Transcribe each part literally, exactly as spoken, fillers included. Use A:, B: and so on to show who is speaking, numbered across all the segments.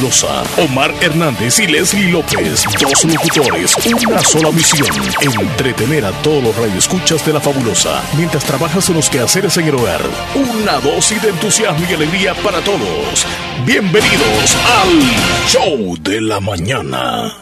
A: Fabulosa. Omar Hernández y Leslie López, dos locutores, una sola misión: entretener a todos los radioescuchas de La Fabulosa mientras trabajas en los quehaceres en el hogar. Una dosis de entusiasmo y alegría para todos. Bienvenidos al Show de la Mañana.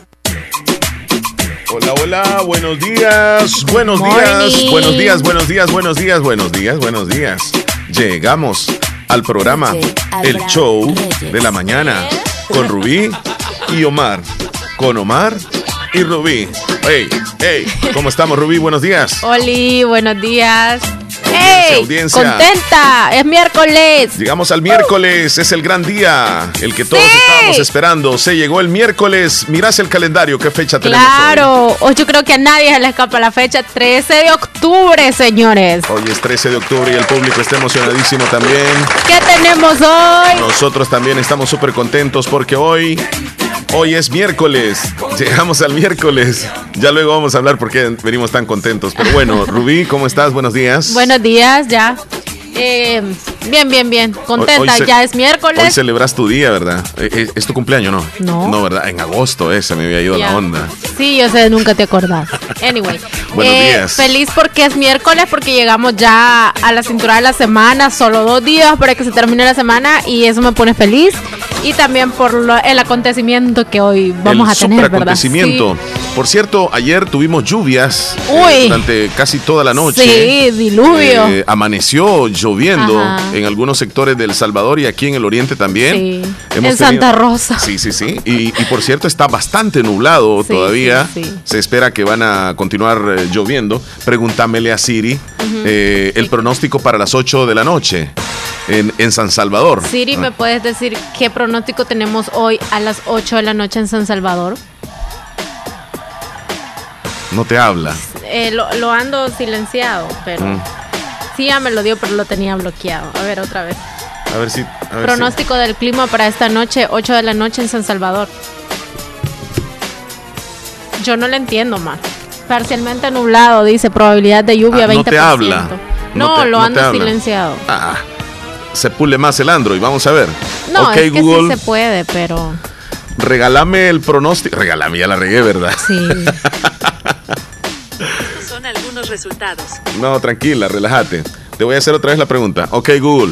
B: Hola, hola, buenos días, buenos días, buenos días, buenos días, buenos días, buenos días, buenos días. Llegamos al programa El Show de la Mañana con Rubí y Omar. Con Omar y Rubí. Hey, hey, ¿cómo estamos, Rubí? Buenos días.
C: Oli, buenos días.
B: Audiencia,
C: ¡Hey!
B: audiencia.
C: ¡Contenta! ¡Es miércoles!
B: Llegamos al miércoles, es el gran día, el que todos
C: ¡Sí!
B: estábamos esperando. Se llegó el miércoles. Mirás el calendario, ¿qué fecha tenemos
C: Claro,
B: hoy?
C: hoy yo creo que a nadie se le escapa la fecha, trece de octubre, señores.
B: Hoy es trece de octubre y el público está emocionadísimo también.
C: ¿Qué tenemos hoy?
B: Nosotros también estamos súper contentos porque hoy, hoy es miércoles. Llegamos al miércoles. Ya luego vamos a hablar por qué venimos tan contentos. Pero bueno, Rubí, ¿cómo estás? Buenos días.
C: Buenos días, ya. Eh, bien, bien, bien. Contenta,
B: Hoy- hoy ce-
C: ya es miércoles.
B: Hoy celebras tu día, ¿verdad? ¿Es, es tu cumpleaños, no?
C: No.
B: No, ¿verdad? En agosto, ese me había ido
C: Ya.
B: la onda.
C: Sí, yo sé, nunca te acordás. Anyway.
B: Buenos
C: eh,
B: días.
C: Feliz porque es miércoles, porque llegamos ya a la cintura de la semana. Solo dos días para que se termine la semana y eso me pone feliz. Y también por lo- el acontecimiento que hoy vamos
B: el
C: a tener, ¿verdad?
B: superacontecimiento. Por cierto, ayer tuvimos lluvias eh,
C: Uy.
B: durante casi toda la noche.
C: Sí, diluvio.
B: Eh, amaneció lloviendo
C: Ajá.
B: en algunos sectores de El Salvador y aquí en el oriente también.
C: Sí.
B: Hemos
C: En Santa Rosa.
B: Sí, sí, sí. Y, y por cierto, está bastante nublado
C: Sí,
B: todavía.
C: sí, sí.
B: Se espera que van a continuar eh, lloviendo. Pregúntamele a Siri eh, el pronóstico para las ocho de la noche en, en San Salvador.
C: Siri, ¿me puedes decir qué pronóstico tenemos hoy a las ocho de la noche en San Salvador?
B: No te habla.
C: Eh, lo, lo ando silenciado, pero
B: Mm.
C: sí ya me lo dio, pero lo tenía bloqueado. A ver, otra vez.
B: A ver si. A ver
C: Pronóstico del clima para esta noche, ocho de la noche en San Salvador. Yo no le entiendo más. Parcialmente nublado, dice, probabilidad de lluvia
B: Ah, no
C: veinte por ciento.
B: te habla.
C: No,
B: No te-
C: lo
B: no te
C: ando
B: habla.
C: silenciado.
B: si- Ah, se pule más el Android. Vamos a ver.
C: No,
B: ok,
C: es que
B: Google,
C: sí se puede, pero
B: regálame el pronóstico. Regálame, ya la regué, ¿verdad?
C: sí.
D: Son algunos resultados.
B: No, tranquila, relájate. Te voy a hacer otra vez la pregunta. Ok, Google.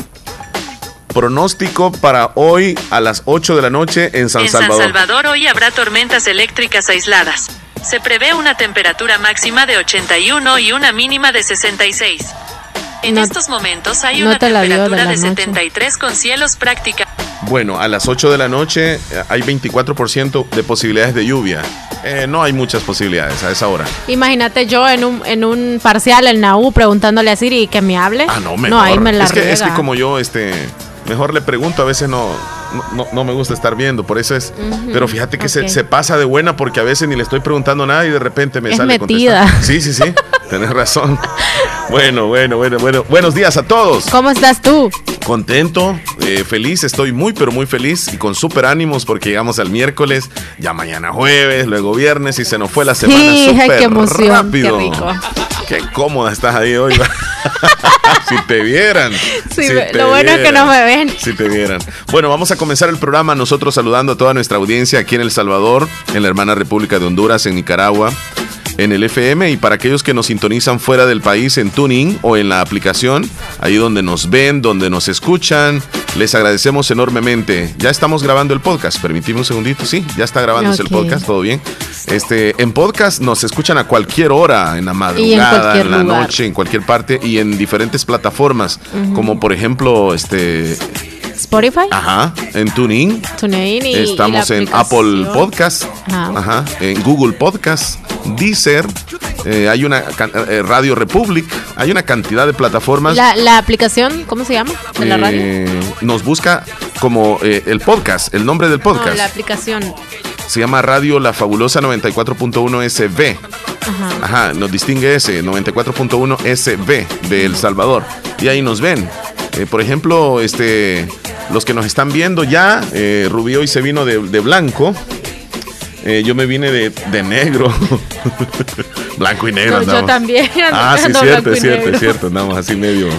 B: Pronóstico para hoy a las ocho de la noche en San
D: en
B: Salvador.
D: San Salvador hoy habrá tormentas eléctricas aisladas. Se prevé una temperatura máxima de ochenta y uno y una mínima de sesenta y seis. En
C: No-
D: estos momentos hay
C: no
D: una
C: te la dio de
D: temperatura
C: la
D: de
C: noche.
D: setenta y tres con cielos prácticamente.
B: Bueno, a las ocho de la noche eh, hay veinticuatro por ciento de posibilidades de lluvia. Eh, no hay muchas posibilidades a esa hora.
C: Imagínate yo en un, en un parcial, el N A U, preguntándole a Siri que me hable.
B: Ah, no, mejor.
C: No, ahí me la
B: es que, es que
C: riega.
B: como yo, este, mejor le pregunto, a veces no, no, no, no me gusta estar viendo, por eso es.
C: Ujú,
B: Pero fíjate que
C: ok.
B: se, se pasa de buena porque a veces ni le estoy preguntando nada y de repente me
C: Es
B: sale
C: metida.
B: contestar. Sí, sí, sí, tenés razón. Bueno, bueno, bueno, bueno. Buenos días a todos.
C: ¿Cómo estás tú?
B: Contento, eh, feliz, estoy muy, pero muy feliz y con súper ánimos porque llegamos al miércoles, ya mañana jueves, luego viernes y se nos fue la semana
C: Sí, ay,
B: súper
C: qué emoción,
B: rápido.
C: qué rico.
B: Qué cómoda estás ahí hoy. Si te vieran.
C: Sí,
B: si
C: me-
B: te
C: lo bueno es que no me ven.
B: Si te vieran. Bueno, vamos a comenzar el programa nosotros saludando a toda nuestra audiencia aquí en El Salvador, en la hermana República de Honduras, en Nicaragua, en el F M, y para aquellos que nos sintonizan fuera del país en TuneIn o en la aplicación, ahí donde nos ven, donde nos escuchan, les agradecemos enormemente. Ya estamos grabando el podcast, permitime un segundito, sí, ya está grabándose
C: Ok.
B: el podcast, todo bien. Este, en podcast nos escuchan a cualquier hora, en la madrugada,
C: cualquier
B: en la
C: lugar.
B: noche, en cualquier parte y en diferentes plataformas, como por ejemplo, este,
C: Spotify,
B: ajá, en TuneIn.
C: TuneIn y y
B: Estamos
C: la
B: en Apple
C: aplicación.
B: Podcast,
C: Ajá.
B: ajá, en Google Podcast, Deezer, eh, hay una can- eh, Radio Republic, hay una cantidad de plataformas.
C: La, la aplicación, ¿cómo se llama? ¿De la radio?
B: eh, nos busca como eh, el podcast, el nombre del podcast.
C: No, la aplicación.
B: Se llama Radio La Fabulosa noventa y cuatro punto uno S B.
C: Ajá.
B: Ajá, nos distingue ese, noventa y cuatro punto uno S B de El Salvador. Y ahí nos ven. Eh, por ejemplo, este, los que nos están viendo ya, eh, Rubí hoy se vino de, de blanco. Eh, yo me vine de, de negro. Blanco y negro
C: No, yo
B: andamos.
C: también.
B: Ah, sí,
C: ando
B: cierto,
C: blanco y
B: es cierto,
C: negro.
B: es cierto. Andamos así medio,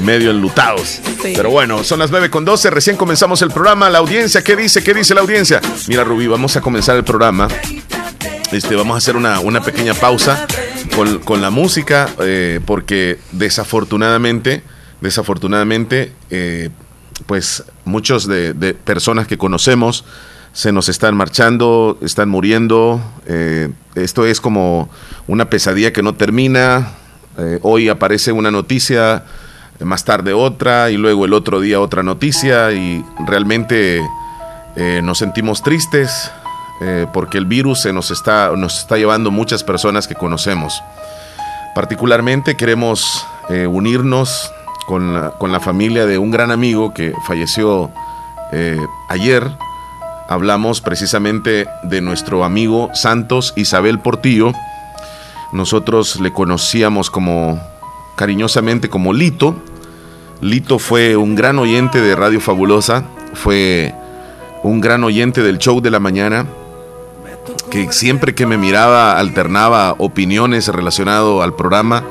B: medio enlutados.
C: Sí.
B: Pero bueno, son las nueve con doce, recién comenzamos el programa. La audiencia, ¿qué dice? ¿Qué dice la audiencia? Mira, Rubí, vamos a comenzar el programa. Este, vamos a hacer una, una pequeña pausa con, con la música, eh, porque desafortunadamente, desafortunadamente, eh, pues muchos de, de personas que conocemos se nos están marchando, están muriendo. Eh, esto es como una pesadilla que no termina. Eh, hoy aparece una noticia, más tarde otra, y luego el otro día otra noticia, y realmente eh, nos sentimos tristes eh, porque el virus se nos está, nos está llevando muchas personas que conocemos. Particularmente queremos eh, unirnos con la, con la familia de un gran amigo que falleció eh, ayer. Hablamos precisamente de nuestro amigo Santos Isabel Portillo. Nosotros le conocíamos como cariñosamente como Lito. Lito fue un gran oyente de Radio Fabulosa, fue un gran oyente del show de la mañana, que siempre que me miraba alternaba opiniones relacionadas al programa,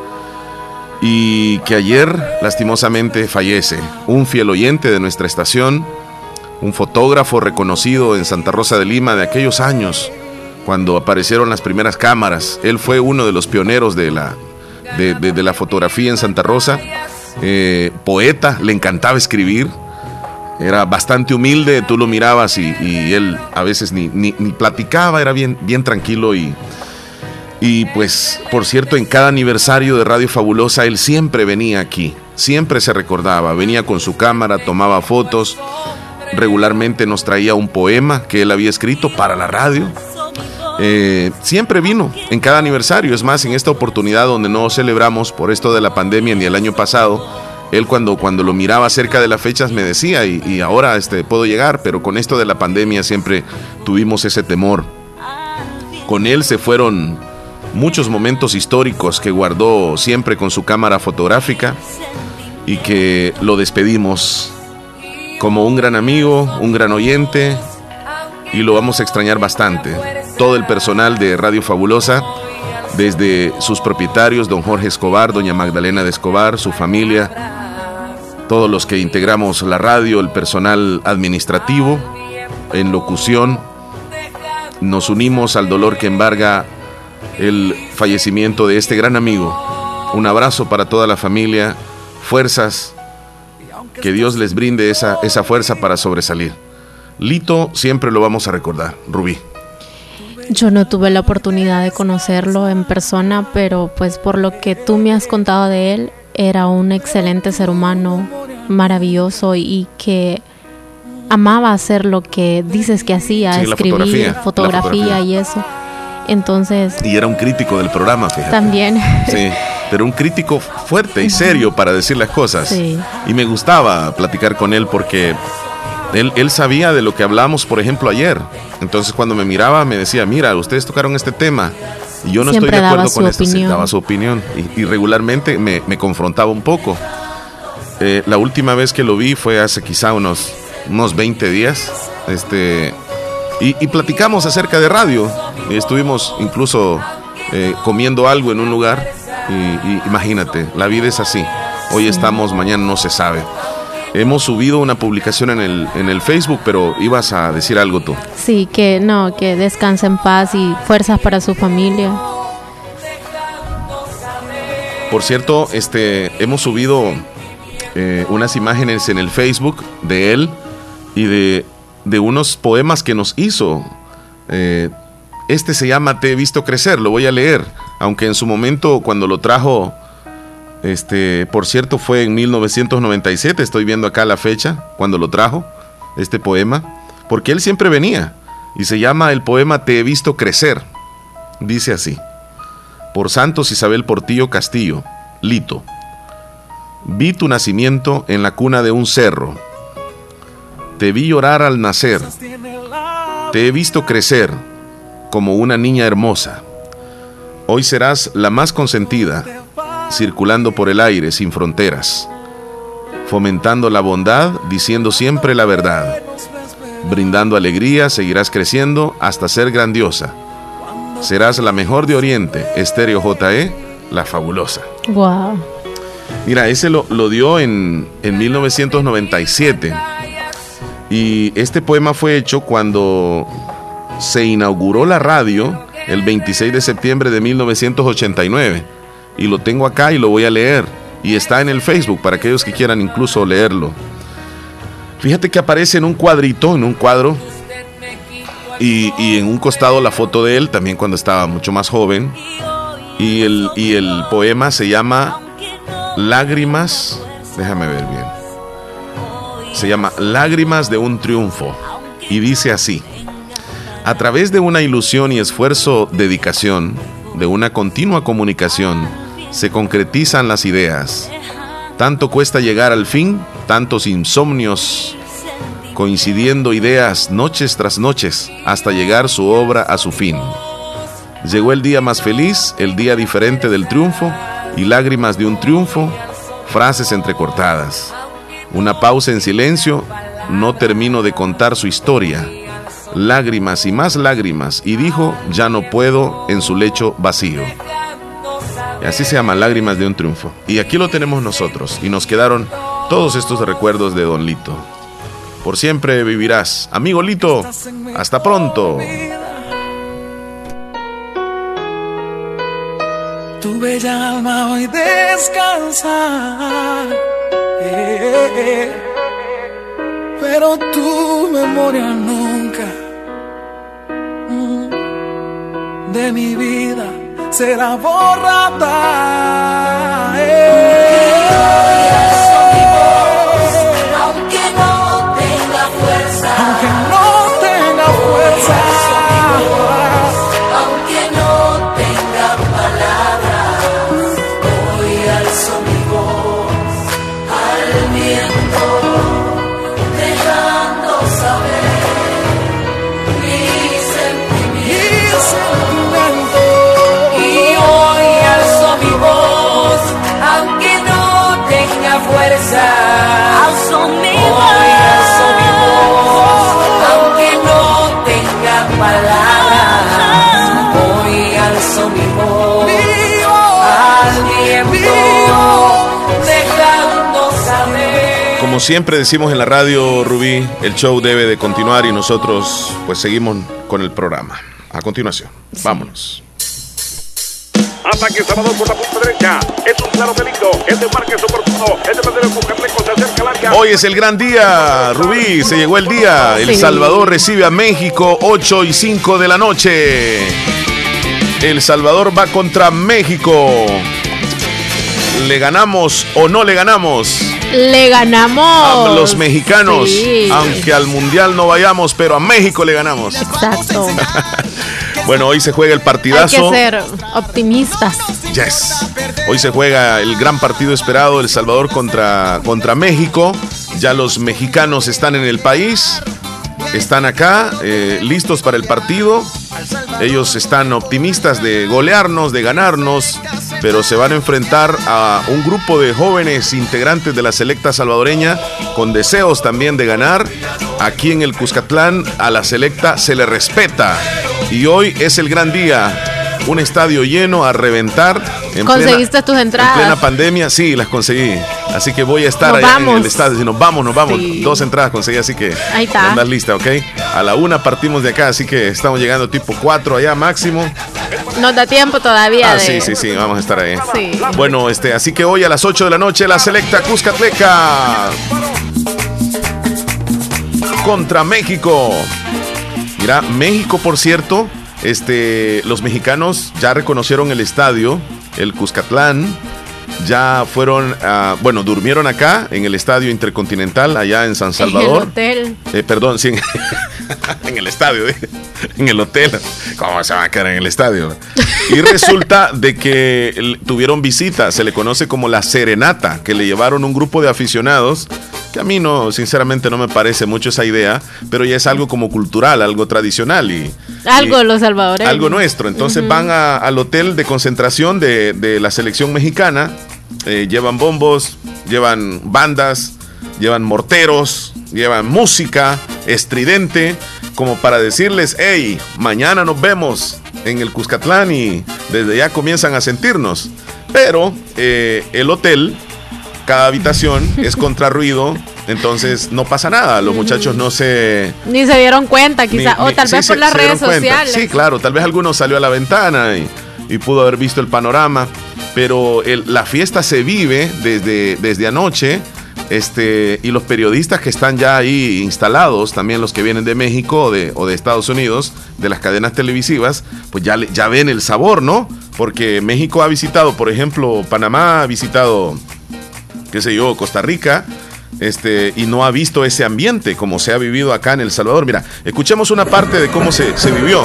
B: y que ayer lastimosamente fallece. Un fiel oyente de nuestra estación, un fotógrafo reconocido en Santa Rosa de Lima de aquellos años, cuando aparecieron las primeras cámaras. Él fue uno de los pioneros de la, de, de, de la fotografía en Santa Rosa. Eh, poeta, le encantaba escribir, era bastante humilde, tú lo mirabas y, y él a veces ni, ni, ni platicaba, era bien, bien tranquilo. Y, y pues, por cierto, en cada aniversario de Radio Fabulosa, él siempre venía aquí, siempre se recordaba, venía con su cámara, tomaba fotos. Regularmente nos traía un poema que él había escrito para la radio. Eh, siempre vino en cada aniversario. Es más, en esta oportunidad donde no celebramos por esto de la pandemia ni el año pasado, él cuando, cuando lo miraba cerca de las fechas me decía, y, y ahora este, puedo llegar, pero con esto de la pandemia siempre tuvimos ese temor. Con él se fueron muchos momentos históricos que guardó siempre con su cámara fotográfica, y que lo despedimos como un gran amigo, un gran oyente, y lo vamos a extrañar bastante. Todo el personal de Radio Fabulosa, desde sus propietarios, don Jorge Escobar, doña Magdalena de Escobar, su familia, todos los que integramos la radio, el personal administrativo, en locución, nos unimos al dolor que embarga el fallecimiento de este gran amigo. Un abrazo para toda la familia, fuerzas, que Dios les brinde esa, esa fuerza para sobresalir. Lito siempre lo vamos a recordar. Rubí.
C: Yo no tuve la oportunidad de conocerlo en persona, pero pues por lo que tú me has contado de él, era un excelente ser humano, maravilloso, y que amaba hacer lo que dices que hacía, sí, escribir, fotografía, fotografía, fotografía y eso. Entonces... Y
B: era un crítico del programa, fíjate.
C: También.
B: Sí, pero un crítico fuerte y serio para decir las cosas.
C: Sí.
B: Y me gustaba platicar con él porque él, él sabía de lo que hablamos, por ejemplo, ayer. Entonces cuando me miraba me decía, mira, ustedes tocaron este tema y yo no
C: Siempre
B: estoy de acuerdo con esto.
C: Sí,
B: daba su opinión y, y regularmente me, me confrontaba un poco. Eh, la última vez que lo vi fue hace quizá unos, unos veinte días. Este... Y, y platicamos acerca de radio. Y estuvimos incluso eh, comiendo algo en un lugar. Y, y imagínate, la vida es así. Hoy estamos, mañana no se sabe. Hemos subido una publicación en el, en el Facebook, pero ibas a decir algo tú.
C: Sí, que no, que descanse en paz y fuerzas para su familia.
B: Por cierto, este, hemos subido eh, unas imágenes en el Facebook de él y de... de unos poemas que nos hizo. Eh, este se llama Te he visto crecer, lo voy a leer, aunque en su momento cuando lo trajo, este, por cierto fue en mil novecientos noventa y siete, estoy viendo acá la fecha, cuando lo trajo, este poema, porque él siempre venía, y se llama el poema Te he visto crecer. Dice así: por Santos Isabel Portillo Castillo, Lito. Vi tu nacimiento en la cuna de un cerro. Te vi llorar al nacer, te he visto crecer como una niña hermosa. Hoy serás la más consentida, circulando por el aire sin fronteras, fomentando la bondad, diciendo siempre la verdad, brindando alegría, seguirás creciendo hasta ser grandiosa. Serás la mejor de Oriente, Estéreo J E, la fabulosa.
C: Wow.
B: Mira, ese lo, lo dio en, en mil novecientos noventa y siete. Y este poema fue hecho cuando se inauguró la radio el veintiséis de septiembre de mil novecientos ochenta y nueve. Y lo tengo acá y lo voy a leer. Y está en el Facebook para aquellos que quieran incluso leerlo. Fíjate que aparece en un cuadrito, en un cuadro. Y, y en un costado la foto de él, también cuando estaba mucho más joven. Y el, y el poema se llama Lágrimas. Déjame ver bien. Se llama Lágrimas de un triunfo. Y dice así: a través de una ilusión y esfuerzo, dedicación, de una continua comunicación, se concretizan las ideas. Tanto cuesta llegar al fin, tantos insomnios, coincidiendo ideas noches tras noches, hasta llegar su obra a su fin. Llegó el día más feliz, el día diferente del triunfo, y lágrimas de un triunfo, frases entrecortadas. Una pausa en silencio, no termino de contar su historia. Lágrimas y más lágrimas, y dijo, ya no puedo, en su lecho vacío. Y así se llama, Lágrimas de un triunfo. Y aquí lo tenemos nosotros, y nos quedaron todos estos recuerdos de Don Lito. Por siempre vivirás, amigo Lito. Hasta pronto.
E: Tu bella alma hoy descansa, eh, eh, eh. pero tu memoria nunca mm, de mi vida será borrada. Eh. Aunque no tenga fuerza, aunque no tenga fuerza, aunque no tenga palabras, hoy alzo mi voz al viento, dejando saber mi sentimiento. Y hoy alzo mi voz, aunque no tenga fuerza. Alzo mi voz, hoy alzo mi voz, aunque no tenga palabras. Hoy alzo mi voz al viento, dejando saber.
B: Como siempre decimos en la radio, Rubí, el show debe de continuar y nosotros pues seguimos con el programa. A continuación, sí. Vámonos.
F: Ataque Salvador por la punta derecha. Es un claro peligro. Es de Márquez oportuno. Es de Pedro Cucarleco. Se acerca al área.
B: Hoy es el gran día, Rubí. Se llegó el día. El
C: Sí.
B: Salvador recibe a México, ocho y cinco de la noche. El Salvador va contra México. ¿Le ganamos o no le ganamos?
C: Le ganamos.
B: A los mexicanos.
C: Sí.
B: Aunque al mundial no vayamos, pero a México le ganamos.
C: Exacto.
B: Bueno, hoy se juega el
C: Hay
B: partidazo.
C: que ser optimistas.
B: Yes. Hoy se juega el gran partido esperado, El Salvador contra, contra México. Ya los mexicanos están en el país, están acá, eh, listos para el partido. Ellos están optimistas de golearnos, de ganarnos, pero se van a enfrentar a un grupo de jóvenes integrantes de la selecta salvadoreña con deseos también de ganar. Aquí en el Cuscatlán a la selecta se le respeta. Y hoy es el gran día. Un estadio lleno a reventar. En
C: ¿Conseguiste
B: plena,
C: tus entradas?
B: En plena pandemia, sí, las conseguí. Así que voy a estar
C: Nos
B: allá
C: vamos.
B: en el estadio. Si nos vamos, nos vamos.
C: Sí.
B: Dos entradas conseguí, así que
C: Ahí está.
B: andar lista, ¿ok? A la una partimos de acá, así que estamos llegando tipo cuatro allá máximo.
C: Nos da tiempo todavía
B: Ah,
C: de...
B: sí, sí, sí, vamos a estar ahí.
C: Sí.
B: Bueno, este, así que hoy a las ocho de la noche la selecta Cuscatleca contra México. Mira, México, por cierto, este, los mexicanos ya reconocieron el estadio, el Cuscatlán. Ya fueron, uh, bueno, durmieron acá en el Estadio Intercontinental, allá en San Salvador.
C: En el hotel.
B: Eh, perdón, sí, en, en el estadio, ¿eh? En el hotel. ¿Cómo se va a quedar en el estadio? Y resulta de que tuvieron visita, se le conoce como la serenata, que le llevaron un grupo de aficionados, que a mí no, sinceramente no me parece mucho esa idea, pero ya es algo como cultural, algo tradicional y...
C: Algo de
B: y,
C: los salvadoreños.
B: Algo nuestro. Entonces uh-huh. van a, al hotel de concentración de, de la selección mexicana, eh, llevan bombos, llevan bandas, llevan morteros, llevan música estridente, como para decirles, hey, mañana nos vemos en el Cuscatlán, y desde ya comienzan a sentirnos. Pero eh, el hotel cada habitación es contra ruido, entonces no pasa nada, los muchachos no se...
C: Ni se dieron cuenta, quizás, o tal
B: sí,
C: vez
B: se,
C: por las redes sociales.
B: Sí, claro, tal vez alguno salió a la ventana y, y pudo haber visto el panorama, pero el, la fiesta se vive desde, desde anoche, este, y los periodistas que están ya ahí instalados, también los que vienen de México o de, o de Estados Unidos, de las cadenas televisivas, pues ya, ya ven el sabor, ¿no? Porque México ha visitado, por ejemplo, Panamá ha visitado, qué sé yo, Costa Rica, este, y no ha visto ese ambiente como se ha vivido acá en El Salvador. Mira, escuchemos una parte de cómo se, se vivió.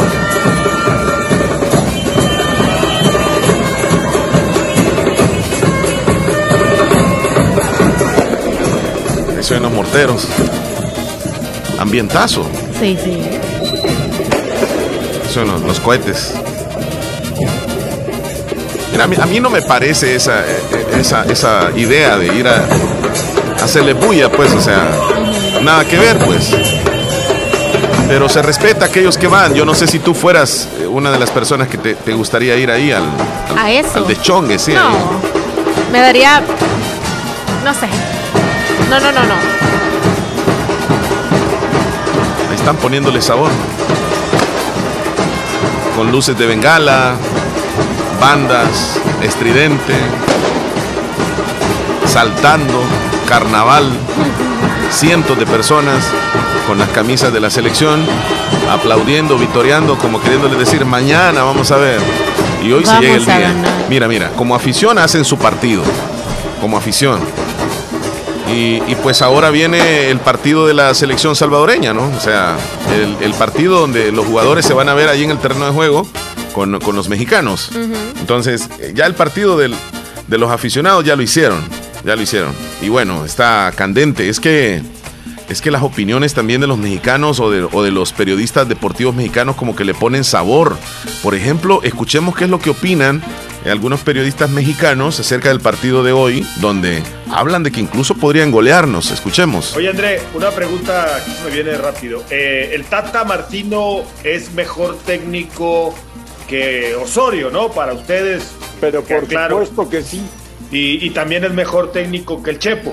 B: Eso en los morteros. Ambientazo.
C: Sí, sí.
B: Eso en los, los cohetes. Mira, a mí, a mí no me parece esa, esa, esa idea de ir a, a hacerle bulla, pues, o sea, nada que ver, pues. Pero se respeta a aquellos que van. Yo no sé si tú fueras una de las personas que te, te gustaría ir ahí al, al,
C: ¿A eso?
B: al deschongue, sí.
C: No,
B: ahí.
C: me daría, no sé. No, no, no, no.
B: Ahí están poniéndole sabor. Con luces de bengala, bandas, estridente, saltando, carnaval, cientos de personas con las camisas de la selección, aplaudiendo, vitoreando, como queriéndoles decir, mañana vamos a ver. Y hoy
C: Vamos
B: se llega el
C: a
B: día.
C: ganar.
B: Mira, mira, como afición hacen su partido, como afición. Y, y pues ahora viene el partido de la selección salvadoreña, ¿no? O sea, el, el partido donde los jugadores se van a ver ahí en el terreno de juego con, con los mexicanos. Uh-huh. Entonces, ya el partido del, de los aficionados ya lo hicieron, ya lo hicieron. Y bueno, está candente. Es que, es que las opiniones también de los mexicanos o de, o de los periodistas deportivos mexicanos como que le ponen sabor. Por ejemplo, escuchemos qué es lo que opinan algunos periodistas mexicanos acerca del partido de hoy, donde hablan de que incluso podrían golearnos. Escuchemos.
G: Oye, André, una pregunta que se me viene rápido. Eh, el Tata Martino es mejor técnico que Osorio, ¿no? Para ustedes.
H: Pero por
G: claro.
H: supuesto que sí.
G: Y, y también es mejor técnico que el Chepo,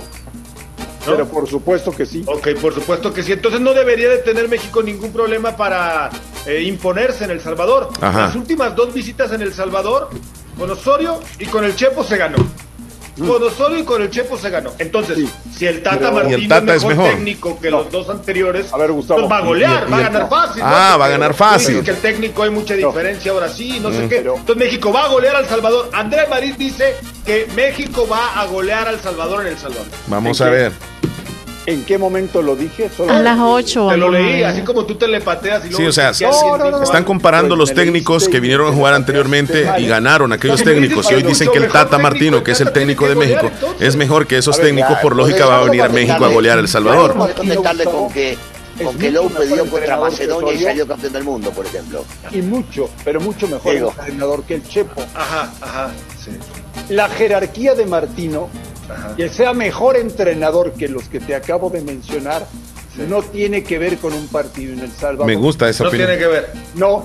G: ¿no?
H: Pero por supuesto que sí.
G: Ok, por supuesto que sí. Entonces no debería de tener México ningún problema para eh, imponerse en El Salvador.
B: Ajá.
G: Las últimas dos visitas en El Salvador, con Osorio y con el Chepo se ganó. Con Osorio y con el Chepo se ganó. Entonces, sí. si el Tata Pero, Martino el Tata es mejor, es mejor técnico que no. los dos anteriores,
H: a ver, Gustavo,
G: pues va a golear, y, y va a ganar fácil.
B: Ah, ¿no? va a ganar fácil.
G: Es que el técnico hay mucha diferencia, no. ahora sí, no mm. sé qué. Pero, Entonces México va a golear al Salvador. Andrés Marín dice que México va a golear al Salvador en El Salvador.
B: Vamos a ver.
H: ¿En qué momento lo dije?
C: Solo a las ocho.
G: Te lo leí, así como tú te le pateas. Y luego
B: sí, o sea, no, no, no, están comparando los técnicos que vinieron a jugar anteriormente y ganaron aquellos técnicos. Y hoy dicen que el Tata Martino, que es el técnico de México, es mejor que esos técnicos. Por lógica va a venir a México a golear El Salvador.
I: Vamos a contestarle con que, con que Lou perdió contra Macedonia y salió campeón del mundo, por ejemplo.
H: Y mucho, pero mucho mejor Digo. entrenador que el Chepo.
G: Ajá, ajá, sí.
H: La jerarquía de Martino, Ajá. que sea mejor entrenador que los que te acabo de mencionar, sí. no tiene que ver con un partido en El Salvador.
B: Me gusta esa
G: no
B: opinión.
G: No tiene que ver.
H: No.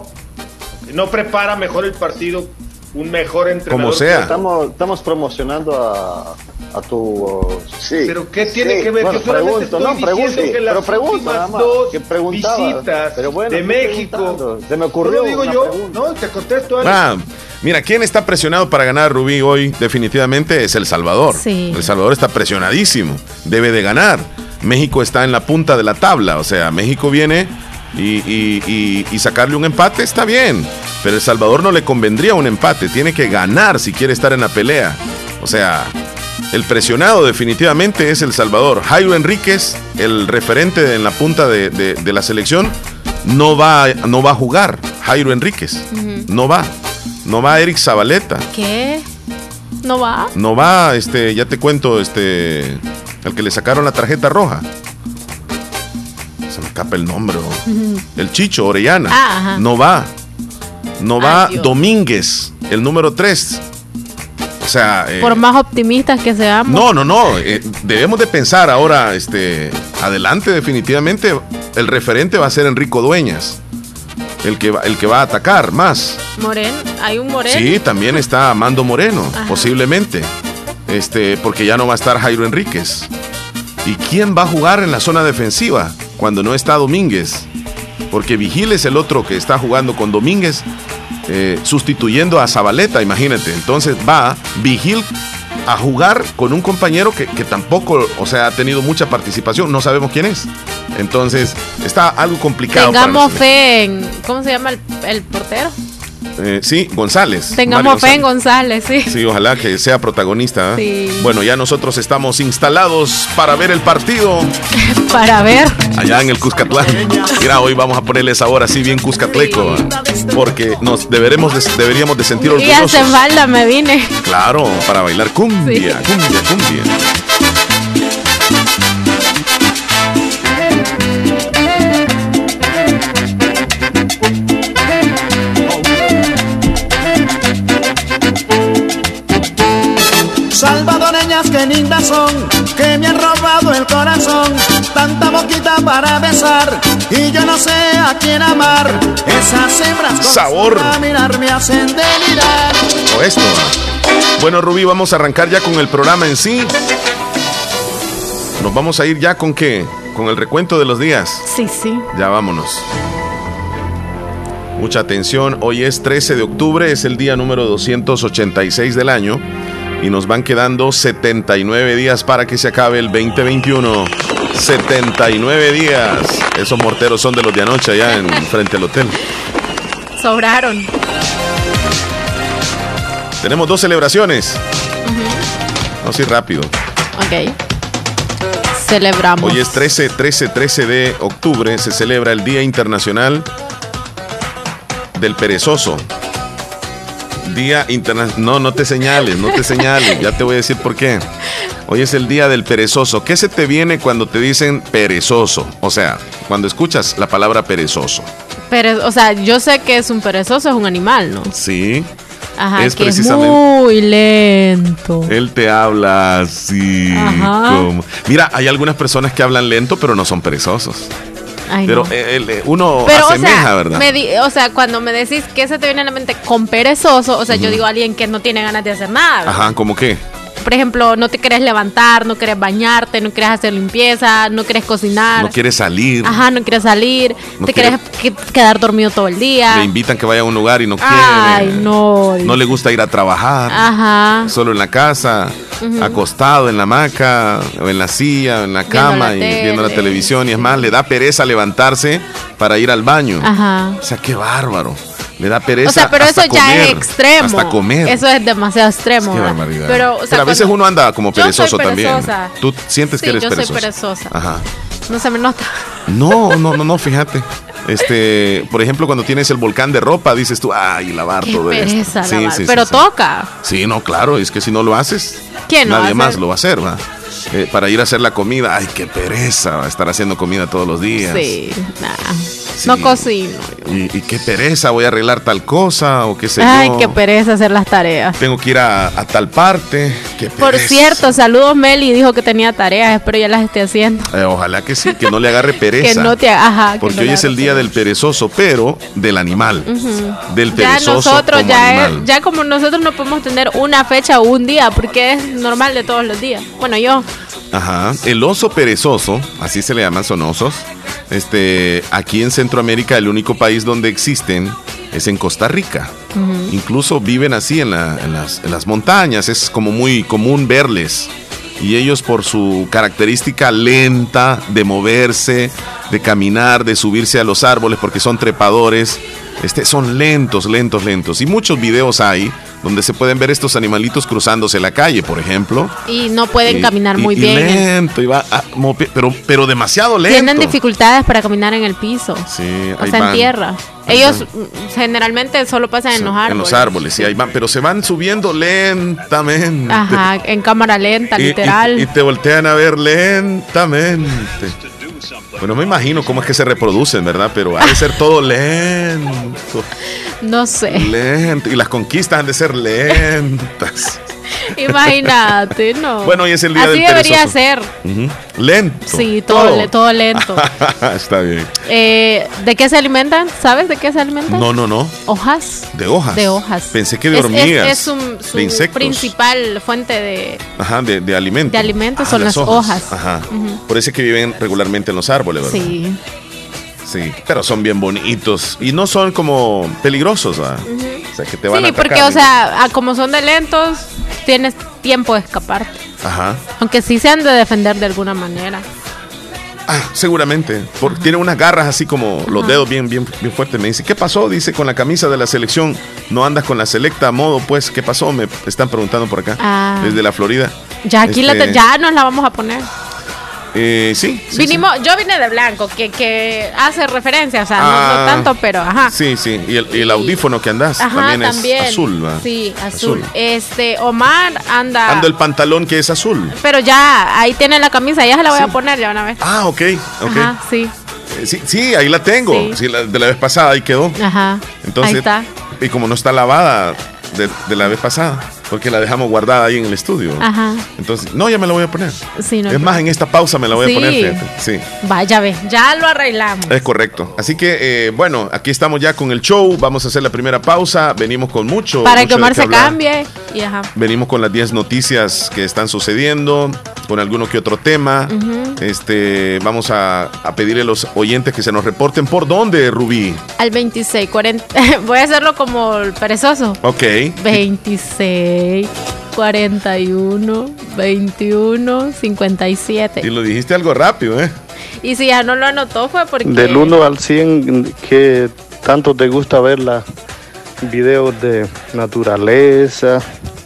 G: No prepara mejor el partido un mejor entrenador.
B: Como sea.
J: Estamos, estamos promocionando a, a tu... Uh,
G: sí. Pero ¿qué tiene
J: sí.
G: que ver?
J: Bueno,
G: Yo solamente
J: pregunto,
G: estoy
J: no, pregunto,
G: que las
J: pero pregunta,
G: dos
J: que
G: visitas
J: pero bueno,
G: de México.
J: Se me ocurrió
G: digo
J: una
G: yo,
J: pregunta.
G: no, te contesto algo.
B: Ah, mira, ¿quién está presionado para ganar, Rubí, hoy? Definitivamente es El Salvador.
C: Sí.
B: El Salvador está presionadísimo. Debe de ganar. México está en la punta de la tabla. O sea, México viene y, y, y, y sacarle un empate está bien. Pero El Salvador no le convendría un empate. Tiene que ganar si quiere estar en la pelea. O sea, el presionado definitivamente es El Salvador. Jairo Enríquez, el referente en la punta de, de, de la selección, no va, no va a jugar. Jairo Enríquez. Uh-huh. No va. No va Eric Zabaleta.
C: ¿Qué? ¿No va?
B: No va, este, ya te cuento, este, al que le sacaron la tarjeta roja. Se me escapa el nombre. Uh-huh. El Chicho Orellana.
C: Ah,
B: no va. No va
C: Ay,
B: Domínguez, el número tres. O sea, eh,
C: por más optimistas que seamos.
B: No, no, no. Eh, debemos de pensar ahora, este, adelante definitivamente. El referente va a ser Enrico Dueñas. El que, va, el que va a atacar más.
C: Moreno, hay un Moreno.
B: Sí, también está Amando Moreno, Ajá. posiblemente. este, porque ya no va a estar Jairo Enríquez. ¿Y quién va a jugar en la zona defensiva cuando no está Domínguez? Porque Vigil es el otro que está jugando con Domínguez, eh, sustituyendo a Zabaleta, imagínate. Entonces va Vigil a jugar con un compañero que, que tampoco, o sea, ha tenido mucha participación, no sabemos quién es. Entonces está algo complicado.
C: Tengamos fe en, ¿cómo se llama el, el portero?
B: Eh, sí, González.
C: Tengamos fe en González, sí.
B: Sí, ojalá que sea protagonista. ¿eh?
C: Sí.
B: Bueno, ya nosotros estamos instalados para ver el partido.
C: Para ver.
B: Allá en el Cuscatlán. Mira, hoy vamos a ponerle esa hora así bien cuscatleco, sí. Porque nos deberemos de, deberíamos de sentir orgullosos.
C: Y hace falta me vine.
B: Claro, para bailar cumbia, sí. cumbia, cumbia.
K: Salvadoreñas que lindas son, que me han robado el corazón, tanta boquita para besar, y yo no sé a quién amar, esas hembras con
B: sabor
K: a mirar me hacen delirar.
B: O esto. Bueno, Rubí, vamos a arrancar ya con el programa en sí. Nos vamos a ir ya con qué, con el recuento de los días.
C: Sí, sí.
B: Ya vámonos. Mucha atención, hoy es trece de octubre, es el día número doscientos ochenta y seis del año. Y nos van quedando setenta y nueve días para que se acabe el veinte veintiuno. setenta y nueve días. Esos morteros son de los de anoche allá en frente al hotel.
C: Sobraron.
B: Tenemos dos celebraciones. Uh-huh. Vamos a ir rápido.
C: Ok. Celebramos.
B: Hoy es trece, trece, trece de octubre. Se celebra el Día Internacional del Perezoso. Día Internacional. No, no te señales, no te señales. Ya te voy a decir por qué. Hoy es el Día del Perezoso. ¿Qué se te viene cuando te dicen perezoso? O sea, cuando escuchas la palabra perezoso.
C: Pero, o sea, yo sé que es un perezoso, es un animal, ¿no?
B: Sí.
C: Ajá,
B: es
C: que
B: precisamente.
C: Es muy lento.
B: Él te habla así. Como... Mira, hay algunas personas que hablan lento, pero no son perezosos.
C: Ay,
B: pero
C: no.
B: el, el, uno
C: pero,
B: asemeja,
C: o sea,
B: ¿verdad?
C: Me di, o sea, cuando me decís que se te viene a la mente con perezoso, o sea, uh-huh. yo digo a alguien que no tiene ganas de hacer nada, ¿verdad?
B: Ajá, ¿cómo qué?
C: Por ejemplo, no te querés levantar, no querés bañarte, no querés hacer limpieza, no querés cocinar.
B: No quieres salir.
C: Ajá, no quieres salir. No te
B: quiere...
C: querés quedar dormido todo el día.
B: Le invitan que vaya a un lugar y no quiere.
C: Ay, no.
B: No le gusta ir a trabajar.
C: Ajá.
B: Solo en la casa, uh-huh. acostado en la hamaca, o en la silla, o en la cama viendo la y viendo la televisión. Y es más, le da pereza levantarse para ir al baño.
C: Ajá.
B: O sea, qué bárbaro. Le da pereza.
C: O sea, pero
B: hasta
C: eso ya
B: comer,
C: es extremo.
B: Hasta comer.
C: Eso es demasiado extremo.
B: Qué barbaridad.
C: Pero, o sea,
B: pero a veces uno anda como perezoso también.
C: Perezosa.
B: Tú sientes
C: sí,
B: que eres
C: yo
B: perezoso.
C: Yo soy perezosa.
B: Ajá.
C: No se me nota.
B: No, no, no, no, fíjate. Este, por ejemplo, cuando tienes el volcán de ropa, dices tú, ay, lavar
C: Qué
B: todo
C: pereza
B: esto.
C: Lavar.
B: Sí, sí,
C: pero
B: sí,
C: toca.
B: Sí, no, claro, es que si no lo haces,
C: ¿quién no
B: nadie
C: va a
B: más lo va a hacer, ¿va? Eh, para ir a hacer la comida, ay, qué pereza estar haciendo comida todos los días.
C: Sí, nah.
B: Sí.
C: No cocino.
B: Y, y qué pereza, voy a arreglar tal cosa o qué sé
C: ay,
B: yo.
C: Ay, qué pereza hacer las tareas.
B: Tengo que ir a, a tal parte. Qué pereza.
C: Por cierto, saludos Meli, dijo que tenía tareas, espero ya las esté haciendo.
B: Eh, ojalá que sí, que no le agarre pereza.
C: que no te ajá,
B: porque
C: no
B: hoy es el día del perezoso, pero del animal.
C: Uh-huh.
B: Del perezoso
C: ya nosotros
B: como
C: ya
B: animal.
C: Es, ya como nosotros no podemos tener una fecha o un día, porque es normal de todos los días. Bueno, yo.
B: Ajá, el oso perezoso, así se le llaman, son osos. Este, aquí en Centroamérica el único país donde existen es en Costa Rica. Uh-huh. Incluso viven así en, la, en, las, en las montañas, es como muy común verles. Y ellos por su característica lenta de moverse, de caminar, de subirse a los árboles porque son trepadores, este, son lentos, lentos, lentos. Y muchos videos hay donde se pueden ver estos animalitos cruzándose la calle, por ejemplo.
C: Y no pueden
B: y,
C: caminar muy
B: y, y
C: bien.
B: lento, y va a, pero, pero demasiado lento.
C: Tienen dificultades para caminar en el piso.
B: Sí,
C: o
B: ahí
C: sea,
B: van.
C: en tierra.
B: Ahí
C: Ellos
B: van.
C: generalmente solo pasan sí, en los árboles.
B: En los árboles, sí, ahí van, pero se van subiendo lentamente.
C: Ajá, en cámara lenta,
B: y,
C: literal.
B: Y, y te voltean a ver lentamente. Bueno, me imagino cómo es que se reproducen, ¿verdad? Pero ha de ser todo lento.
C: No sé.
B: Lento. Y las conquistas han de ser lentas.
C: Imagínate, no.
B: Bueno, hoy es el día
C: Así
B: del perezoso.
C: Así debería ser.
B: Uh-huh. Lento.
C: Sí, todo, todo. Le, todo lento.
B: Está bien.
C: Eh, ¿De qué se alimentan? ¿Sabes de qué se alimentan?
B: No, no, no.
C: ¿Hojas?
B: De hojas.
C: De hojas.
B: Pensé que de hormigas.
C: Es, es, es un, su
B: de insectos.
C: principal fuente de...
B: Ajá, de, de alimentos.
C: De alimentos
B: ah,
C: son las, las hojas. hojas.
B: Ajá. Uh-huh. Por eso es que viven regularmente en los árboles, ¿verdad?
C: Sí.
B: Sí, pero son bien bonitos y no son como peligrosos, ¿verdad? Uh-huh. O sea, que te van
C: sí,
B: a atacar.
C: Sí, porque, o sea, como son de lentos, tienes tiempo de escaparte.
B: Ajá.
C: Aunque sí se han de defender de alguna manera.
B: Ah, seguramente. Porque tiene unas garras así como Ajá. los dedos bien, bien, bien fuertes. Me dice, ¿qué pasó? Dice, con la camisa de la selección, ¿no andas con la selecta a modo? Pues, ¿qué pasó? Me están preguntando por acá, ah. desde la Florida.
C: Ya aquí este... la te- ya nos la vamos a poner.
B: Eh, sí, sí,
C: Vinimos,
B: sí.
C: Yo vine de blanco, que, que hace referencia, o sea, ah, no, no tanto, pero ajá.
B: Sí, sí, y el, y el audífono que andas
C: ajá,
B: también,
C: también
B: es azul, ¿va?
C: Sí, azul. azul. Este, Omar anda...
B: Anda el pantalón que es azul.
C: Pero ya, ahí tiene la camisa, ya se la voy sí. a poner, ya van a ver.
B: Ah, ok, ok.
C: Ajá, sí.
B: Eh, sí, sí, ahí la tengo, sí. Sí, la, de la vez pasada ahí quedó.
C: Ajá,
B: entonces,
C: ahí está.
B: Y como no está lavada de, de la vez pasada, porque la dejamos guardada ahí en el estudio.
C: Ajá.
B: Entonces, no, ya me la voy a poner.
C: Sí, no,
B: es más, en esta pausa me la voy sí. a poner, fíjate. Sí.
C: Vaya, ve, ya lo arreglamos.
B: Es correcto. Así que, eh, bueno, aquí estamos ya con el show. Vamos a hacer la primera pausa. Venimos con mucho.
C: Para
B: mucho
C: que Omar se cambie. Y ajá.
B: Venimos con las diez noticias que están sucediendo, con alguno que otro tema. Uh-huh. Este, vamos a, a pedirle a los oyentes que se nos reporten. ¿Por dónde, Rubí?
C: Al veintiséis cuarenta. Voy a hacerlo como el perezoso.
B: Ok.
C: veintiséis cuarenta y uno veintiuno cincuenta y siete.
B: Y lo dijiste algo rápido, ¿eh?
C: Y si ya no lo anotó fue porque...
J: Del uno al cien, ¿qué tanto te gusta ver los videos de naturaleza,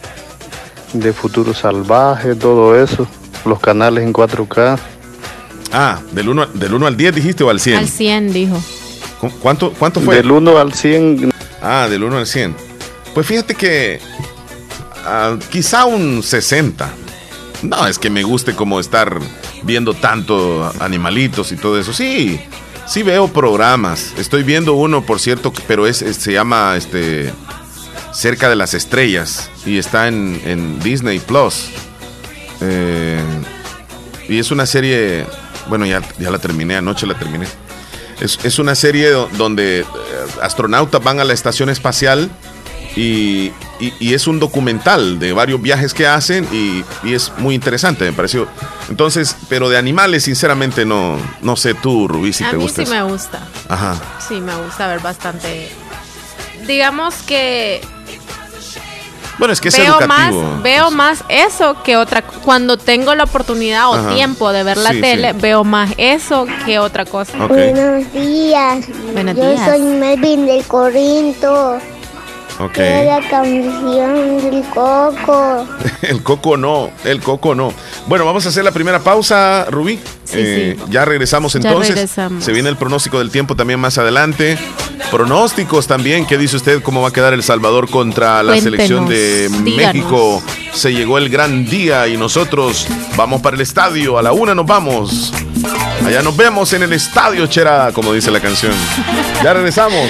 J: de futuro salvaje, todo eso? Los canales en cuatro K.
B: Ah, del uno, del uno al diez dijiste o al cien?
C: Al cien dijo.
B: ¿Cuánto, cuánto fue?
J: Del uno al cien.
B: Ah, del uno al cien. Pues fíjate que uh, quizá un sesenta. No, es que me guste como estar viendo tanto animalitos y todo eso. Sí, sí veo programas. Estoy viendo uno, por cierto, pero es, es se llama este Cerca de las Estrellas y está en, en Disney Plus. Eh, y es una serie, bueno, ya, ya la terminé, anoche la terminé. Es, es una serie donde eh, astronautas van a la estación espacial. Y, y, y es un documental de varios viajes que hacen y, y es muy interesante, me pareció. Entonces, pero de animales, sinceramente, no, no sé tú, Rubí, si
C: a
B: te gusta.
C: A mí sí eso. me gusta.
B: Ajá.
C: Sí, me gusta ver bastante. Digamos que...
B: Bueno, es que es
C: veo
B: educativo.
C: Más, veo pues. más eso que otra... Cuando tengo la oportunidad o Ajá. tiempo de ver la sí, tele, sí. veo más eso que otra cosa.
L: Okay. Buenos días.
C: Buenos
L: Yo
C: días.
L: soy Melvin del Corinto.
B: Ok.
L: La canción del Coco.
B: El Coco no, el Coco no. Bueno, vamos a hacer la primera pausa, Rubí.
C: Sí,
B: eh,
C: sí.
B: Ya regresamos entonces.
C: Ya regresamos.
B: Se viene el pronóstico del tiempo también más adelante. Pronósticos también. ¿Qué dice usted? ¿Cómo va a quedar El Salvador contra la
C: Cuéntenos,
B: selección de
C: díganos.
B: México? Se llegó el gran día y nosotros vamos para el estadio. A la una nos vamos. Allá nos vemos en el estadio, Chera, como dice la canción. Ya regresamos.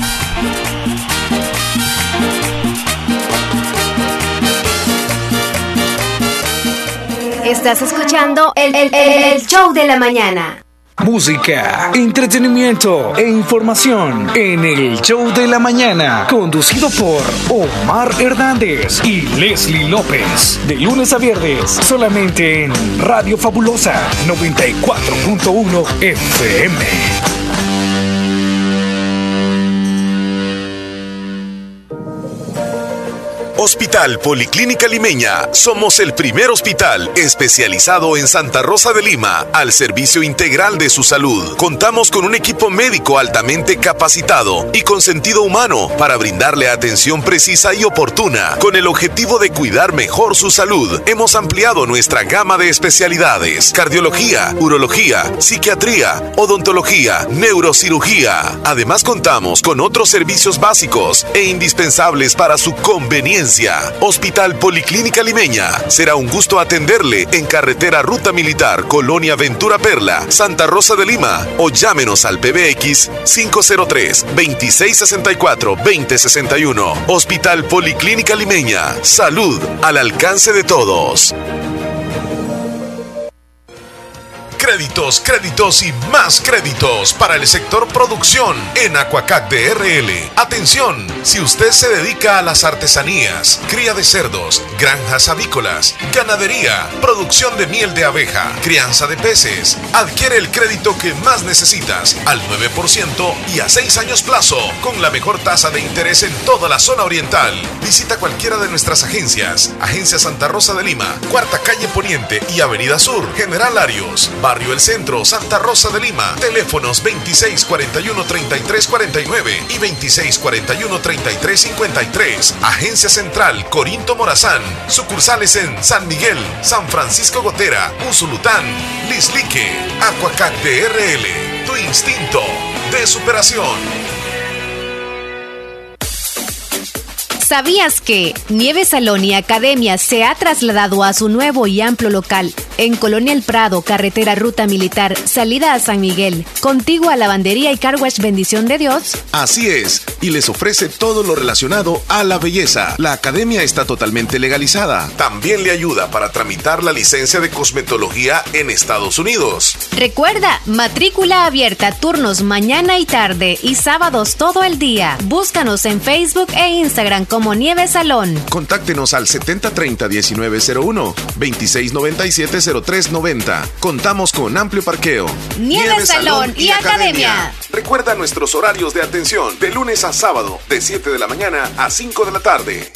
M: Estás escuchando el, el, el, el show de la mañana.
E: Música, entretenimiento e información en el show de la mañana, conducido por Omar Hernández y Leslie López, de lunes a viernes, solamente en Radio Fabulosa noventa y cuatro punto uno F M.
N: Hospital Policlínica Limeña. Somos el primer hospital especializado en Santa Rosa de Lima al servicio integral de su salud. Contamos con un equipo médico altamente capacitado y con sentido humano para brindarle atención precisa y oportuna. Con el objetivo de cuidar mejor su salud, hemos ampliado nuestra gama de especialidades: cardiología, urología, psiquiatría, odontología, neurocirugía. Además, contamos con otros servicios básicos e indispensables para su conveniencia. excelencia. Hospital Policlínica Limeña. Será un gusto atenderle en carretera Ruta Militar, Colonia Ventura Perla, Santa Rosa de Lima. O llámenos al P B X cinco cero tres, veintiséis sesenta y cuatro, veinte sesenta y uno. Hospital Policlínica Limeña. Salud al alcance de todos. Créditos, créditos y más créditos para el sector producción en Aquacac de R L. Atención, si usted se dedica a las artesanías, cría de cerdos, granjas avícolas, ganadería, producción de miel de abeja, crianza de peces, adquiere el crédito que más necesitas al nueve por ciento y a seis años plazo, con la mejor tasa de interés en toda la zona oriental. Visita cualquiera de nuestras agencias. Agencia Santa Rosa de Lima, Cuarta Calle Poniente y Avenida Sur, General Arios, Barrio El Centro, Santa Rosa de Lima. Teléfonos veintiséis cuarenta y uno, treinta y tres cuarenta y nueve y veintiséis cuarenta y uno, treinta y tres cincuenta y tres. Agencia Central Corinto Morazán. Sucursales en San Miguel, San Francisco Gotera, Usulután, Lislique. Aquacac de R L. Tu instinto de superación.
O: ¿Sabías que Nieve Salón y Academia se ha trasladado a su nuevo y amplio local en Colonia El Prado, carretera Ruta Militar, salida a San Miguel, contiguo a Lavandería y Car Wash Bendición de Dios?
N: Así es, y les ofrece todo lo relacionado a la belleza. La academia está totalmente legalizada. También le ayuda para tramitar la licencia de cosmetología en Estados Unidos.
O: Recuerda, matrícula abierta, turnos mañana y tarde y sábados todo el día. Búscanos en Facebook e Instagram como Nieve Salón.
N: Contáctenos al setenta treinta diecinueve cero uno, veintiséis noventa y siete cero tres noventa. Contamos con amplio parqueo.
O: Nieve, Nieve Salón y, y Academia. Academia.
N: Recuerda nuestros horarios de atención de lunes a sábado, de siete de la mañana a cinco de la tarde.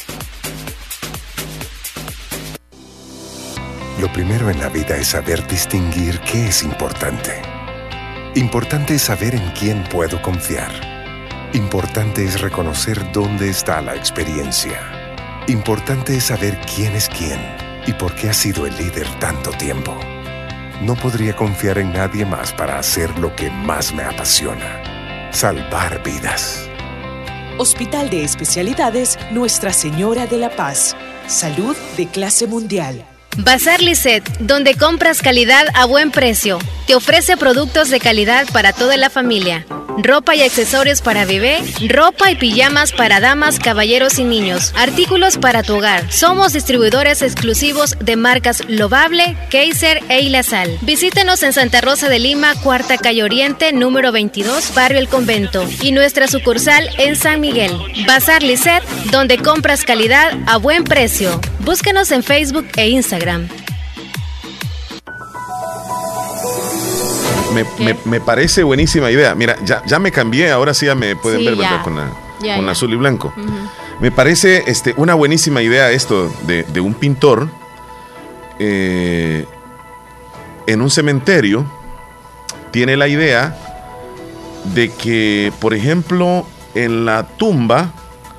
P: Lo primero en la vida es saber distinguir qué es importante. Importante es saber en quién puedo confiar. Importante es reconocer dónde está la experiencia. Importante es saber quién es quién y por qué ha sido el líder tanto tiempo. No podría confiar en nadie más para hacer lo que más me apasiona: salvar vidas.
Q: Hospital de Especialidades Nuestra Señora de la Paz. Salud de clase mundial.
O: Bazar Lisset, donde compras calidad a buen precio. Te ofrece productos de calidad para toda la familia. Ropa y accesorios para bebé, ropa y pijamas para damas, caballeros y niños, artículos para tu hogar. Somos distribuidores exclusivos de marcas Lovable, Kaiser e Ilasal. Visítenos en Santa Rosa de Lima, Cuarta Calle Oriente, número veintidós, Barrio El Convento, y nuestra sucursal en San Miguel. Bazar Lisset, donde compras calidad a buen precio. Búscanos en Facebook e Instagram.
B: Me, me, me parece buenísima idea. Mira, ya, ya me cambié, ahora sí ya me pueden
C: sí,
B: ver,
C: ya.
B: ¿verdad? Con, la,
C: ya,
B: con
C: ya.
B: azul y blanco.
C: Uh-huh.
B: Me parece este, una buenísima idea esto de, de un pintor eh, en un cementerio. Tiene la idea de que, por ejemplo, en la tumba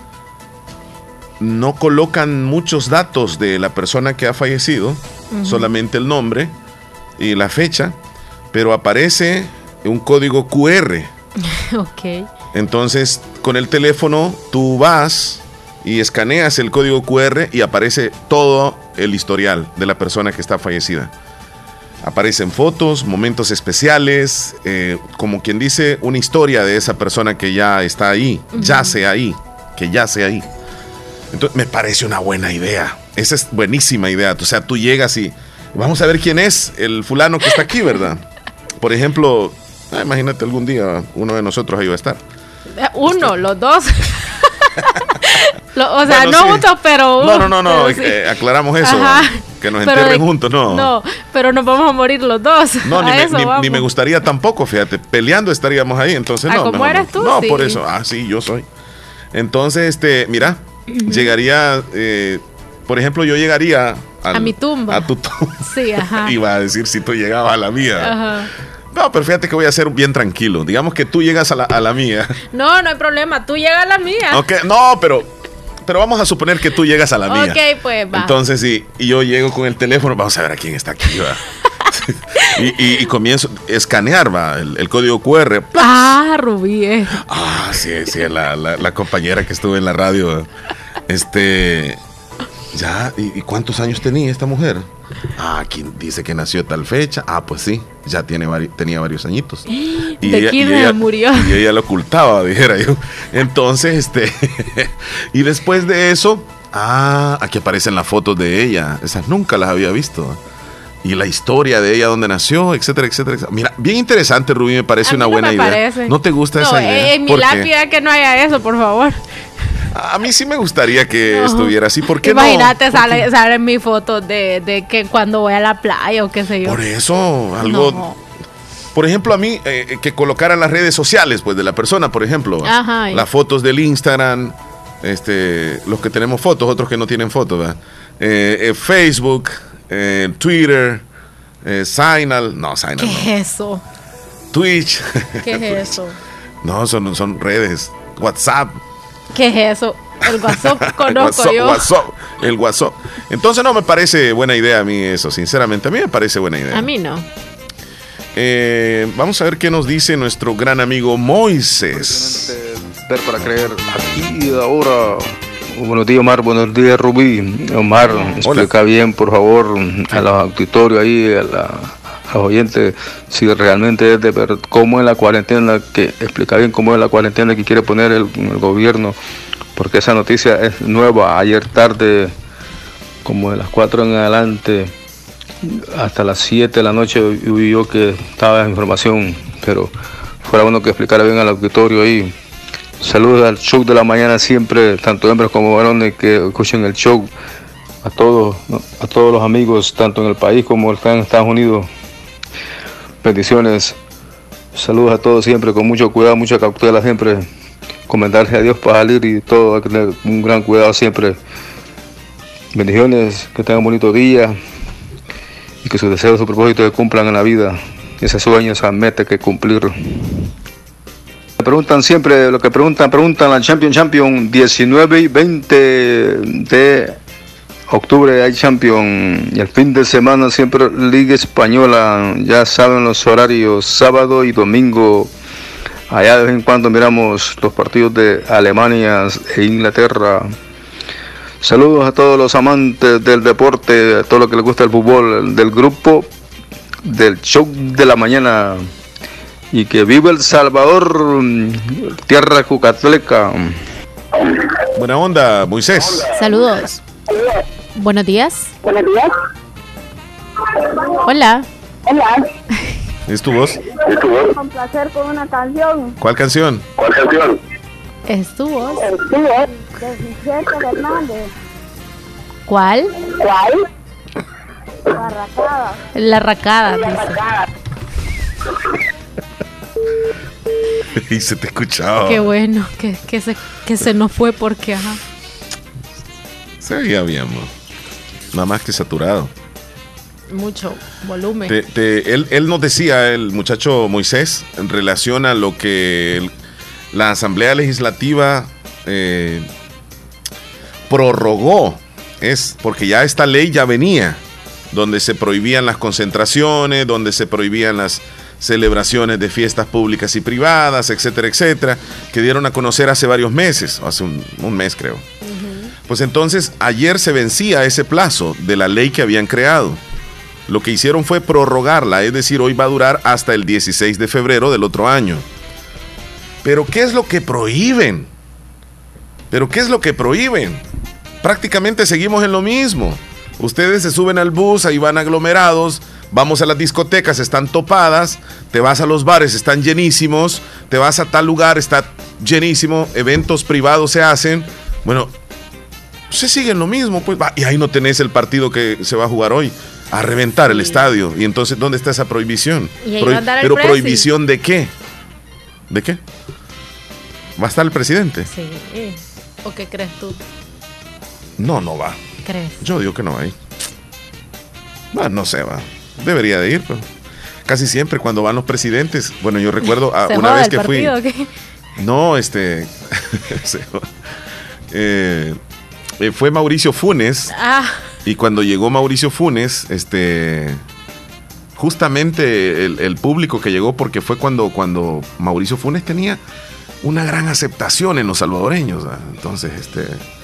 B: no colocan muchos datos de la persona que ha fallecido, uh-huh. solamente el nombre y la fecha, pero aparece un código cu erre.
C: Ok.
B: Entonces, con el teléfono tú vas y escaneas el código cu erre y aparece todo el historial de la persona que está fallecida. Aparecen fotos, momentos especiales, eh, como quien dice, una historia de esa persona que ya está ahí, uh-huh. yace ahí, que yace ahí. Entonces, me parece una buena idea. Esa es buenísima idea. O sea, tú llegas y vamos a ver quién es el fulano que está aquí, ¿verdad? Por ejemplo, ah, imagínate algún día uno de nosotros ahí va a estar.
C: Uno, los dos. Lo, o sea,
B: bueno,
C: no
B: sí.
C: juntos, pero uno.
B: No, no, no, no.
C: Sí.
B: Eh, aclaramos eso.
C: Ajá.
B: Que nos
C: Pero
B: entierren
C: de,
B: juntos, no.
C: No, pero nos vamos a morir los dos.
B: No, ni
C: a
B: me,
C: eso
B: ni,
C: vamos.
B: ni me gustaría tampoco, fíjate. Peleando estaríamos ahí, entonces
C: ah,
B: no.
C: ¿cómo eres
B: no.
C: tú?
B: No,
C: sí.
B: por eso. Ah, sí, yo soy. Entonces, este, mira, uh-huh. llegaría, eh, por ejemplo, yo llegaría al,
C: a mi tumba.
B: A tu tumba.
C: Sí, ajá.
B: Iba a decir si tú llegabas a la mía.
C: Ajá.
B: No, pero fíjate que voy a ser bien tranquilo. Digamos que tú llegas a la, a la mía.
C: No, no hay problema. Tú llegas a la mía.
B: Okay. No, pero, pero vamos a suponer que tú llegas a la mía.
C: Ok, pues va.
B: Entonces, sí, y yo llego con el teléfono. Vamos a ver a quién está aquí, va. y, y, y comienzo a escanear, va, el, el código cu erre.
C: Ah, Rubí. Eh.
B: Ah, sí, sí, la, la, la compañera que estuvo en la radio. Este, Ya, ¿y, y cuántos años tenía esta mujer? Ah, aquí dice que nació tal fecha. Ah, pues sí, ya tiene vari- tenía varios añitos.
C: ¿De
B: Y ella,
C: quién
B: y ella,
C: murió?
B: Y ella lo ocultaba, dijera yo. Entonces, este, y después de eso, ah, aquí aparecen las fotos de ella. Esas nunca las había visto. Y la historia de ella, dónde nació, etcétera, etcétera, etcétera. Mira, bien interesante, Rubí, me parece una
C: no
B: buena
C: me
B: idea.
C: parece.
B: ¿No te gusta
C: no,
B: esa idea?
C: En mi lápida que no haya eso, por favor.
B: A mí sí me gustaría que
C: No.
B: estuviera así. ¿Por qué
C: Imagínate,
B: no?
C: sale, salen mis fotos de, de que cuando voy a la playa o qué sé yo.
B: Por eso, algo...
C: No.
B: Por ejemplo, a mí, eh, que colocaran las redes sociales, pues, de la persona, por ejemplo.
C: Ajá.
B: Las fotos del Instagram, este, los que tenemos fotos, otros que no tienen fotos, ¿verdad? Eh, eh, Facebook, eh, Twitter, eh, Signal, no, Signal
C: ¿Qué
B: no.
C: es eso?
B: Twitch.
C: ¿Qué es eso?
B: No, son, son redes. WhatsApp.
C: ¿Qué es eso? El WhatsApp conozco
B: WhatsApp,
C: yo.
B: WhatsApp, el WhatsApp. Entonces no me parece buena idea a mí eso, sinceramente. A mí me parece buena idea.
C: A mí no.
B: Eh, vamos a ver qué nos dice nuestro gran amigo Moisés.
R: Ver para creer aquí y ahora. Buenos días, Omar. Buenos días, Rubí. Omar, explica bien, por favor, a los auditorios ahí, a, la, a los oyentes, si realmente es de ver cómo es la cuarentena, que explica bien cómo es la cuarentena que quiere poner el, el gobierno, porque esa noticia es nueva. Ayer tarde, como de las cuatro en adelante, hasta las siete de la noche, vi yo que estaba esa información, pero fuera bueno que explicara bien al auditorio ahí. Saludos al show de la mañana siempre, tanto hombres como varones que escuchen el show. A todos, ¿no? A todos los amigos, tanto en el país como están en Estados Unidos. Bendiciones. Saludos a todos siempre, con mucho cuidado, mucha cautela siempre. Comentarse a Dios para salir y todo, hay que tener un gran cuidado siempre. Bendiciones, que tengan un bonito día y que sus deseos, sus propósitos se cumplan en la vida. Ese sueño, esa meta que cumplir. Me preguntan siempre, lo que preguntan, preguntan al Champion Champion, diecinueve y veinte de octubre hay Champion, y el fin de semana siempre Liga Española, ya saben los horarios, sábado y domingo. Allá de vez en cuando miramos los partidos de Alemania e Inglaterra. Saludos a todos los amantes del deporte, a todo lo que les gusta el fútbol, del grupo del show de la mañana. Y que viva El Salvador, tierra cucatleca.
B: Buena onda, Moisés.
C: Saludos. Buenos días.
S: Buenos días.
C: Hola.
S: Hola.
B: ¿Es tu voz?
S: ¿Es tu voz? Con placer con una canción.
B: ¿Cuál canción?
S: ¿Cuál canción?
C: ¿Es tu voz?
S: Es tu voz. De Vicente Fernández.
C: ¿Cuál?
S: ¿Cuál? La racada.
C: La racada,
S: La
C: dice.
S: racada.
B: Y se te escuchaba.
C: Qué bueno, que, que, se, que se nos fue porque, ajá.
B: Se veía bien, ¿no? Nada más que saturado.
C: Mucho volumen.
B: Te, te, él, él nos decía, el muchacho Moisés, en relación a lo que el, la Asamblea Legislativa eh, prorrogó. Es porque ya esta ley ya venía, donde se prohibían las concentraciones, donde se prohibían las celebraciones de fiestas públicas y privadas, etcétera, etcétera, que dieron a conocer hace varios meses, hace un, un mes creo. Uh-huh. Pues entonces ayer se vencía ese plazo de la ley que habían creado. Lo que hicieron fue prorrogarla, es decir, hoy va a durar hasta el dieciséis de febrero del otro año. Pero ¿qué es lo que prohíben? ¿Pero qué es lo que prohíben? Prácticamente seguimos en lo mismo. Ustedes se suben al bus, ahí van aglomerados, vamos a las discotecas, están topadas, te vas a los bares, están llenísimos, te vas a tal lugar, está llenísimo, eventos privados se hacen. Bueno, se sigue en lo mismo, pues, y ahí no tenés el partido que se va a jugar hoy, a reventar el estadio. Y entonces, ¿dónde está esa prohibición?
C: Y ahí
B: Prohi-
C: va a andar el
B: ¿Pero
C: presi.
B: prohibición de qué? ¿De qué? ¿Va a estar el presidente?
C: Sí. ¿O qué crees tú?
B: No, no va.
C: ¿Crees?
B: Yo digo que no va a ir. Bueno, no sé, va. Debería de ir, pero casi siempre cuando van los presidentes. Bueno, yo recuerdo a,
C: ¿Se
B: una
C: joda
B: vez
C: el
B: que fui.
C: partido, o qué?
B: No, este. se joda. eh, eh, fue Mauricio Funes.
C: Ah.
B: Y cuando llegó Mauricio Funes, este. Justamente el, el público que llegó, porque fue cuando, cuando Mauricio Funes tenía una gran aceptación en los salvadoreños. ¿verdad? Entonces, este.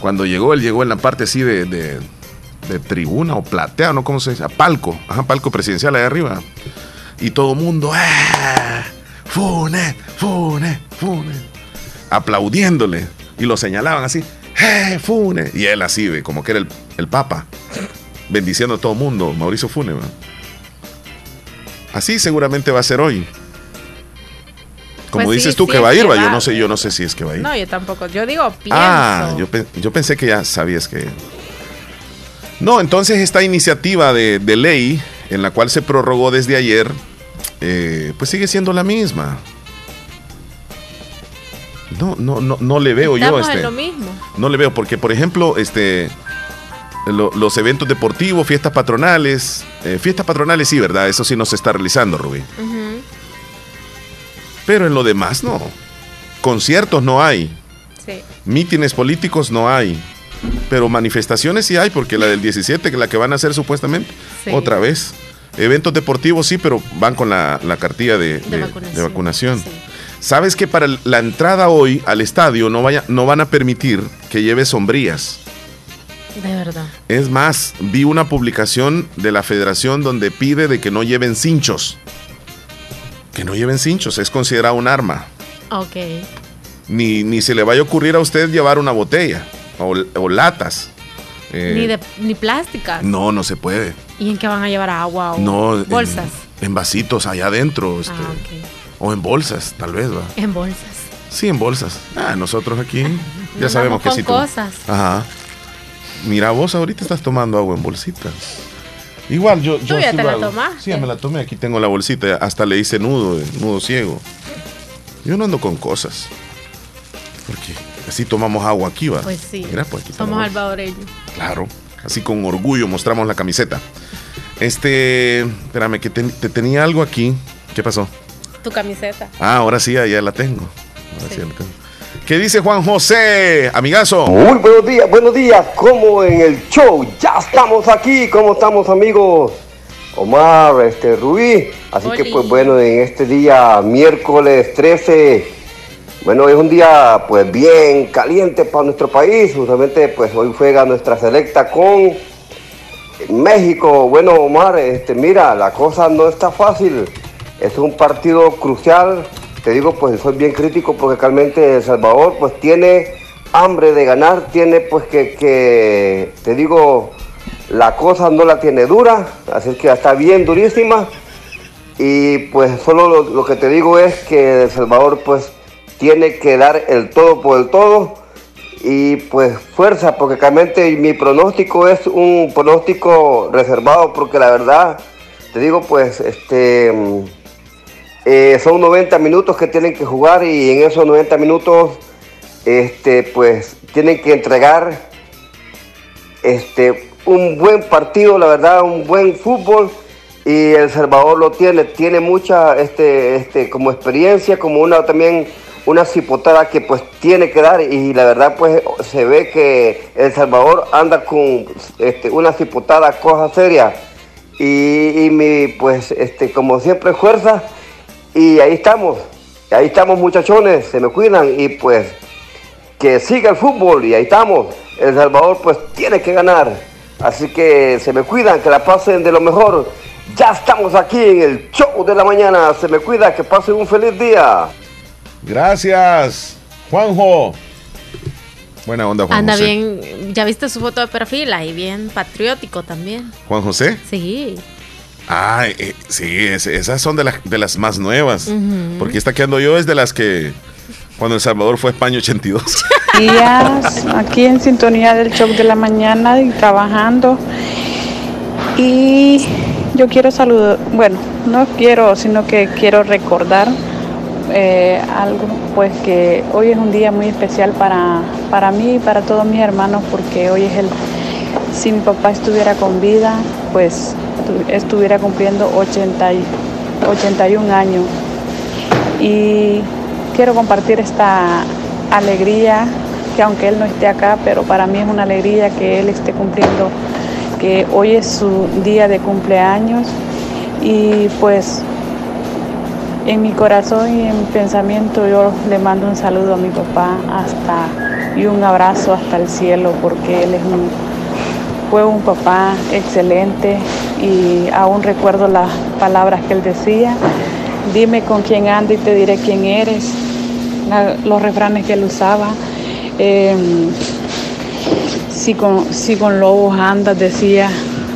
B: Cuando llegó, él llegó en la parte así de, de, de tribuna o platea, ¿no? ¿Cómo se dice? Palco, ajá, palco presidencial ahí arriba. Y todo el mundo, ¡eh! ¡Fune! ¡Fune! ¡Fune! Aplaudiéndole. Y lo señalaban así, ¡eh! ¡Fune! Y él así, ve, como que era el, el papa, bendiciendo a todo el mundo, Mauricio Funes. ¿no? Así seguramente va a ser hoy. Como pues dices sí, tú sí que va a ir, va. Yo no sé, yo no sé si es que va a ir.
T: No, yo tampoco. Yo digo, pienso.
B: Ah, yo, pe yo pensé que ya sabías que. No, entonces esta iniciativa de, de ley, en la cual se prorrogó desde ayer, eh, pues sigue siendo la misma. No, no, no, no le veo
T: Estamos
B: yo este.
T: En lo mismo.
B: No le veo, porque por ejemplo, este. Lo, los eventos deportivos, fiestas patronales, eh, fiestas patronales sí, ¿verdad? Eso sí no se está realizando, Rubí. Uh-huh. Pero en lo demás no. Conciertos no hay. Sí. Mítines políticos no hay. Pero manifestaciones sí hay, porque la del diecisiete, que la que van a hacer supuestamente, sí. Otra vez. Eventos deportivos sí, pero van con la, la cartilla de, de, de vacunación. De vacunación. Sí. ¿Sabes que para la entrada hoy al estadio no, vaya, no van a permitir que lleve sombrillas?
T: De verdad.
B: Es más, vi una publicación de la federación donde pide de que no lleven cinchos. Que no lleven cinchos, es considerado un arma.
T: Ok.
B: Ni, ni se le vaya a ocurrir a usted llevar una botella o, o latas.
T: Eh, ni de ni plásticas.
B: No, no se puede.
T: ¿Y en qué van a llevar agua o
B: no,
T: bolsas?
B: En, en vasitos allá adentro. Este, ah, okay. O en bolsas, tal vez, va.
T: En bolsas.
B: Sí, en bolsas. Ah, nosotros aquí ya no sabemos que
T: con
B: sí.
T: Cosas.
B: Tú, ajá. Mira, vos ahorita estás tomando agua en bolsitas. Igual yo...
T: ¿Tú
B: yo
T: ya
B: sí
T: te la tomaste?
B: Sí, ya me la tomé. Aquí tengo la bolsita. Hasta le hice nudo, nudo ciego. Yo no ando con cosas. Porque así tomamos agua aquí, ¿va?
T: Pues sí.
B: Mira, pues aquí
T: somos salvadoreños.
B: Claro. Así con orgullo mostramos la camiseta. Este... Espérame, que te, te tenía algo aquí. ¿Qué pasó?
T: Tu camiseta.
B: Ah, ahora sí, ya la tengo. Ahora sí, sí ya la tengo. ¿Qué dice Juan José, amigazo?
U: Muy buenos días, buenos días, como en el show, ya estamos aquí, ¿cómo estamos amigos? Omar, este, Rubí, así Oli. Que pues bueno, en este día, miércoles trece, bueno, es un día pues bien caliente para nuestro país, justamente pues hoy juega nuestra selecta con México. Bueno, Omar, este, mira, la cosa no está fácil, es un partido crucial. Te digo, pues soy bien crítico porque realmente El Salvador pues tiene hambre de ganar, tiene pues que, que, te digo, la cosa no la tiene dura, así que está bien durísima. Y pues solo lo, lo que te digo es que El Salvador pues tiene que dar el todo por el todo y pues fuerza, porque realmente mi pronóstico es un pronóstico reservado porque la verdad, te digo pues, este... Eh, son noventa minutos que tienen que jugar y en esos noventa minutos este, pues tienen que entregar este, un buen partido, la verdad, un buen fútbol y El Salvador lo tiene, tiene mucha este, este, como experiencia, como una también una cipotada que pues tiene que dar y la verdad pues se ve que El Salvador anda con este, una cipotada cosa seria y, y mi pues este, como siempre fuerza. Y ahí estamos, ahí estamos muchachones, se me cuidan y pues que siga el fútbol y ahí estamos. El Salvador pues tiene que ganar, así que se me cuidan, que la pasen de lo mejor. Ya estamos aquí en el show de la mañana, se me cuida, que pasen un feliz día.
B: Gracias, Juanjo. Buena onda, Juan
T: Anda
B: José.
T: Bien, ya viste su foto de perfil, ahí bien patriótico también.
B: ¿Juan José?
T: Sí.
B: Ah, eh, sí, es, esas son de, la, de las más nuevas. Uh-huh. Porque esta que ando yo es de las que cuando El Salvador fue España ochenta y dos.
V: Días, aquí en sintonía del show de la mañana y trabajando. Y yo quiero saludar, bueno, no quiero, sino que quiero recordar eh, algo, pues que hoy es un día muy especial para, para mí y para todos mis hermanos, porque hoy es el, si mi papá estuviera con vida, pues estuviera cumpliendo ochenta y, ochenta y un años y quiero compartir esta alegría que aunque él no esté acá, pero para mí es una alegría que él esté cumpliendo, que hoy es su día de cumpleaños y pues en mi corazón y en mi pensamiento yo le mando un saludo a mi papá hasta y un abrazo hasta el cielo, porque él es un, fue un papá excelente y aún recuerdo las palabras que él decía: dime con quién ando y te diré quién eres. Los refranes que él usaba. Eh, si, con, si con lobos andas, decía,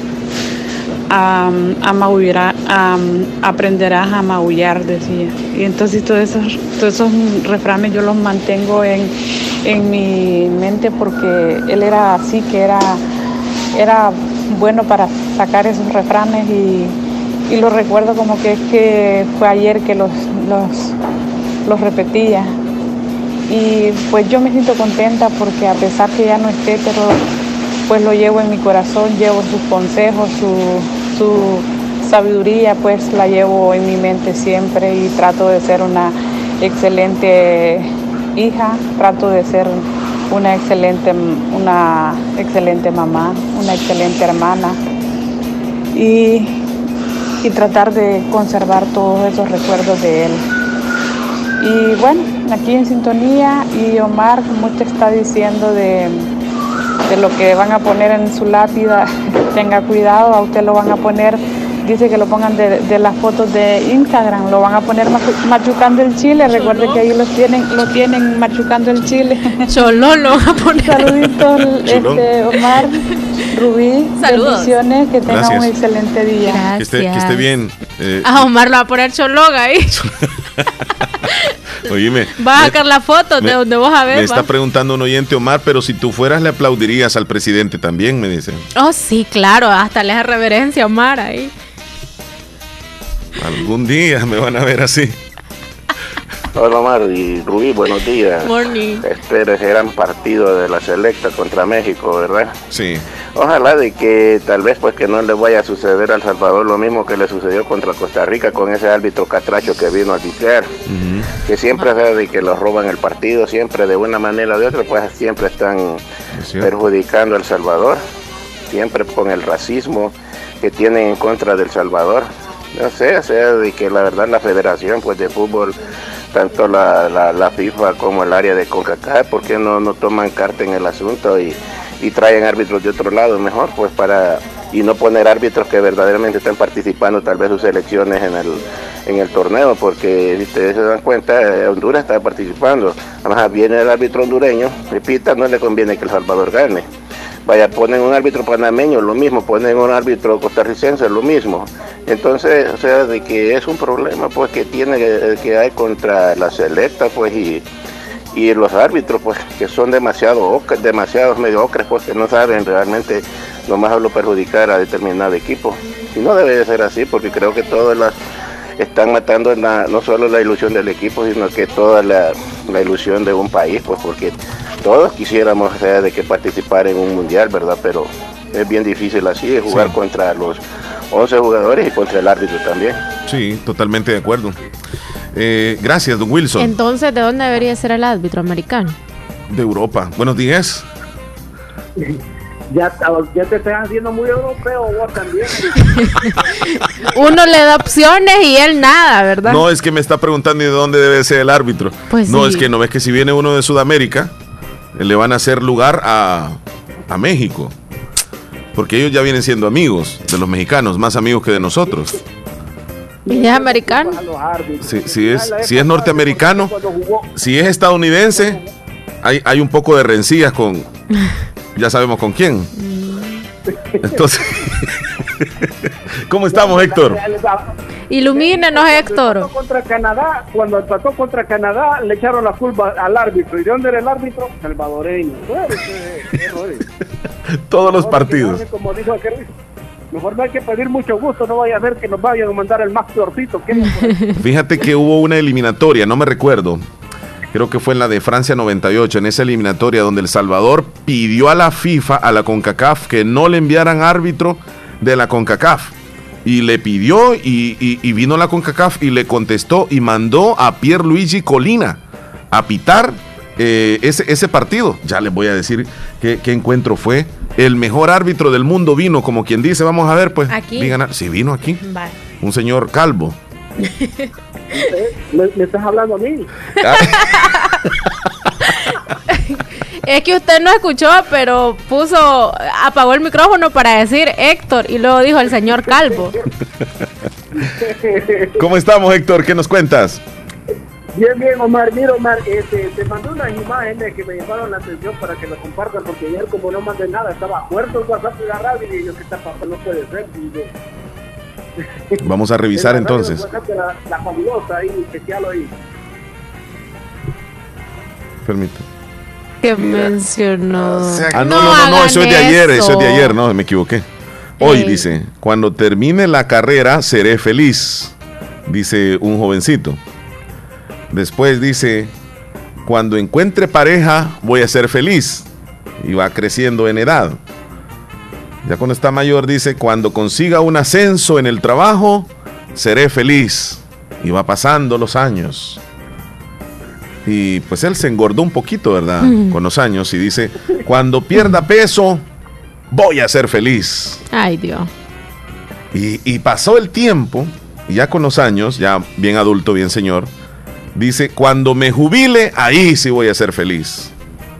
V: um, a maullar, um, aprenderás a maullar, decía. Y entonces todos esos, todos esos refranes yo los mantengo en, en mi mente, porque él era así, que era, era bueno para sacar esos refranes, y, y lo recuerdo como que es que fue ayer que los, los, los repetía. Y pues yo me siento contenta porque, a pesar que ya no esté, pero pues lo llevo en mi corazón, llevo sus consejos, su, su sabiduría, pues la llevo en mi mente siempre, y trato de ser una excelente hija, trato de ser una excelente, una excelente mamá, una excelente hermana, y, y tratar de conservar todos esos recuerdos de él. Y bueno, aquí en sintonía, y Omar, como usted está diciendo de, de lo que van a poner en su lápida, tenga cuidado, a usted lo van a poner, dice que lo pongan de, de las fotos de Instagram, lo van a poner machucando el chile. Recuerde que ahí lo tienen, lo tienen machucando el chile.
T: Cholón lo van a poner.
V: Saluditos, este, Omar, Rubí,
T: saludos.
V: Bendiciones, que tengan
B: Gracias.
V: un excelente día.
B: Que esté, que esté bien. Eh,
T: a Omar lo va a poner Cholón ahí.
B: Oíme.
T: Va a sacar la foto de donde vos a ver.
B: Me está
T: va.
B: preguntando un oyente, Omar, pero si tú fueras, le aplaudirías al presidente también, me dice.
T: Oh, sí, claro, hasta le hace reverencia a Omar ahí.
B: Algún día me van a ver así.
A: Hola Omar y Rubí, buenos días.
T: Morning.
A: Espero ese gran partido de la selecta contra México, ¿verdad?
B: Sí.
A: Ojalá de que tal vez pues que no le vaya a suceder a El Salvador lo mismo que le sucedió contra Costa Rica con ese árbitro catracho que vino a arbitrar, uh-huh. que siempre uh-huh. de que los roban el partido, siempre de una manera o de otra, pues siempre están sí. perjudicando a El Salvador, siempre con el racismo que tienen en contra de El Salvador. No sé, o sea, de que la verdad la federación pues de fútbol, tanto la, la, la FIFA como el área de CONCACAF, ¿por qué no, no toman carta en el asunto y, y traen árbitros de otro lado mejor? Pues para, y no poner árbitros que verdaderamente estén participando tal vez sus selecciones en el, en el torneo, porque si ustedes se dan cuenta, Honduras está participando, además viene el árbitro hondureño, repita, no le conviene que El Salvador gane. Vaya, ponen un árbitro panameño, lo mismo, ponen un árbitro costarricense, lo mismo. Entonces, o sea, de que es un problema pues que tiene que hay contra la selecta, pues, y, y los árbitros, pues, que son demasiado demasiados mediocres, pues, que no saben realmente nomás lo perjudicar a determinado equipo. Y no debe de ser así, porque creo que todas las están matando la, no solo la ilusión del equipo, sino que toda la, la ilusión de un país, pues, porque todos quisiéramos, o sea, de que participar en un mundial, ¿verdad? Pero es bien difícil así, jugar sí. contra los once jugadores y contra el árbitro también.
B: Sí, totalmente de acuerdo. Eh, gracias, don Wilson.
T: Entonces, ¿de dónde debería ser el árbitro americano?
B: De Europa. Buenos días.
D: Ya, ya te estás haciendo muy europeo vos también.
T: Uno le da opciones y él nada, ¿verdad?
B: No, es que me está preguntando de dónde debe ser el árbitro.
T: Pues
B: no,
T: sí.
B: es que no ves que si viene uno de Sudamérica, le van a hacer lugar a, a México. Porque ellos ya vienen siendo amigos de los mexicanos, más amigos que de nosotros.
T: ¿Y es americano?
B: Si, si, es, si es norteamericano, si es estadounidense, hay, hay un poco de rencillas con... Ya sabemos con quién. Entonces, ¿cómo estamos, Héctor?
T: Ilumínenos, Héctor.
D: Contra Canadá, cuando empató contra Canadá, le echaron la culpa al árbitro. ¿Y de dónde era el árbitro? Salvadoreño.
B: Todos los partidos.
D: Como dijo aquel, mejor no hay que pedir mucho gusto, no vaya a ser que nos vayan a mandar el más peorcito.
B: Fíjate que hubo una eliminatoria, no me recuerdo. Creo que fue en la de Francia noventa y ocho, en esa eliminatoria donde El Salvador pidió a la FIFA, a la CONCACAF, que no le enviaran árbitro de la CONCACAF. Y le pidió y, y, y vino la CONCACAF y le contestó y mandó a Pierluigi Colina a pitar eh, ese, ese partido. Ya les voy a decir qué, qué encuentro fue. El mejor árbitro del mundo vino, como quien dice, vamos a ver, pues.
T: Aquí.
B: Digan, sí, vino aquí.
T: Vale.
B: Un señor calvo.
D: ¿Me, me estás hablando a mí?
T: Es que usted no escuchó, pero puso, apagó el micrófono para decir Héctor y luego dijo el señor Calvo.
B: ¿Cómo estamos, Héctor? ¿Qué nos cuentas?
D: Bien, bien, Omar. Mira, Omar, este, te mandé unas imágenes que me llamaron la atención para que las compartan, porque ayer como no mandé nada, estaba muerto el WhatsApp de la radio y yo, ¿qué está pasando? No puede ser. Y,
B: Vamos a revisar entonces.
D: La, la fabulosa ahí, chequealo ahí.
B: Permítame.
T: Que mencionó.
B: O sea, ah, no, no, no, no, eso es de ayer, eso es de ayer, no, me equivoqué. Hoy Ey. dice, cuando termine la carrera seré feliz, dice un jovencito. Después dice, cuando encuentre pareja voy a ser feliz. Y va creciendo en edad. Ya cuando está mayor dice, cuando consiga un ascenso en el trabajo seré feliz. Y va pasando los años. Y pues él se engordó un poquito, ¿verdad? Mm. Con los años y dice, cuando pierda peso voy a ser feliz.
T: Ay, Dios.
B: Y, y pasó el tiempo, y ya con los años, ya bien adulto, bien señor, dice, cuando me jubile, ahí sí voy a ser feliz.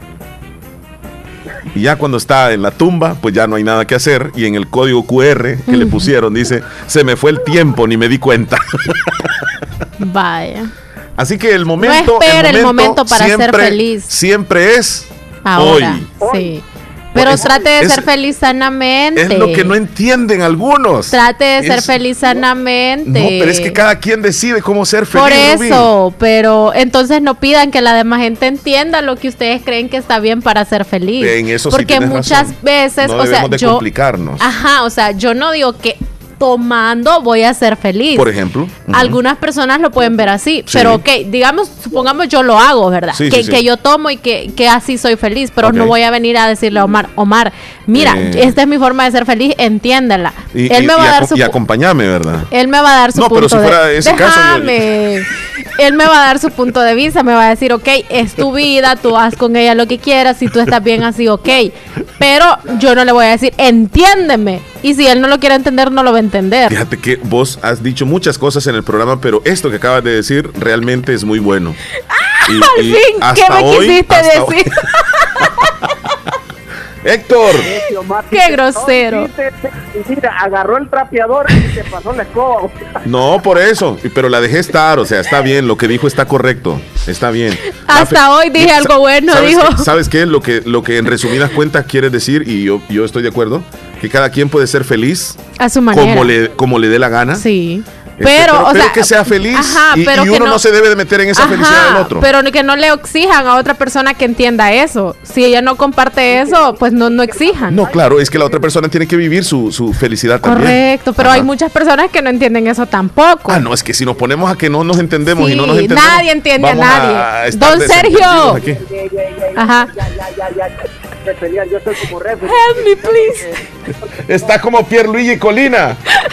B: Y ya cuando está en la tumba, pues ya no hay nada que hacer. Y en el código cu erre que le pusieron, dice, se me fue el tiempo, ni me di cuenta.
T: Vaya.
B: Así que el momento,
T: no espere el momento, el momento para
B: siempre,
T: ser feliz.
B: Siempre es
T: ahora,
B: hoy.
T: Sí. Pero es, trate de es, ser feliz sanamente.
B: Es lo que no entienden algunos.
T: Trate de
B: es,
T: ser feliz sanamente.
B: No, pero es que cada quien decide cómo ser feliz.
T: Por eso,
B: Rubín.
T: Pero entonces no pidan que la demás gente entienda lo que ustedes creen que está bien para ser feliz.
B: En eso
T: Porque
B: sí
T: muchas
B: razón.
T: veces,
B: no
T: o sea,
B: de
T: yo,
B: complicarnos.
T: Ajá, o sea, yo no digo que tomando voy a ser feliz.
B: Por ejemplo. Uh-huh.
T: Algunas personas lo pueden ver así, sí. Pero ok, digamos, supongamos yo lo hago, ¿verdad?
B: Sí,
T: que,
B: sí,
T: que
B: sí.
T: yo tomo y que, que así soy feliz, pero
B: okay.
T: No voy a venir a decirle a Omar, Omar, mira, eh. esta es mi forma de ser feliz, entiéndela.
B: Y,
T: Él
B: y,
T: me va
B: y,
T: a dar
B: ac-
T: su
B: y acompáñame, ¿verdad?
T: Él me va a dar su
B: no,
T: punto
B: pero si fuera
T: de
B: ese
T: Déjame.
B: caso, yo...
T: Él me va a dar su punto de vista, me va a decir, ok, es tu vida, tú haz con ella lo que quieras, si tú estás bien así, ok. Pero yo no le voy a decir, entiéndeme. Y si él no lo quiere entender, no lo va a entender.
B: Fíjate que vos has dicho muchas cosas en el programa, pero esto que acabas de decir realmente es muy bueno.
T: ¡Ah,
B: y,
T: al
B: y
T: fin! ¿Qué me
B: hoy,
T: quisiste decir?
B: Héctor.
T: Qué grosero.
D: Mira, agarró el trapeador y se pasó la escoba.
B: No, por eso, pero la dejé estar, o sea, está bien, lo que dijo está correcto, está bien.
T: Hasta fe- hoy dije algo bueno,
B: ¿sabes
T: dijo.
B: Qué, ¿Sabes qué? Lo que, lo que en resumidas cuentas quiere decir, y yo, yo estoy de acuerdo, que cada quien puede ser feliz
T: a su manera,
B: como le, como le dé la gana.
T: Sí.
B: Este,
T: pero,
B: pero,
T: o
B: pero
T: sea,
B: que sea feliz,
T: ajá,
B: y,
T: pero
B: y
T: que
B: uno
T: no,
B: no se debe de meter en esa
T: ajá,
B: felicidad del otro.
T: Pero que no le exijan a otra persona que entienda eso. Si ella no comparte eso, pues no, no exijan.
B: No, claro, es que la otra persona tiene que vivir su, su felicidad
T: también. Correcto, pero
B: ajá.
T: Hay muchas personas que no entienden eso tampoco.
B: Ah, no, es que si nos ponemos a que no nos entendemos
T: sí,
B: y no nos entendemos,
T: nadie entiende a nadie.
B: A
T: Don Sergio.
B: Aquí.
T: Ajá.
D: Yo soy como ref.
T: Help me, please.
B: Está como Pierluigi Colina.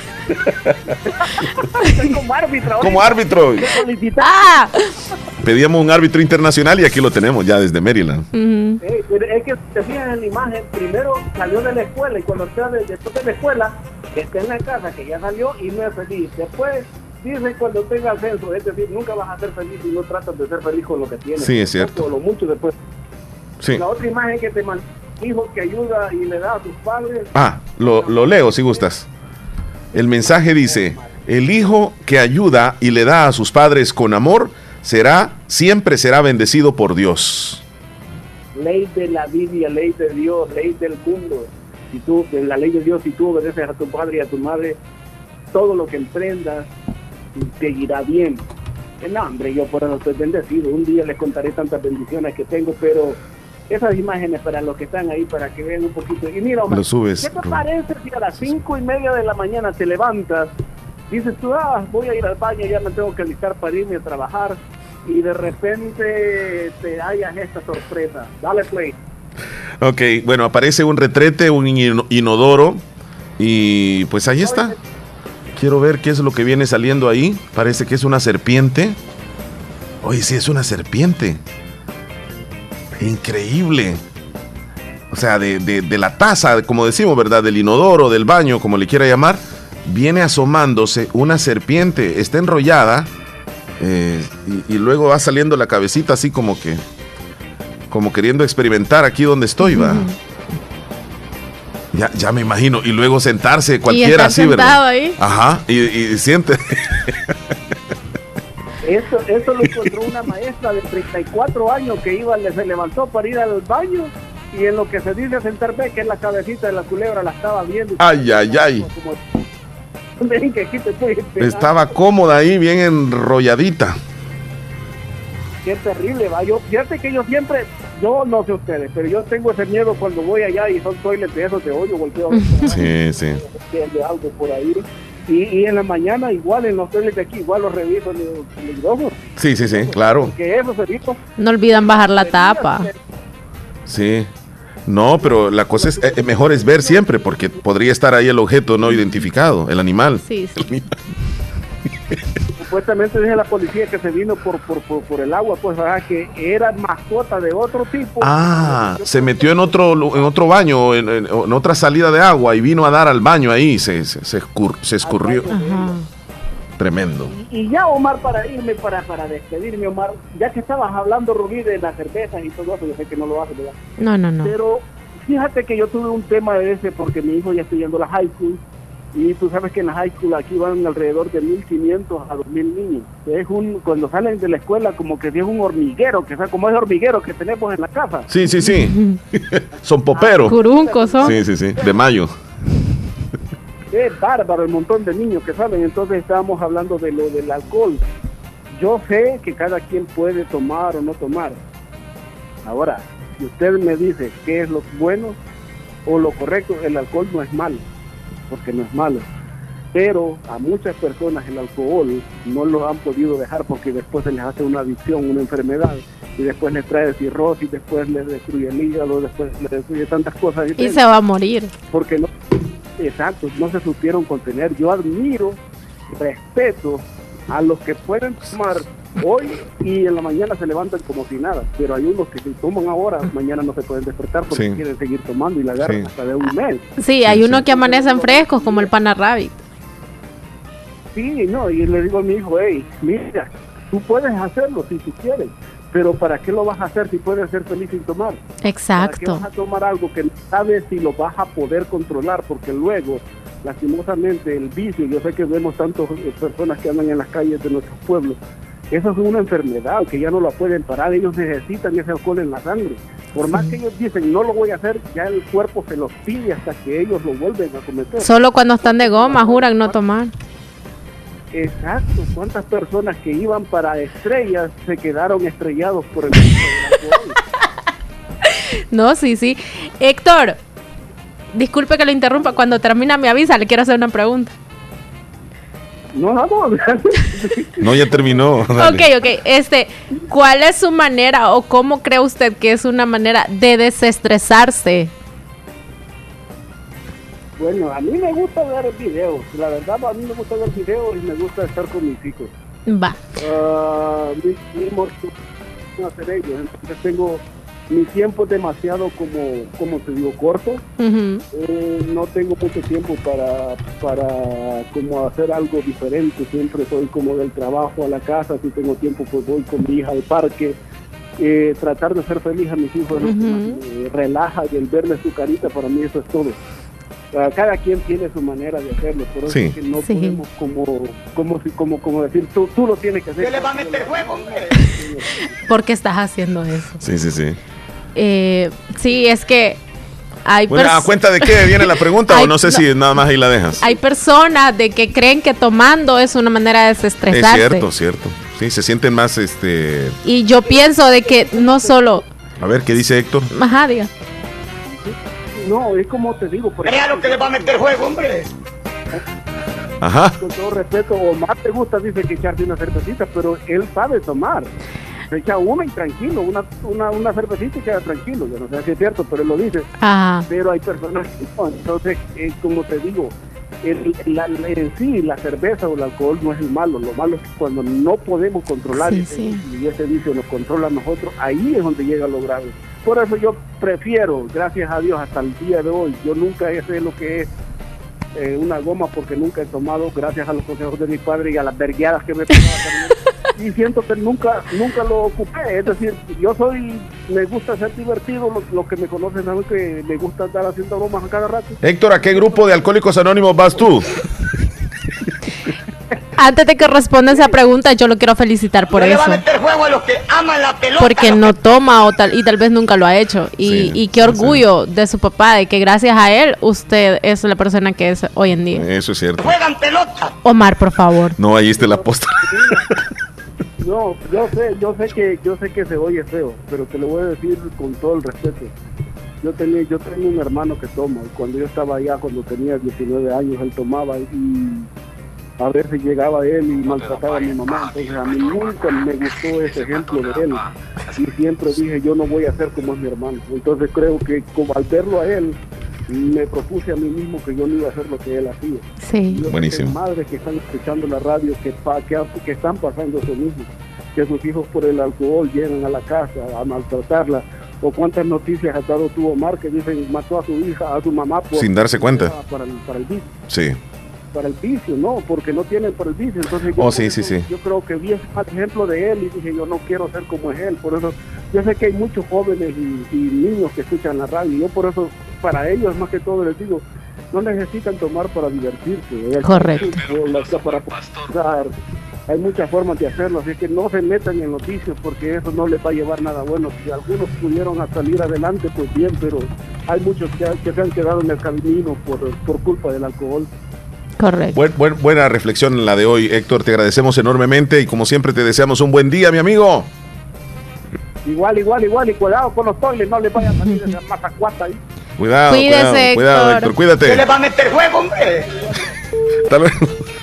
D: como árbitro.
B: Como árbitro.
T: Ah.
B: Pedíamos un árbitro internacional y aquí lo tenemos ya desde Maryland.
T: Uh-huh.
D: Eh, es que te fijas en la imagen, primero salió de la escuela y cuando está de, después de la escuela, está en la casa que ya salió y no es feliz. Después dice cuando tenga ascenso, es decir, nunca vas a ser feliz si no tratas de ser feliz con lo que tienes.
B: Sí, es cierto.
D: Lo mucho después.
B: Sí.
D: La otra imagen que te mandó, hijo que ayuda y le da a sus padres.
B: Ah, lo, lo leo si gustas. El mensaje dice, el hijo que ayuda y le da a sus padres con amor, será, siempre será bendecido por Dios.
D: Ley de la Biblia, ley de Dios, ley del mundo. Si tú, en la ley de Dios, si tú obedeces a tu padre y a tu madre, todo lo que emprendas te irá bien. No, hombre, yo por eso estoy bendecido. Un día les contaré tantas bendiciones que tengo, pero esas imágenes para los que están ahí, para que vean un poquito. Y mira, Omar,
B: lo subes,
D: ¿qué te parece si a las cinco y media de la mañana te levantas, dices tú, ah, voy a ir al baño, ya me tengo que alistar para irme a trabajar, y de repente te hallas esta sorpresa? Dale play.
B: Ok, bueno, aparece un retrete, un inodoro, y pues ahí está. Quiero ver qué es lo que viene saliendo ahí. Parece que es una serpiente. Oye, sí, es una serpiente. Increíble. O sea, de, de, de la taza, como decimos, ¿verdad? Del inodoro, del baño, como le quiera llamar, viene asomándose una serpiente. Está enrollada eh, y, y luego va saliendo la cabecita así como que como queriendo experimentar aquí donde estoy, va. Ya, ya me imagino. Y luego sentarse cualquiera así, ¿verdad? Ahí. Ajá, y, y siente.
D: Eso, eso lo encontró una maestra de treinta y cuatro años que iba, se levantó para ir al baño y en lo que se dice sentar ve que es la cabecita de la culebra la estaba viendo.
B: Ay, ay, ay.
D: Como, que aquí te estoy
B: estaba cómoda ahí, bien enrolladita.
D: Qué terrible, va. Yo, fíjate que yo siempre, yo no sé ustedes, pero yo tengo ese miedo cuando voy allá y son toiles de esos de hoyo, golpeo.
B: Sí, sí.
D: De algo por ahí. Y, y en la mañana igual en los toiles de aquí, igual los reviso los hidrógenos.
B: Sí, sí, sí, claro.
D: Que eso se dijo.
T: No olvidan bajar la tapa.
B: Sí. No, pero la cosa es, eh, mejor es ver siempre, porque podría estar ahí el objeto no identificado, el animal.
T: Sí, sí.
B: El animal.
D: Supuestamente dice la policía que se vino por por, por, por el agua, pues ¿verdad? Que era mascota de otro tipo.
B: Ah, se metió en otro en otro baño, en, en, en otra salida de agua y vino a dar al baño ahí, se, se, se, escur, se escurrió.
T: Ajá.
B: Tremendo.
D: Y, y ya, Omar, para irme, para, para despedirme, Omar, ya que estabas hablando, Rubí, de las cervezas y todo eso, yo sé que no lo haces, ¿verdad?
T: No, no, no.
D: Pero fíjate que yo tuve un tema de ese porque mi hijo ya está yendo a la high school. Y tú sabes que en la high school aquí van alrededor de mil quinientos a dos mil niños. Es un, cuando salen de la escuela como que es un hormiguero, que es como ese hormiguero que tenemos en la casa.
B: Sí, sí, sí. Son poperos.
T: Curuncos son.
B: Sí, sí, sí. De mayo.
D: Es bárbaro el montón de niños que salen. Entonces estábamos hablando de lo del alcohol. Yo sé que cada quien puede tomar o no tomar. Ahora, si usted me dice qué es lo bueno o lo correcto, el alcohol no es malo. Porque no es malo, pero a muchas personas el alcohol no lo han podido dejar porque después se les hace una adicción, una enfermedad, y después les trae cirrosis, después les destruye el hígado, después les destruye tantas cosas.
T: Y se va a morir.
D: Porque no, exacto, no se supieron contener. Yo admiro, respeto a los que pueden tomar hoy y en la mañana se levantan como si nada, pero hay unos que si toman ahora, mañana no se pueden despertar porque sí. quieren seguir tomando y la agarran sí. hasta de un mes.
T: Sí, hay sí, uno sí. que amanecen frescos como el Pana Rabbit.
D: Sí, no, y le digo a mi hijo, hey, mira, tú puedes hacerlo si tú quieres, pero ¿para qué lo vas a hacer si puedes ser feliz sin tomar?
T: Exacto.
D: ¿Para qué vas a tomar algo que no sabes si lo vas a poder controlar? Porque luego, lastimosamente, el vicio, yo sé que vemos tantas personas que andan en las calles de nuestros pueblos, eso es una enfermedad que ya no la pueden parar, ellos necesitan ese alcohol en la sangre. Por más que ellos dicen, no lo voy a hacer, ya el cuerpo se los pide hasta que ellos lo vuelven a cometer.
T: Solo cuando están de goma juran no tomar.
D: Exacto, cuántas personas que iban para estrellas se quedaron estrellados por el alcohol.
T: No, sí, sí. Héctor, disculpe que lo interrumpa, cuando termina me avisa, le quiero hacer una pregunta.
D: No, vamos.
B: No, ya terminó.
T: Dale. Ok, ok. Este, ¿cuál es su manera o cómo cree usted que es una manera de desestresarse?
D: Bueno, a mí me gusta ver videos. La verdad, a mí me gusta ver videos y me gusta estar con mis hijos.
T: Va.
D: Uh, mis primos hacer ellos. Entonces tengo mi tiempo es demasiado como, como te digo, corto. Uh-huh. Eh, no tengo mucho tiempo para, para como hacer algo diferente. Siempre soy como del trabajo a la casa. Si tengo tiempo, pues voy con mi hija al parque. Eh, tratar de ser feliz a mis hijos, uh-huh. me relaja, y el verle su carita, para mí eso es todo. Uh, cada quien tiene su manera de hacerlo, por eso sí. es que no sí. podemos como, como, como, como decir, tú, tú lo tienes que hacer.
K: ¿Qué le va a meter juego?
T: ¿Por qué estás haciendo eso?
B: Sí, sí, sí.
T: Eh, sí, es que hay
B: bueno, ¿a cuenta de qué viene la pregunta? O no sé no, si nada más ahí la dejas.
T: Hay personas de que creen que tomando es una manera de desestresarse.
B: Es cierto, cierto. Sí, se sienten más, este...
T: Y yo pienso de que no solo...
B: A ver, ¿qué dice Héctor?
T: Ajá, diga.
D: No, es como te digo... Por
K: ejemplo, que le va a meter juego, hombre.
B: Ajá.
D: Con todo respeto, Omar te gusta, dice, que echarse una cervecita, pero él sabe tomar. Se echa una y tranquilo, una, una, una cervecita y queda tranquilo. Yo no sé si es cierto, pero él lo dice.
T: Ajá.
D: Pero hay personas que no. Entonces, eh, como te digo, el, la, en sí la cerveza o el alcohol no es el malo. Lo malo es que cuando no podemos controlar, sí, ese, sí. y ese vicio nos controla a nosotros, ahí es donde llega lo grave. Por eso yo prefiero, gracias a Dios, hasta el día de hoy, yo nunca sé lo que es eh, una goma, porque nunca he tomado, gracias a los consejos de mi padre y a las vergueadas que me pegaba también. y siento que nunca nunca lo ocupé. Es decir, yo soy, me gusta ser divertido, los lo que me conocen saben que me gusta estar haciendo bromas a cada rato.
B: Héctor, ¿a qué grupo de Alcohólicos Anónimos vas tú?
T: Antes de que responda esa pregunta, yo lo quiero felicitar por
K: no
T: eso.
K: Le va a meter juego a los que aman la pelota.
T: Porque no toma o tal, y tal vez nunca lo ha hecho. Y, sí, y qué orgullo sí. de su papá, de que gracias a él, usted es la persona que es hoy en día.
B: Eso es cierto.
K: Juegan pelota.
T: Omar, por favor.
B: No, ahí está el apóstol.
D: No, yo sé, yo sé que, yo sé que se oye feo, pero te lo voy a decir con todo el respeto. Yo tenía, yo tenía un hermano que toma, y cuando yo estaba allá, cuando tenía diecinueve años, él tomaba y a veces llegaba él y maltrataba a mi mamá. Entonces a mí nunca me gustó ese ejemplo de él, y siempre dije, yo no voy a ser como es mi hermano. Entonces creo que como al verlo a él, me propuse a mí mismo que yo no iba a hacer lo que él hacía.
T: Sí.
D: Yo
B: Buenísimo.
D: sé madres que están escuchando la radio que, pa, que, que están pasando eso mismo, que sus hijos por el alcohol llegan a la casa a maltratarla. O cuántas noticias ha dado tu Omar que dicen mató a su hija, a su mamá por,
B: sin darse cuenta
D: para el, para el vicio.
B: Sí.
D: Para el vicio, no, porque no tienen para el vicio. Entonces yo,
B: oh, sí,
D: eso,
B: sí, sí.
D: yo creo que vi ese mal ejemplo de él y dije, yo no quiero ser como es él. Por eso, yo sé que hay muchos jóvenes y, y niños que escuchan la radio. Yo por eso, para ellos más que todo les digo, no necesitan tomar para divertirse.
T: Correcto.
D: Para pasar. Hay muchas formas de hacerlo, así que no se metan en noticias porque eso no les va a llevar nada bueno. Si algunos pudieron a salir adelante, pues bien, pero hay muchos que, que se han quedado en el camino por, por culpa del alcohol.
T: Correcto.
B: Buen, buen, buena reflexión la de hoy, Héctor, te agradecemos enormemente y como siempre te deseamos un buen día, mi amigo.
D: Igual, igual, igual, y cuidado con los toiles, no les vaya a salir esa mazacuata ahí.
B: Cuidado,
T: Cuídese,
B: cuidado,
T: Héctor.
B: cuidado, Héctor, cuídate.
K: ¿Qué le va a meter juego, hombre?
B: Hasta luego.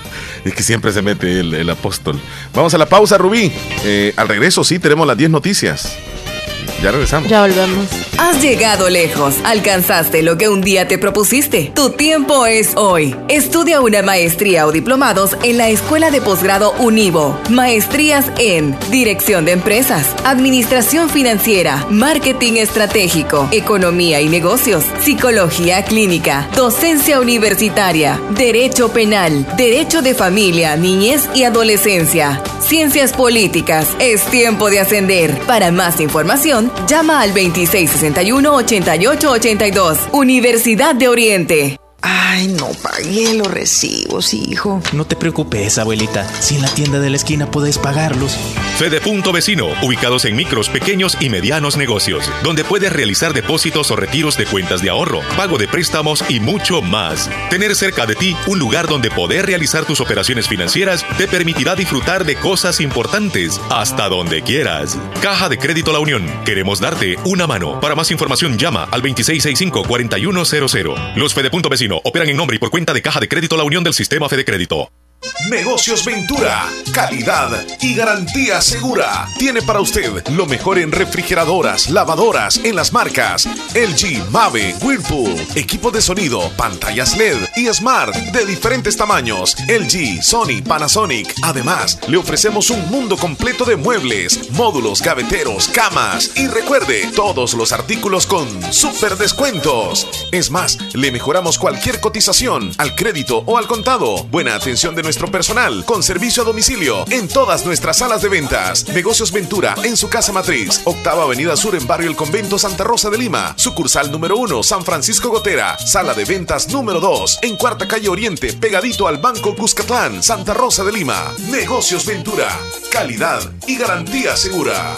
B: Es que siempre se mete el, el apóstol. Vamos a la pausa, Rubí. Eh, al regreso, sí, tenemos las diez noticias. Ya regresamos.
T: Ya volvemos.
F: Has llegado lejos. Alcanzaste lo que un día te propusiste. Tu tiempo es hoy. Estudia una maestría o diplomados en la Escuela de Posgrado Univo. Maestrías en Dirección de Empresas, Administración Financiera, Marketing Estratégico, Economía y Negocios, Psicología Clínica, Docencia Universitaria, Derecho Penal, Derecho de Familia, Niñez y Adolescencia, Ciencias Políticas. Es tiempo de ascender. Para más información, llama al veintiséis sesenta y uno, ochenta y ocho ochenta y dos. Universidad de Oriente.
I: Ay, no pagué los recibos, hijo.
W: No te preocupes, abuelita. Si en la tienda de la esquina puedes pagarlos.
X: Fede Punto Vecino, ubicados en micros, pequeños y medianos negocios, donde puedes realizar depósitos o retiros de cuentas de ahorro, pago de préstamos y mucho más. Tener cerca de ti un lugar donde poder realizar tus operaciones financieras te permitirá disfrutar de cosas importantes hasta donde quieras. Caja de Crédito La Unión. Queremos darte una mano. Para más información llama al veintiséis sesenta y cinco, cuarenta y uno cero cero. Los Fede Punto Vecino operan en nombre y por cuenta de Caja de Crédito La Unión del Sistema Fede Crédito.
N: Negocios Ventura, calidad y garantía segura. Tiene para usted lo mejor en refrigeradoras, lavadoras, en las marcas L G, Mave, Whirlpool, equipo de sonido, pantallas L E D y Smart de diferentes tamaños, L G, Sony, Panasonic. Además, le ofrecemos un mundo completo de muebles, módulos, gaveteros, camas y recuerde, todos los artículos con super descuentos. Es más, le mejoramos cualquier cotización al crédito o al contado. Buena atención de nuestro personal con servicio a domicilio en todas nuestras salas de ventas. Negocios Ventura en su casa matriz, Octava Avenida Sur en Barrio El Convento, Santa Rosa de Lima. Sucursal número uno, San Francisco Gotera. Sala de ventas número dos, en Cuarta Calle Oriente, pegadito al Banco Cuscatlán, Santa Rosa de Lima. Negocios Ventura, calidad y garantía segura.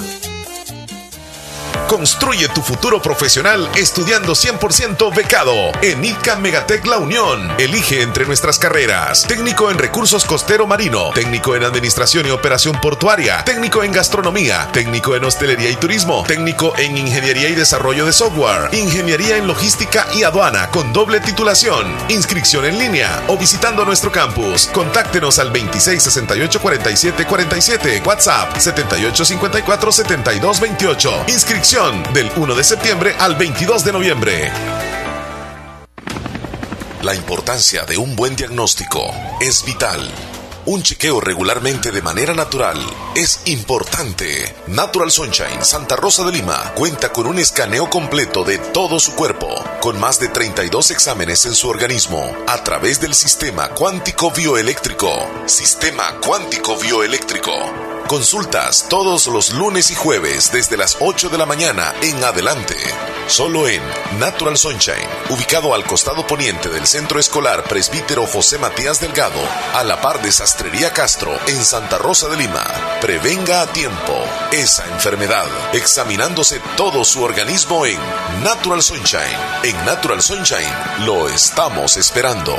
N: Construye tu futuro profesional estudiando cien por ciento becado en I C A Megatec La Unión. Elige entre nuestras carreras: técnico en recursos costero marino, técnico en administración y operación portuaria, técnico en gastronomía, técnico en hostelería y turismo, técnico en ingeniería y desarrollo de software, ingeniería en logística y aduana con doble titulación. Inscripción en línea o visitando nuestro campus. Contáctenos al veintiséis sesenta y ocho, cuarenta y siete cuarenta y siete, WhatsApp setenta y ocho cincuenta y cuatro, setenta y dos veintiocho. Inscripción del uno de septiembre al veintidós de noviembre. La importancia de un buen diagnóstico es vital. Un chequeo regularmente de manera natural es importante. Natural Sunshine Santa Rosa de Lima cuenta con un escaneo completo de todo su cuerpo, con más de treinta y dos exámenes en su organismo, a través del sistema cuántico bioeléctrico. Sistema cuántico bioeléctrico. Consultas todos los lunes y jueves desde las ocho de la mañana en adelante. Solo en Natural Sunshine, ubicado al costado poniente del Centro Escolar Presbítero José Matías Delgado, a la par de Sastrería Castro en Santa Rosa de Lima. Prevenga a tiempo esa enfermedad, examinándose todo su organismo en Natural Sunshine. En Natural Sunshine lo estamos esperando.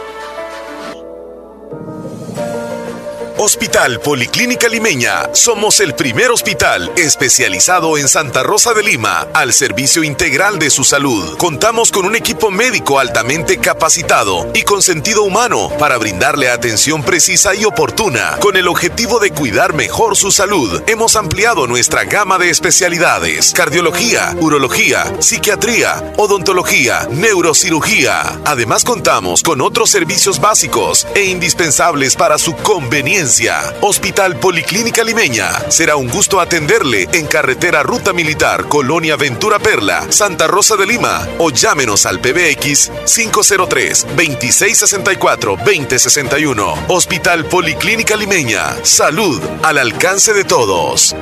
N: Hospital Policlínica Limeña. Somos el primer hospital especializado en Santa Rosa de Lima al servicio integral de su salud. Contamos con un equipo médico altamente capacitado y con sentido humano para brindarle atención precisa y oportuna. Con el objetivo de cuidar mejor su salud, hemos ampliado nuestra gama de especialidades: cardiología, urología, psiquiatría, odontología, neurocirugía. Además, contamos con otros servicios básicos e indispensables para su conveniencia. Hospital Policlínica Limeña. Será un gusto atenderle en carretera Ruta Militar, Colonia Ventura Perla, Santa Rosa de Lima, o llámenos al P B X cinco cero tres, veintiséis sesenta y cuatro, veinte sesenta y uno. Hospital Policlínica Limeña. Salud al alcance de todos.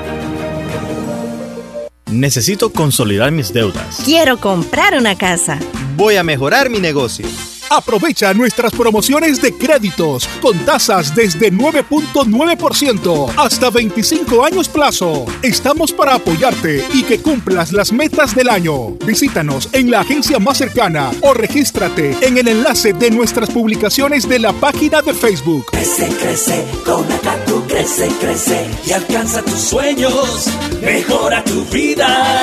G: Necesito consolidar mis deudas.
H: Quiero comprar una casa.
J: Voy a mejorar mi negocio.
L: Aprovecha nuestras promociones de créditos con tasas desde nueve punto nueve por ciento hasta veinticinco años plazo. Estamos para apoyarte y que cumplas las metas del año. Visítanos en la agencia más cercana o regístrate en el enlace de nuestras publicaciones de la página de Facebook.
Y: Crece, crece, con Acatu crece, crece y alcanza tus sueños. Mejora tu vida.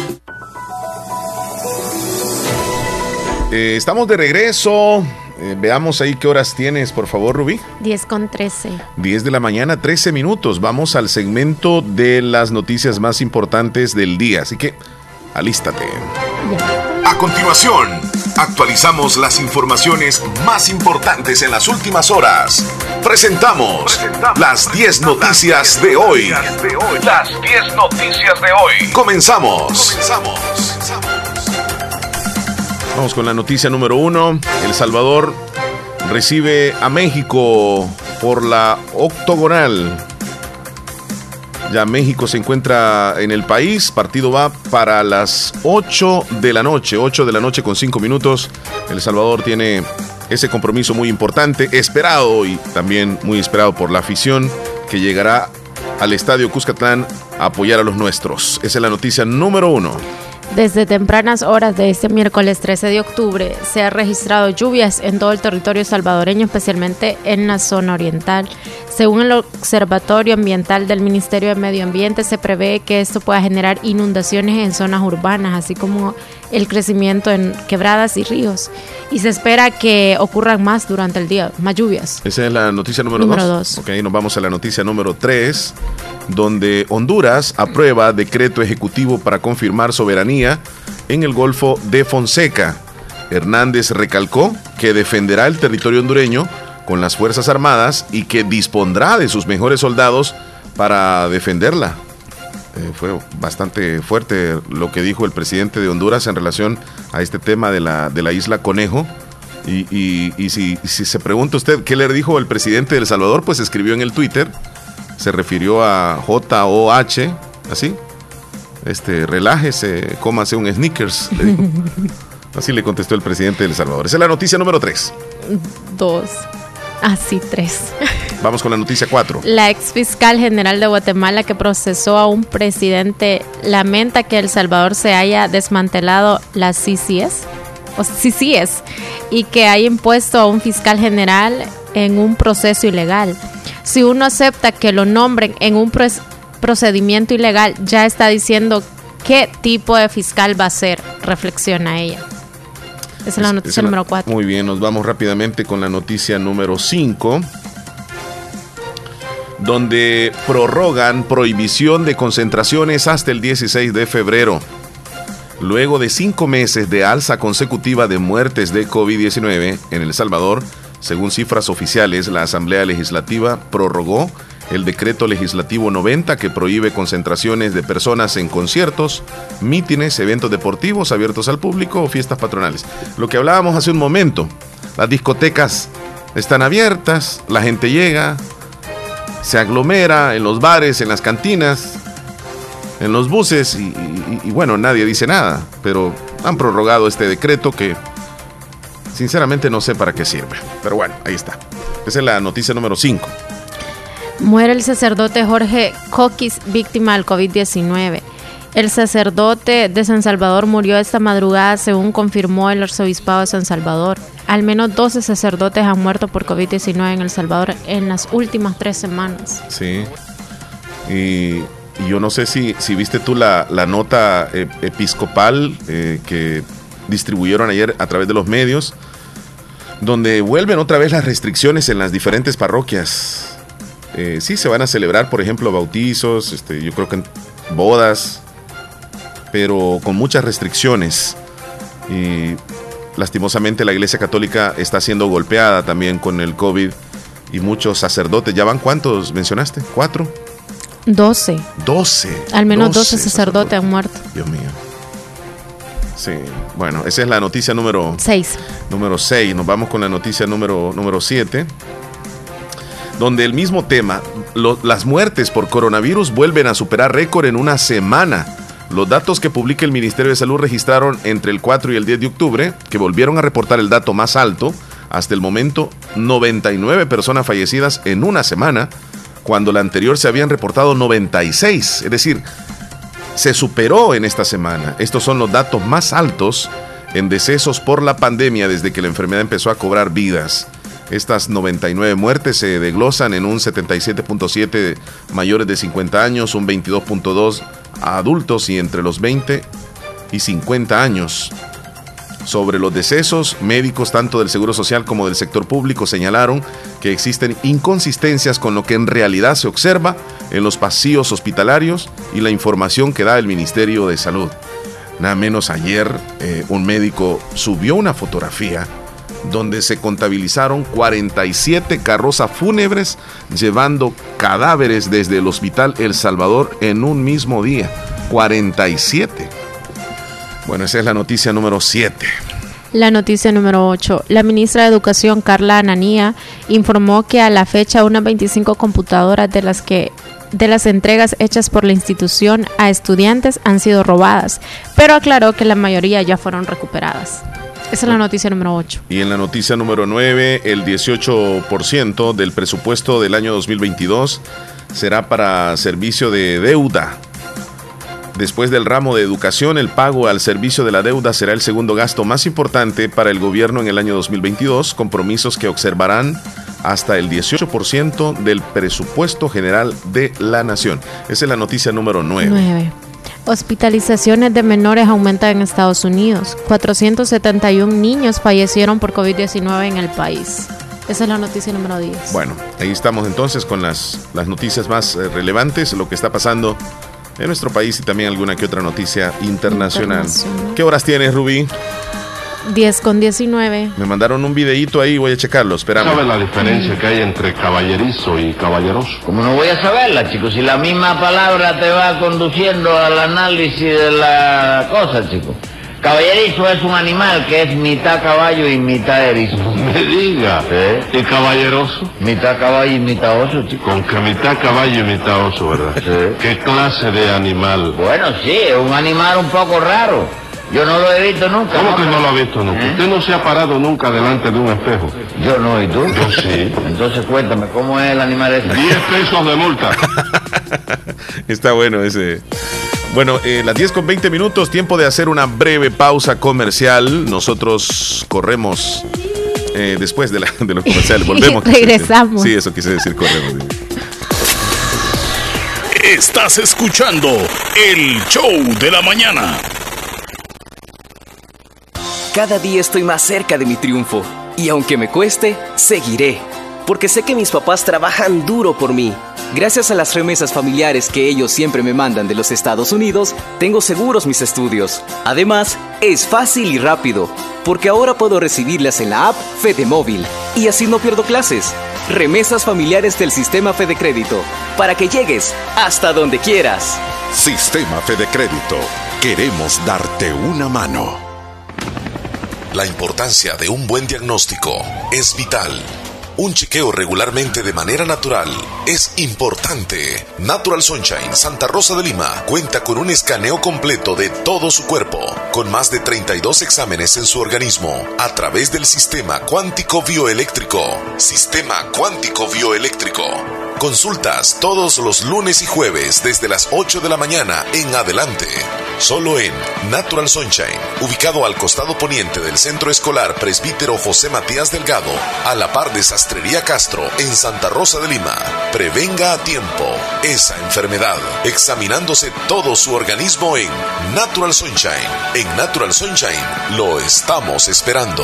B: Eh, estamos de regreso. Eh, veamos ahí qué horas tienes, por favor, Rubí.
C: diez con trece.
B: diez de la mañana, trece minutos. Vamos al segmento de las noticias más importantes del día. Así que, alístate.
C: Ya.
N: A continuación, actualizamos las informaciones más importantes en las últimas horas. Presentamos, Presentamos las diez noticias de hoy. Las diez noticias de hoy. Comenzamos. Comenzamos.
B: Vamos con la noticia número uno. El Salvador recibe a México por la octogonal. Ya México se encuentra en el país. Partido va para las ocho de la noche. ocho de la noche con cinco minutos. El Salvador tiene ese compromiso muy importante, esperado y también muy esperado por la afición que llegará al Estadio Cuscatlán a apoyar a los nuestros. Esa es la noticia número uno.
C: Desde tempranas horas de este miércoles trece de octubre se han registrado lluvias en todo el territorio salvadoreño, especialmente en la zona oriental. Según el Observatorio Ambiental del Ministerio de Medio Ambiente, se prevé que esto pueda generar inundaciones en zonas urbanas, así como el crecimiento en quebradas y ríos. Y se espera que ocurran más durante el día, más lluvias.
B: Esa es la noticia número,
C: número
B: dos.
C: dos.
B: Ok, nos vamos a la noticia número tres, donde Honduras aprueba decreto ejecutivo para confirmar soberanía en el Golfo de Fonseca. Hernández recalcó que defenderá el territorio hondureño con las Fuerzas Armadas y que dispondrá de sus mejores soldados para defenderla. Eh, fue bastante fuerte lo que dijo el presidente de Honduras en relación a este tema de la, de la isla Conejo. Y, y, y si, si se pregunta usted qué le dijo el presidente de El Salvador, pues escribió en el Twitter, se refirió a J O H, así, este, relájese, cómase un Snickers, le dijo. Así le contestó el presidente de El Salvador. Esa es la noticia número tres.
C: Dos. Ah, sí, tres.
B: Vamos con la noticia cuatro.
C: La ex fiscal general de Guatemala que procesó a un presidente lamenta que El Salvador se haya desmantelado la C C S, o C C S, y que haya impuesto a un fiscal general en un proceso ilegal. Si uno acepta que lo nombren en un procedimiento ilegal, ya está diciendo qué tipo de fiscal va a ser, reflexiona ella. Esa es la noticia es, es número cuatro.
B: Muy bien, nos vamos rápidamente con la noticia número cinco, donde prorrogan prohibición de concentraciones hasta el dieciséis de febrero. Luego de cinco meses de alza consecutiva de muertes de COVID diecinueve en El Salvador, según cifras oficiales, la Asamblea Legislativa prorrogó el decreto legislativo noventa que prohíbe concentraciones de personas en conciertos, mítines, eventos deportivos abiertos al público o fiestas patronales. Lo que hablábamos hace un momento, las discotecas están abiertas, la gente llega, se aglomera en los bares, en las cantinas, en los buses y, y, y bueno, nadie dice nada, pero han prorrogado este decreto que sinceramente no sé para qué sirve, pero bueno, ahí está. Esa es la noticia número cinco.
T: Muere el sacerdote Jorge Coquis, víctima del COVID diecinueve. El sacerdote de San Salvador murió esta madrugada, según confirmó el arzobispado de San Salvador. Al menos doce sacerdotes han muerto por COVID diecinueve en El Salvador en las últimas tres semanas.
B: Sí. Y, y yo no sé si, si viste tú la, la nota eh, episcopal eh, que distribuyeron ayer a través de los medios, donde vuelven otra vez las restricciones en las diferentes parroquias. Eh, sí, se van a celebrar, por ejemplo, bautizos, este, yo creo que bodas, pero con muchas restricciones. Y lastimosamente la Iglesia Católica está siendo golpeada también con el COVID y muchos sacerdotes. ¿Ya van cuántos mencionaste? ¿Cuatro?
T: Doce.
B: Doce.
T: Al menos
B: doce
T: doce sacerdotes han muerto.
B: Dios mío. Sí, bueno, esa es la noticia número
T: seis.
B: Número seis. Nos vamos con la noticia número número siete. Donde el mismo tema, lo, las muertes por coronavirus vuelven a superar récord en una semana. Los datos que publica el Ministerio de Salud registraron entre el cuatro y el diez de octubre, que volvieron a reportar el dato más alto, hasta el momento, noventa y nueve personas fallecidas en una semana, cuando la anterior se habían reportado noventa y seis. Es decir, se superó en esta semana. Estos son los datos más altos en decesos por la pandemia desde que la enfermedad empezó a cobrar vidas. Estas noventa y nueve muertes se desglosan en un setenta y siete punto siete mayores de cincuenta años, un veintidós punto dos a adultos y entre los veinte y cincuenta años. Sobre los decesos, médicos tanto del Seguro Social como del sector público señalaron que existen inconsistencias con lo que en realidad se observa en los pasillos hospitalarios y la información que da el Ministerio de Salud. Nada menos ayer eh, un médico subió una fotografía donde se contabilizaron cuarenta y siete carrozas fúnebres llevando cadáveres desde el Hospital El Salvador en un mismo día. cuarenta y siete. Bueno, esa es la noticia número siete.
T: La noticia número ocho. La ministra de Educación, Carla Ananía, informó que a la fecha unas veinticinco computadoras de las que de las entregas hechas por la institución a estudiantes han sido robadas, pero aclaró que la mayoría ya fueron recuperadas. Esa es la noticia número ocho.
B: Y en la noticia número nueve, el dieciocho por ciento del presupuesto del año dos mil veintidós será para servicio de deuda. Después del ramo de educación, el pago al servicio de la deuda será el segundo gasto más importante para el gobierno en el año dos mil veintidós, compromisos que observarán hasta el dieciocho por ciento del presupuesto general de la nación. Esa es la noticia número nueve.
T: nueve. Hospitalizaciones de menores aumentan en Estados Unidos. cuatrocientos setenta y uno niños fallecieron por COVID diecinueve en el país. Esa es la noticia número diez.
B: Bueno, ahí estamos entonces con las, las noticias más eh, relevantes, lo que está pasando en nuestro país y también alguna que otra noticia internacional. internacional. ¿Qué horas tienes, Rubí?
T: diez con diecinueve.
B: Me mandaron un videíto ahí, voy a checarlo, esperamos.
E: ¿Sabes la diferencia que hay entre caballerizo y caballeroso?
M: ¿Cómo no voy a saberla, chicos? Si la misma palabra te va conduciendo al análisis de la cosa, chicos. Caballerizo es un animal que es mitad caballo y mitad erizo.
E: Me diga.
M: ¿Sí?
E: ¿Y caballeroso?
M: Mitad caballo y mitad oso, chicos.
E: Con que mitad caballo y mitad oso, ¿verdad?
M: Sí.
E: ¿Qué clase de animal?
M: Bueno, sí, es un animal un poco raro. Yo no lo he visto nunca.
E: ¿Cómo
M: ¿no?
E: que no lo ha visto nunca? ¿Eh? Usted no se ha parado nunca delante de un espejo.
M: Yo no, ¿y tú?
E: Yo sí.
M: Entonces cuéntame, ¿cómo es el animal ese?
E: diez pesos de multa.
B: Está bueno ese. Bueno, eh, las diez con veinte minutos, tiempo de hacer una breve pausa comercial. Nosotros corremos eh, después de, la, de los comerciales. Volvemos.
T: Regresamos.
B: Sí, eso quise decir, corremos.
O: Estás escuchando el show de la mañana.
P: Cada día estoy más cerca de mi triunfo. Y aunque me cueste, seguiré. Porque sé que mis papás trabajan duro por mí. Gracias a las remesas familiares que ellos siempre me mandan de los Estados Unidos, tengo seguros mis estudios. Además, es fácil y rápido, porque ahora puedo recibirlas en la app Fede Móvil. Y así no pierdo clases. Remesas familiares del Sistema Fede Crédito, para que llegues hasta donde quieras.
N: Sistema Fede Crédito. Queremos darte una mano. La importancia de un buen diagnóstico es vital. Un chequeo regularmente de manera natural es importante. Natural Sunshine Santa Rosa de Lima cuenta con un escaneo completo de todo su cuerpo, con más de treinta y dos exámenes en su organismo, a través del sistema cuántico bioeléctrico. Sistema cuántico bioeléctrico. Consultas todos los lunes y jueves desde las ocho de la mañana en adelante. Solo en Natural Sunshine, ubicado al costado poniente del Centro Escolar Presbítero José Matías Delgado, a la par de Sastrería Castro en Santa Rosa de Lima. Prevenga a tiempo esa enfermedad, examinándose todo su organismo en Natural Sunshine. En Natural Sunshine lo estamos esperando.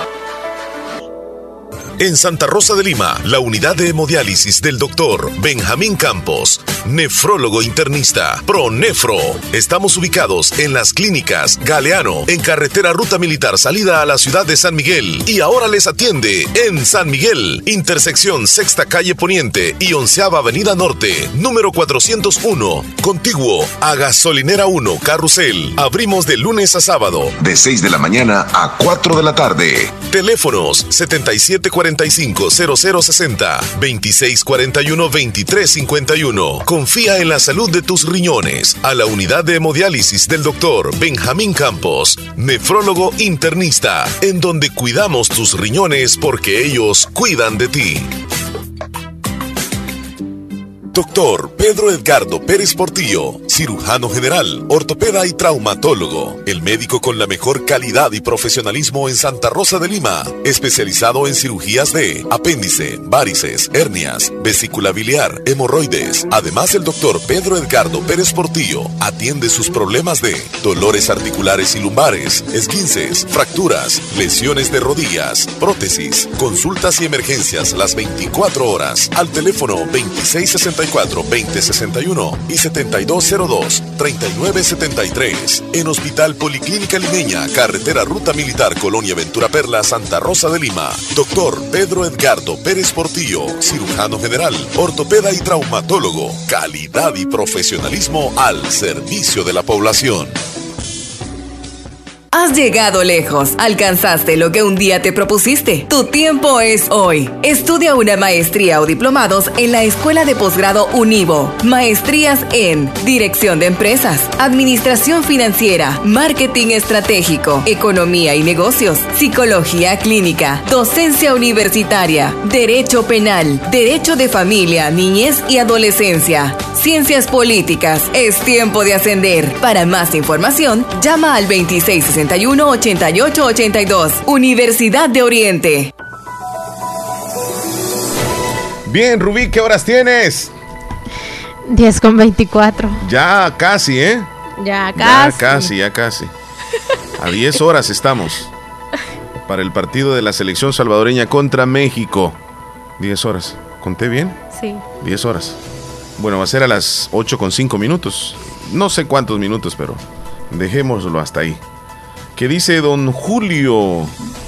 N: En Santa Rosa de Lima, la unidad de hemodiálisis del doctor Benjamín Campos, nefrólogo internista, ProNefro. Estamos ubicados en las clínicas Galeano, en carretera Ruta Militar salida a la ciudad de San Miguel. Y ahora les atiende en San Miguel, intersección Sexta Calle Poniente y Onceava Avenida Norte, número cuatrocientos uno, contiguo a Gasolinera uno, Carrusel. Abrimos de lunes a sábado, de seis de la mañana a cuatro de la tarde. Teléfonos setenta y siete cuarenta y cinco cero cero sesenta, veintiséis cuarenta y uno veintitrés cincuenta y uno. Confía en la salud de tus riñones a la unidad de hemodiálisis del doctor Benjamín Campos, nefrólogo internista, en donde cuidamos tus riñones porque ellos cuidan de ti. Doctor Pedro Edgardo Pérez Portillo, cirujano general, ortopeda y traumatólogo, el médico con la mejor calidad y profesionalismo en Santa Rosa de Lima, especializado en cirugías de apéndice, varices, hernias, vesícula biliar, hemorroides. Además, el doctor Pedro Edgardo Pérez Portillo atiende sus problemas de dolores articulares y lumbares, esguinces, fracturas, lesiones de rodillas, prótesis, consultas y emergencias las veinticuatro horas al teléfono veintiséis sesenta y cuatro veinte sesenta y uno y setenta y dos cero dos treinta y nueve setenta y tres. En Hospital Policlínica Limeña, carretera Ruta Militar, Colonia Ventura Perla, Santa Rosa de Lima. Doctor Pedro Edgardo Pérez Portillo, cirujano general, ortopeda y traumatólogo. Calidad y profesionalismo al servicio de la población.
F: Has llegado lejos, alcanzaste lo que un día te propusiste. Tu tiempo es hoy. Estudia una maestría o diplomados en la Escuela de Posgrado Univo. Maestrías en Dirección de Empresas, Administración Financiera, Marketing Estratégico, Economía y Negocios, Psicología Clínica, Docencia Universitaria, Derecho Penal, Derecho de Familia, Niñez y Adolescencia, Ciencias Políticas. Es tiempo de ascender. Para más información, llama al veintiséis sesenta y uno ochenta y ocho ochenta y dos. Universidad de Oriente.
B: Bien, Rubí, ¿qué horas tienes?
T: diez con veinticuatro.
B: Ya casi, ¿eh?
T: Ya casi.
B: Ya casi, ya casi. A diez horas estamos para el partido de la selección salvadoreña contra México. diez horas. ¿Conté bien?
T: Sí.
B: diez horas. Bueno, va a ser a las ocho con cinco minutos. No sé cuántos minutos, pero dejémoslo hasta ahí. ¿Qué dice don Julio?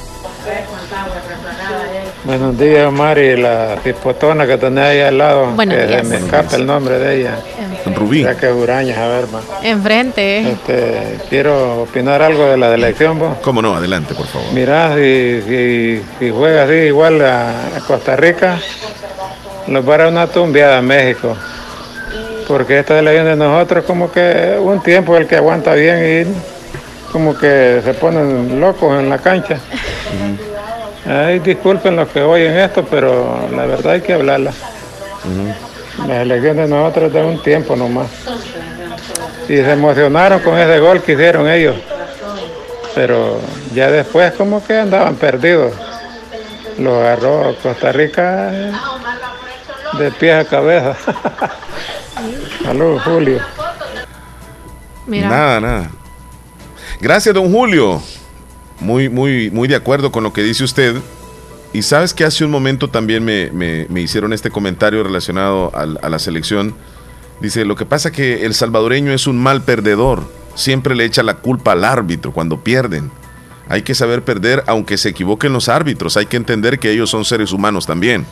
Q: Buenos días, Mari, la pipotona que tenés ahí al lado.
T: Buenos
Q: que
T: días.
Q: se me escapa el nombre de ella.
B: Rubí.
Q: Ya que Urañas, a ver, ma.
T: Enfrente.
Q: Este, quiero opinar algo de la elección, vos.
B: ¿Cómo no? Adelante, por favor.
Q: Mirá, si, si, si juega así igual a, a Costa Rica, nos va a dar una tumbiada a México. Porque esta elección de nosotros como que un tiempo el que aguanta bien y como que se ponen locos en la cancha. Uh-huh. Ay, disculpen los que oyen esto, pero la verdad hay que hablarla. Uh-huh. Las elecciones de nosotros de un tiempo nomás. Y se emocionaron con ese gol que hicieron ellos. Pero ya después como que andaban perdidos. Lo agarró Costa Rica de pies a cabeza. Saludos, Julio.
B: Mira. Nada, nada. Gracias, don Julio. Muy, muy, muy de acuerdo con lo que dice usted. Y sabes que hace un momento también me, me, me hicieron este comentario relacionado a, a la selección. Dice, lo que pasa es que el salvadoreño es un mal perdedor. Siempre le echa la culpa al árbitro cuando pierden. Hay que saber perder aunque se equivoquen los árbitros. Hay que entender que ellos son seres humanos también.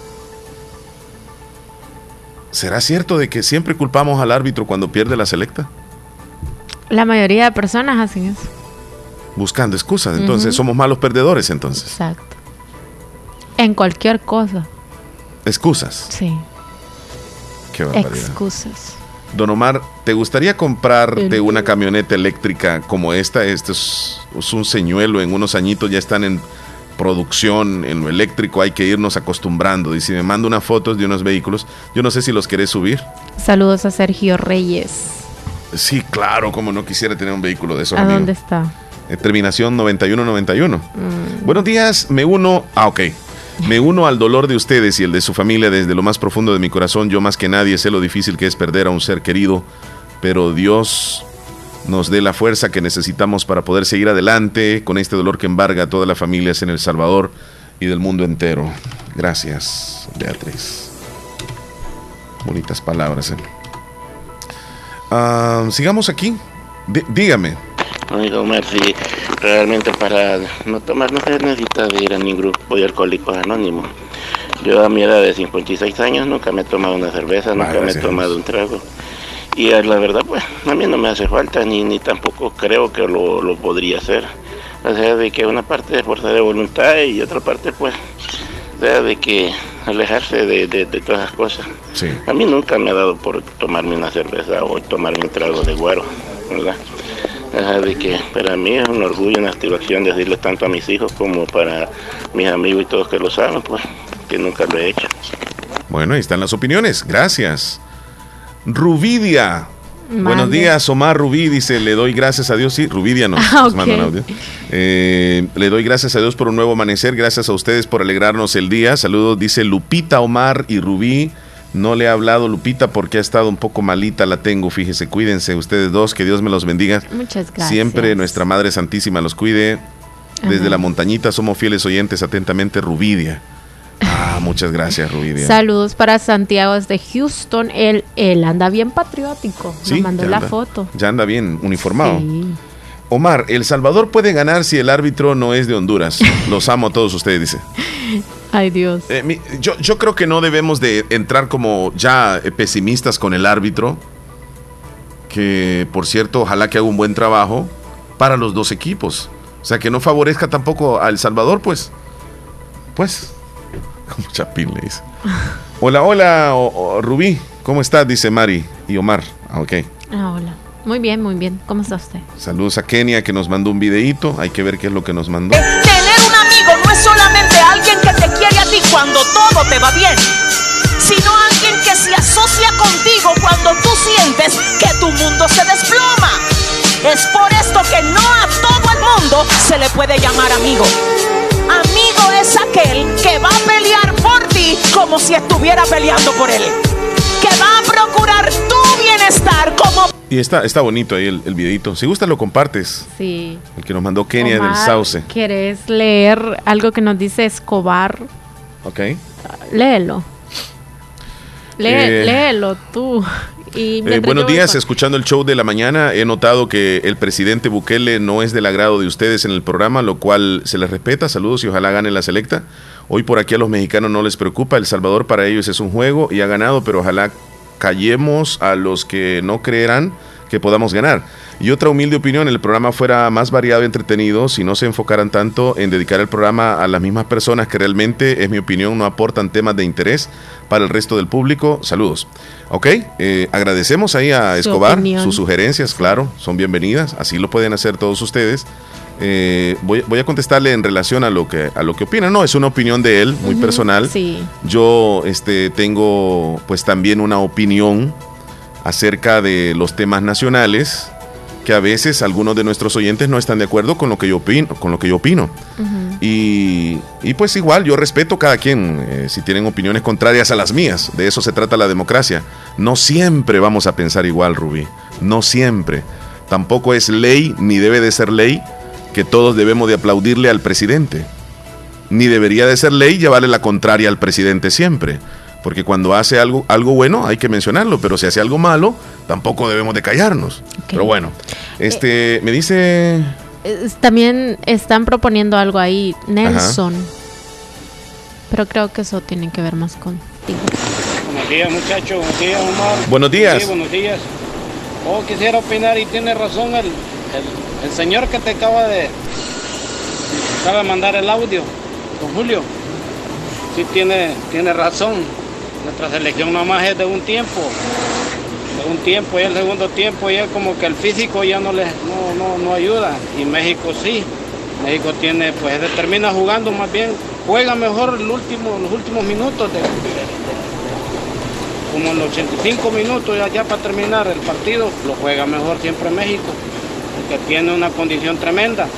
B: ¿Será cierto de que siempre culpamos al árbitro cuando pierde la selecta?
T: La mayoría de personas hacen eso.
B: Buscando excusas, entonces uh-huh. somos malos perdedores entonces.
T: Exacto. En cualquier cosa.
B: Excusas.
T: Sí.
B: Qué barbaridad.
T: Excusas.
B: Don Omar, ¿te gustaría comprarte una camioneta eléctrica como esta? Este es, es un señuelo, en unos añitos ya están en producción, en lo eléctrico, hay que irnos acostumbrando. Dice, me manda unas fotos de unos vehículos, yo no sé si los querés subir.
T: Saludos a Sergio Reyes.
B: Sí, claro, como no quisiera tener un vehículo de esos.
T: ¿A
B: amigo.
T: dónde está?
B: Eh, terminación noventa y uno noventa y uno. Mm. Buenos días, me uno, ah ok, me uno al dolor de ustedes y el de su familia desde lo más profundo de mi corazón. Yo más que nadie sé lo difícil que es perder a un ser querido, pero Dios nos dé la fuerza que necesitamos para poder seguir adelante con este dolor que embarga a todas las familias en El Salvador y del mundo entero. Gracias, Beatriz. Bonitas palabras. ¿eh? Uh, sigamos aquí. D- dígame.
A: Amigo Omar, si realmente para no tomar no se necesita de ir a ningún grupo de alcohólicos anónimos. Yo a mi edad de cincuenta y seis años nunca me he tomado una cerveza, nunca ah, me he tomado un trago. Y la verdad, pues, a mí no me hace falta, ni, ni tampoco creo que lo, lo podría hacer. O sea, de que una parte es fuerza de voluntad y otra parte, pues, o sea, de que alejarse de, de, de todas las cosas.
B: Sí.
A: A mí nunca me ha dado por tomarme una cerveza o tomarme un trago de guaro, ¿verdad? O sea, de que para mí es un orgullo, una satisfacción decirles tanto a mis hijos como para mis amigos y todos que lo saben, pues, que nunca lo he hecho.
B: Bueno, ahí están las opiniones. Gracias. Rubidia.
T: Mande.
B: Buenos días, Omar Rubí, dice, le doy gracias a Dios, sí, Rubidia nos,
T: ah,
B: nos
T: okay.
B: manda un audio. Eh, le doy gracias a Dios por un nuevo amanecer, gracias a ustedes por alegrarnos el día. Saludos, dice Lupita, Omar y Rubí. No le he hablado Lupita porque ha estado un poco malita, la tengo, fíjese, cuídense ustedes dos, que Dios me los bendiga.
T: Muchas gracias.
B: Siempre nuestra Madre Santísima los cuide. Desde
T: Amén.
B: La montañita somos fieles oyentes, atentamente Rubidia. Ah, muchas gracias, Rubidia.
T: Saludos para Santiago desde Houston. Él, él anda bien patriótico.
B: Sí,
T: me mandó la
B: anda,
T: foto.
B: Ya anda bien uniformado.
T: Sí.
B: Omar, El Salvador puede ganar si el árbitro no es de Honduras. Los amo a todos ustedes, dice.
T: Ay, Dios.
B: Eh, mi, yo, yo creo que no debemos de entrar como ya eh, pesimistas con el árbitro. Que, por cierto, ojalá que haga un buen trabajo para los dos equipos. O sea, que no favorezca tampoco a El Salvador, pues. Pues... Como Chapín le dice. Hola, hola, o, o, Rubí. ¿Cómo estás? Dice Mari y Omar. Ah, ok.
T: Ah, hola. Muy bien, muy bien. ¿Cómo está usted?
B: Saludos a Kenia que nos mandó un videíto. Hay que ver qué es lo que nos mandó.
R: Tener un amigo no es solamente alguien que te quiere a ti cuando todo te va bien, sino alguien que se asocia contigo cuando tú sientes que tu mundo se desploma. Es por esto que no a todo el mundo se le puede llamar amigo. Amigo es aquel que va a pelear por ti como si estuviera peleando por él, que va a procurar tu bienestar como...
B: Y está, está bonito ahí el, el videito. Si gusta lo compartes.
T: Sí.
B: El que nos mandó Kenia
T: Omar,
B: del Sauce.
T: ¿Quieres leer algo que nos dice Escobar?
B: Ok.
T: Léelo. Lee,
B: eh,
T: léelo tú. Y
B: eh, buenos días,
T: con...
B: escuchando el show de la mañana, he notado que el presidente Bukele no es del agrado de ustedes en el programa, lo cual se les respeta. Saludos y ojalá gane la selecta. Hoy por aquí a los mexicanos no les preocupa, El Salvador para ellos es un juego y ha ganado, pero ojalá callemos a los que no creerán que podamos ganar. Y otra humilde opinión, el programa fuera más variado y entretenido si no se enfocaran tanto en dedicar el programa a las mismas personas que realmente, es mi opinión, no aportan temas de interés para el resto del público. Saludos. Ok, eh, agradecemos ahí a Escobar, Su sus sugerencias, claro, son bienvenidas, así lo pueden hacer todos ustedes. Eh, voy, voy a contestarle en relación a lo que a lo que opina. No, es una opinión de él, muy uh-huh, personal.
T: Sí.
B: Yo este, tengo pues también una opinión acerca de los temas nacionales, que a veces algunos de nuestros oyentes no están de acuerdo con lo que yo opino, con lo que yo opino. Uh-huh. y, y pues igual yo respeto cada quien, eh, si tienen opiniones contrarias a las mías, de eso se trata la democracia. No siempre vamos a pensar igual, Rubí, no siempre. Tampoco es ley, ni debe de ser ley, que todos debemos de aplaudirle al presidente. Ni debería de ser ley llevarle la contraria al presidente siempre. Porque cuando hace algo, algo bueno hay que mencionarlo, pero si hace algo malo, tampoco debemos de callarnos. Okay. Pero bueno, este eh, me dice...
T: También están proponiendo algo ahí, Nelson. Ajá. Pero creo que eso tiene que ver más contigo.
S: Buenos días, muchachos. Buenos días, Omar.
B: Buenos días.
S: Sí, buenos días. Oh, quisiera opinar y tiene razón el, el, el señor que te acaba de... acaba de mandar el audio, don Julio. sí tiene, tiene razón. Nuestra selección nomás es de un tiempo, de un tiempo y el segundo tiempo ya como que el físico ya no, le, no, no, no ayuda. Y México sí, México tiene, pues se termina jugando más bien, juega mejor el último, los últimos minutos, de, de, como en los ochenta y cinco minutos ya, ya para terminar el partido, lo juega mejor siempre México, porque tiene una condición tremenda.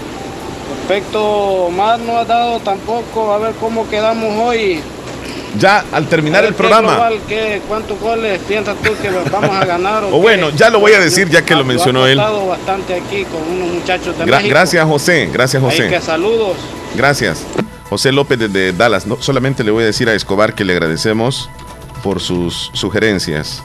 S: Respecto, más no ha dado tampoco, a ver cómo quedamos hoy.
B: Ya al terminar el programa.
S: Global, ¿qué, ¿Cuántos goles piensas tú que vamos a ganar?
B: O, o bueno, ya lo voy a decir ya que lo mencionó él.
S: He estado bastante aquí con unos muchachos de
B: Gra
S: México.
B: Gracias, José. Gracias, José.
S: Ahí que saludos.
B: Gracias. José López desde Dallas. No, solamente le voy a decir a Escobar que le agradecemos por sus sugerencias.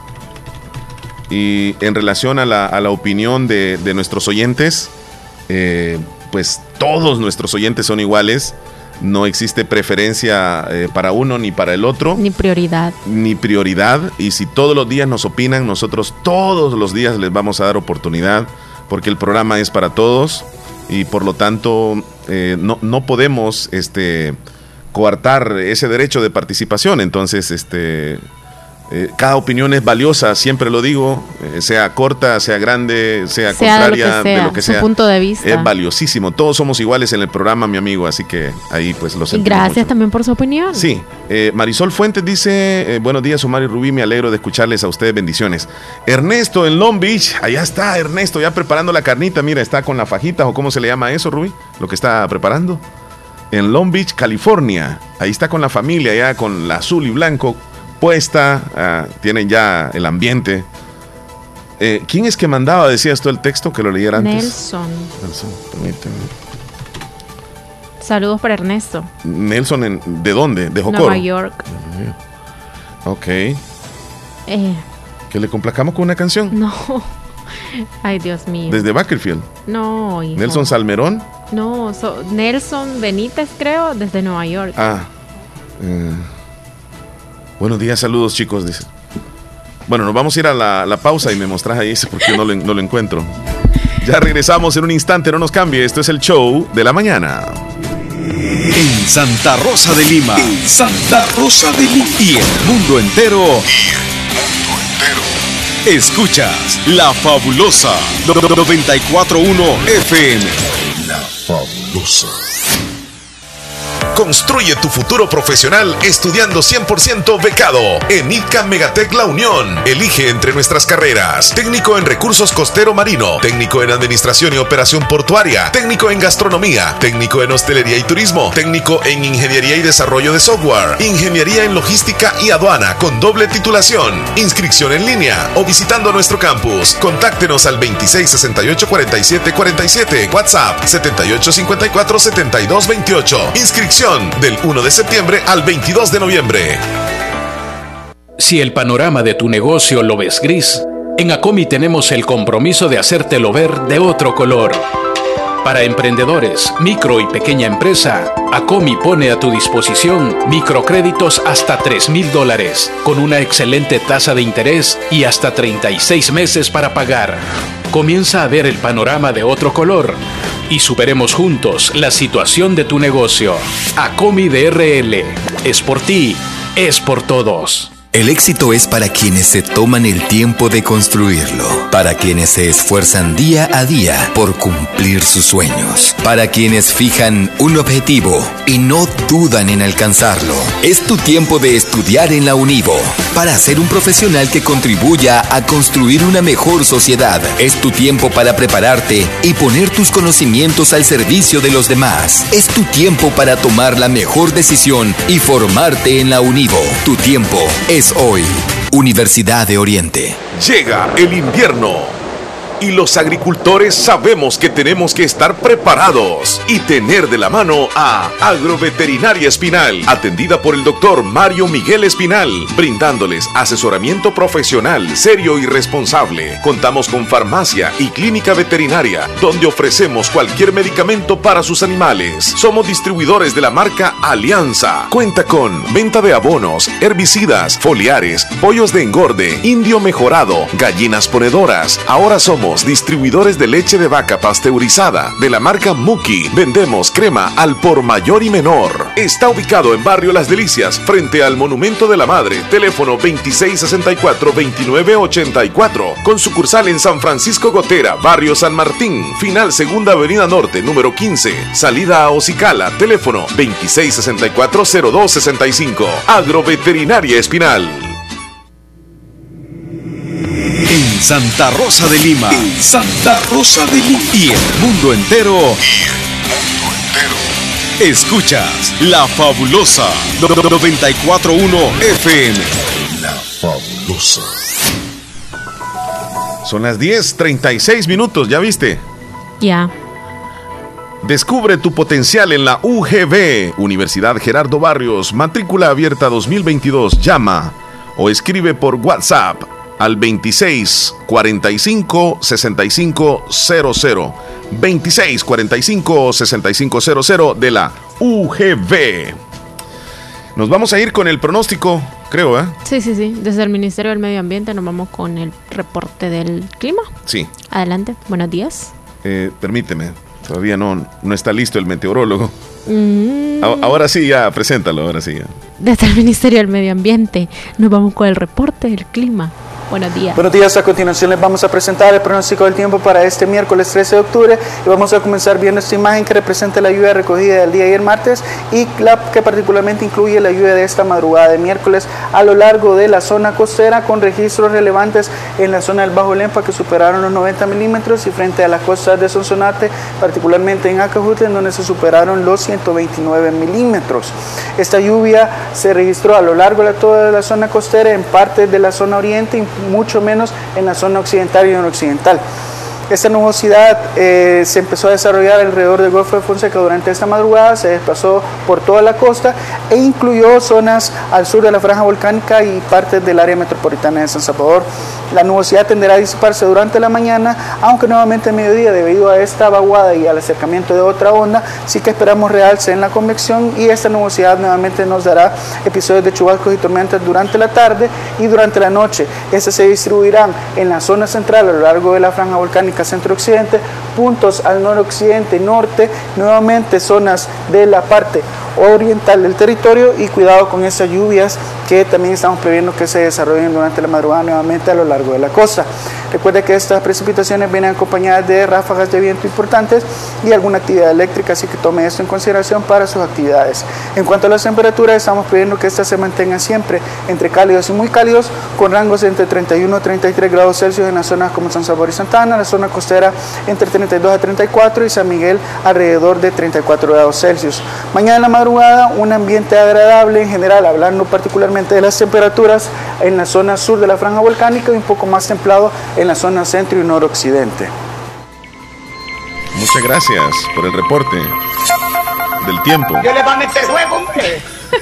B: Y en relación a la, a la opinión de, de nuestros oyentes, eh, pues todos nuestros oyentes son iguales. No existe preferencia eh, para uno ni para el otro.
T: Ni prioridad.
B: Ni prioridad. Y si todos los días nos opinan, nosotros todos los días les vamos a dar oportunidad, porque el programa es para todos y por lo tanto eh, no, no podemos este, coartar ese derecho de participación. Entonces, este... Eh, cada opinión es valiosa, siempre lo digo, eh, sea corta, sea grande, sea, sea contraria, de lo que sea, de lo que sea.
T: Su punto de vista.
B: Es valiosísimo. Todos somos iguales en el programa, mi amigo, así que ahí pues lo sentimos.
T: Y gracias
B: mucho.
T: También por su opinión.
B: Sí. Eh, Marisol Fuentes dice, eh, buenos días, Omar y Rubí, me alegro de escucharles a ustedes, bendiciones. Ernesto en Long Beach, allá está Ernesto, ya preparando la carnita, mira, está con la fajita, o cómo se le llama eso, Rubí, lo que está preparando. En Long Beach, California, ahí está con la familia, ya con la azul y blanco puesta, uh, tienen ya el ambiente. Eh, ¿Quién es que mandaba, decías tú el texto, que lo leyera antes?
T: Nelson.
B: Nelson, permíteme.
T: Saludos para Ernesto.
B: Nelson, en, ¿de dónde? ¿De Jocoro?
T: Nueva York.
B: Ok.
T: Eh.
B: ¿Que le complacamos con una canción?
T: No. Ay, Dios mío.
B: ¿Desde Bakersfield?
T: No, hijo.
B: ¿Nelson Salmerón?
T: No, so, Nelson Benítez, creo, desde Nueva York.
B: Ah. Eh. Buenos días, saludos chicos, dice. Bueno, nos vamos a ir a la, la pausa y me mostrás ahí ese porque no lo, no lo encuentro. Ya regresamos en un instante, no nos cambie. Esto es el show de la mañana.
O: En Santa Rosa de Lima. En Santa Rosa de Lima. Y el mundo entero. Y el mundo entero. Escuchas La Fabulosa noventa y cuatro punto uno F M.
N: La Fabulosa. Construye tu futuro profesional estudiando cien por ciento becado en I T C A Megatec La Unión. Elige entre nuestras carreras: técnico en recursos costero marino, técnico en administración y operación portuaria, técnico en gastronomía, técnico en hostelería y turismo, técnico en ingeniería y desarrollo de software, ingeniería en logística y aduana con doble titulación. Inscripción en línea o visitando nuestro campus. Contáctenos al veintiséis sesenta y ocho cuarenta y siete cuarenta y siete, WhatsApp setenta y ocho cincuenta y cuatro setenta y dos veintiocho. Inscripción del uno de septiembre al veintidós de noviembre.
D: Si el panorama de tu negocio lo ves gris, en Acomi tenemos el compromiso de hacértelo ver de otro color. Para emprendedores, micro y pequeña empresa, Acomi pone a tu disposición microcréditos hasta tres mil dólares, con una excelente tasa de interés y hasta treinta y seis meses para pagar. Comienza a ver el panorama de otro color y superemos juntos la situación de tu negocio. Acomi D R L. Es por ti, es por todos.
I: El éxito es para quienes se toman el tiempo de construirlo, para quienes se esfuerzan día a día por cumplir sus sueños, para quienes fijan un objetivo y no dudan en alcanzarlo. Es tu tiempo de estudiar en la Univo, para ser un profesional que contribuya a construir una mejor sociedad. Es tu tiempo para prepararte y poner tus conocimientos al servicio de los demás. Es tu tiempo para tomar la mejor decisión y formarte en la Univo. Tu tiempo es hoy. Universidad de Oriente.
N: Llega el invierno y los agricultores sabemos que tenemos que estar preparados y tener de la mano a Agroveterinaria Espinal, atendida por el doctor Mario Miguel Espinal, brindándoles asesoramiento profesional, serio y responsable. Contamos con farmacia y clínica veterinaria, donde ofrecemos cualquier medicamento para sus animales. Somos distribuidores de la marca Alianza. Cuenta con venta de abonos, herbicidas, foliares, pollos de engorde, indio mejorado, gallinas ponedoras. Ahora somos Somos distribuidores de leche de vaca pasteurizada de la marca Muki. Vendemos crema al por mayor y menor. Está ubicado en Barrio Las Delicias, frente al Monumento de la Madre. Teléfono veintiséis sesenta y cuatro, veintinueve ochenta y cuatro. Con sucursal en San Francisco Gotera, Barrio San Martín. Final Segunda Avenida Norte, número quince. Salida a Ocicala. Teléfono veintiséis sesenta y cuatro, cero dos sesenta y cinco. Agroveterinaria Espinal.
O: En Santa Rosa de Lima. En Santa Rosa de Lima. Y el mundo entero. Y el mundo entero. Escuchas La Fabulosa noventa y cuatro punto uno F M.
N: La Fabulosa.
B: Son las diez treinta y seis minutos, ¿ya viste?
T: Ya.
B: Descubre tu potencial en la U G B, Universidad Gerardo Barrios, matrícula abierta dos mil veintidós. Llama o escribe por WhatsApp al veintiséis cuarenta y cinco sesenta y cinco cero cero. veintiséis cuarenta y cinco sesenta y cinco cero cero de la U G B. Nos vamos a ir con el pronóstico, creo, ¿eh?
T: Sí, sí, sí. Desde el Ministerio del Medio Ambiente nos vamos con el reporte del clima.
B: Sí.
T: Adelante, buenos días.
B: Eh, permíteme, todavía no, no está listo el meteorólogo.
T: Mm.
B: A- ahora sí, ya, preséntalo, ahora sí. Ya.
T: Desde el Ministerio del Medio Ambiente nos vamos con el reporte del clima. Buenos días.
K: Buenos días, a continuación les vamos a presentar el pronóstico del tiempo para este miércoles trece de octubre y vamos a comenzar viendo esta imagen que representa la lluvia recogida del día de ayer martes y la que particularmente incluye la lluvia de esta madrugada de miércoles a lo largo de la zona costera con registros relevantes en la zona del Bajo Lempa que superaron los noventa milímetros y frente a las costas de Sonsonate, particularmente en Acajute, en donde se superaron los ciento veintinueve milímetros. Esta lluvia se registró a lo largo de toda la zona costera, en partes de la zona oriente y mucho menos en la zona occidental y noroccidental. Esta nubosidad eh, se empezó a desarrollar alrededor del Golfo de Fonseca durante esta madrugada, se desplazó por toda la costa e incluyó zonas al sur de la franja volcánica y partes del área metropolitana de San Salvador. La nubosidad tenderá a disiparse durante la mañana, aunque nuevamente a mediodía, debido a esta vaguada y al acercamiento de otra onda, sí que esperamos realce en la convección y esta nubosidad nuevamente nos dará episodios de chubascos y tormentas durante la tarde y durante la noche. Estas se distribuirán en la zona central a lo largo de la franja volcánica centro-occidente, puntos al noroccidente y norte, nuevamente zonas de la parte oriental del territorio y cuidado con esas lluvias que también estamos previendo que se desarrollen durante la madrugada nuevamente a lo largo de la costa. Recuerde que estas precipitaciones vienen acompañadas de ráfagas de viento importantes y alguna actividad eléctrica, así que tome esto en consideración para sus actividades. En cuanto a las temperaturas, estamos previendo que estas se mantengan siempre entre cálidos y muy cálidos, con rangos entre treinta y uno a treinta y tres grados Celsius en las zonas como San Salvador y Santa Ana, la zona costera entre treinta y dos a treinta y cuatro y San Miguel alrededor de treinta y cuatro grados Celsius. Mañana en la madrugada, un ambiente agradable en general, hablando particularmente de las temperaturas en la zona sur de la franja volcánica y un poco más templado en la zona centro y noroccidente.
B: Muchas gracias por el reporte del tiempo.
U: Yo le voy a meter juego, hombre.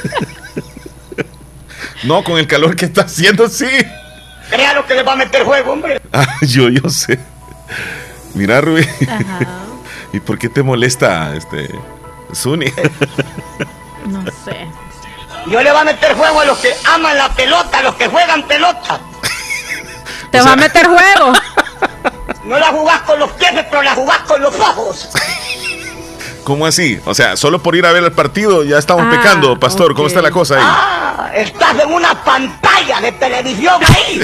B: No, con el calor que está haciendo, sí.
U: Créalo que le va a meter juego, hombre.
B: Ah, yo, yo sé. Mira, Rubí. ¿Y por qué te molesta, este, Zuni?
T: No sé.
U: Yo le voy a meter juego a los que aman la pelota, a los que juegan pelota.
T: Te o sea, va a meter juego.
U: No la jugás con los pies, pero la jugás con los ojos.
B: ¿Cómo así? O sea, solo por ir a ver el partido ya estamos ah, pecando, pastor. Okay. ¿Cómo está la cosa ahí?
U: Ah, estás en una pantalla de televisión ahí.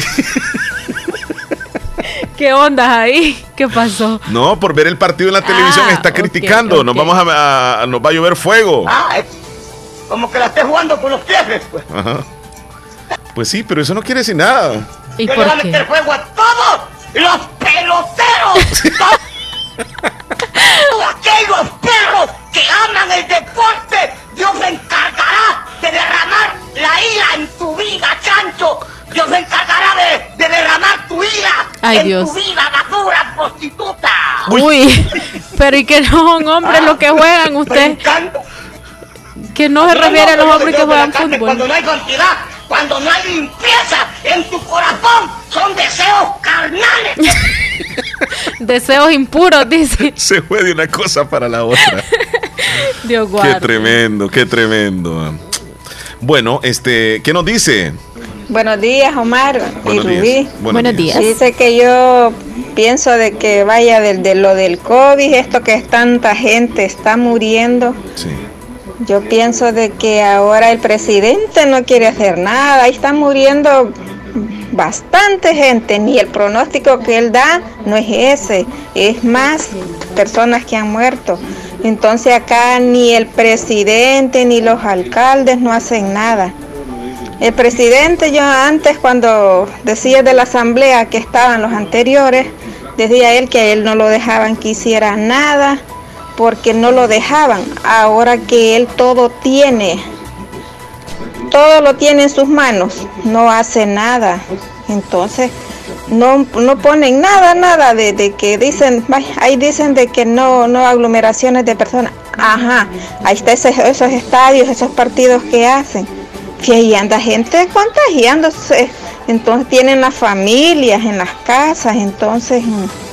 T: ¿Qué onda ahí? ¿Qué pasó?
B: No, por ver el partido en la televisión ah, está criticando. Okay, okay. Nos vamos a, a, nos va a llover fuego.
U: Ah, es como que la estés jugando con los pies, pues.
B: Ajá. Pues sí, pero eso no quiere decir nada.
U: ¿Y Yo por le voy a meter juego a todos los peloteros. Todos aquellos perros que aman el deporte. Dios se encargará de derramar la ira en tu vida, chancho. Dios se encargará de, de derramar tu ira
T: Ay,
U: en
T: Dios.
U: tu vida, basura, prostituta.
T: Uy, Uy. Pero y que no son hombres ah, los que juegan usted. Que no se refiere a los hombres que juegan fútbol.
U: Cuando no hay santidad, cuando no hay limpieza en tu corazón, son deseos carnales.
T: Deseos impuros, dice.
B: Se fue de una cosa para la otra.
T: Dios guarde.
B: Qué tremendo, qué tremendo. Bueno, este, ¿qué nos dice?
G: Buenos días, Omar
B: Buenos
G: y
B: días.
G: Rubí.
B: Buenos Buenos días. días.
G: Dice que yo pienso de que vaya de, de lo del COVID, esto que es tanta gente está muriendo.
B: Sí.
G: Yo pienso de que ahora el presidente no quiere hacer nada, ahí está muriendo bastante gente, ni el pronóstico que él da no es ese, es más personas que han muerto. Entonces acá ni el presidente ni los alcaldes no hacen nada. El presidente, yo antes cuando decía de la asamblea que estaban los anteriores, decía él que a él no lo dejaban que hiciera nada, porque no lo dejaban. Ahora que él todo tiene, todo lo tiene en sus manos, no hace nada. Entonces no, no ponen nada, nada de, de que dicen, ahí dicen de que no, no aglomeraciones de personas. Ajá, ahí está ese, esos estadios, esos partidos que hacen. Que ahí anda gente contagiándose, entonces tienen las familias en las casas, entonces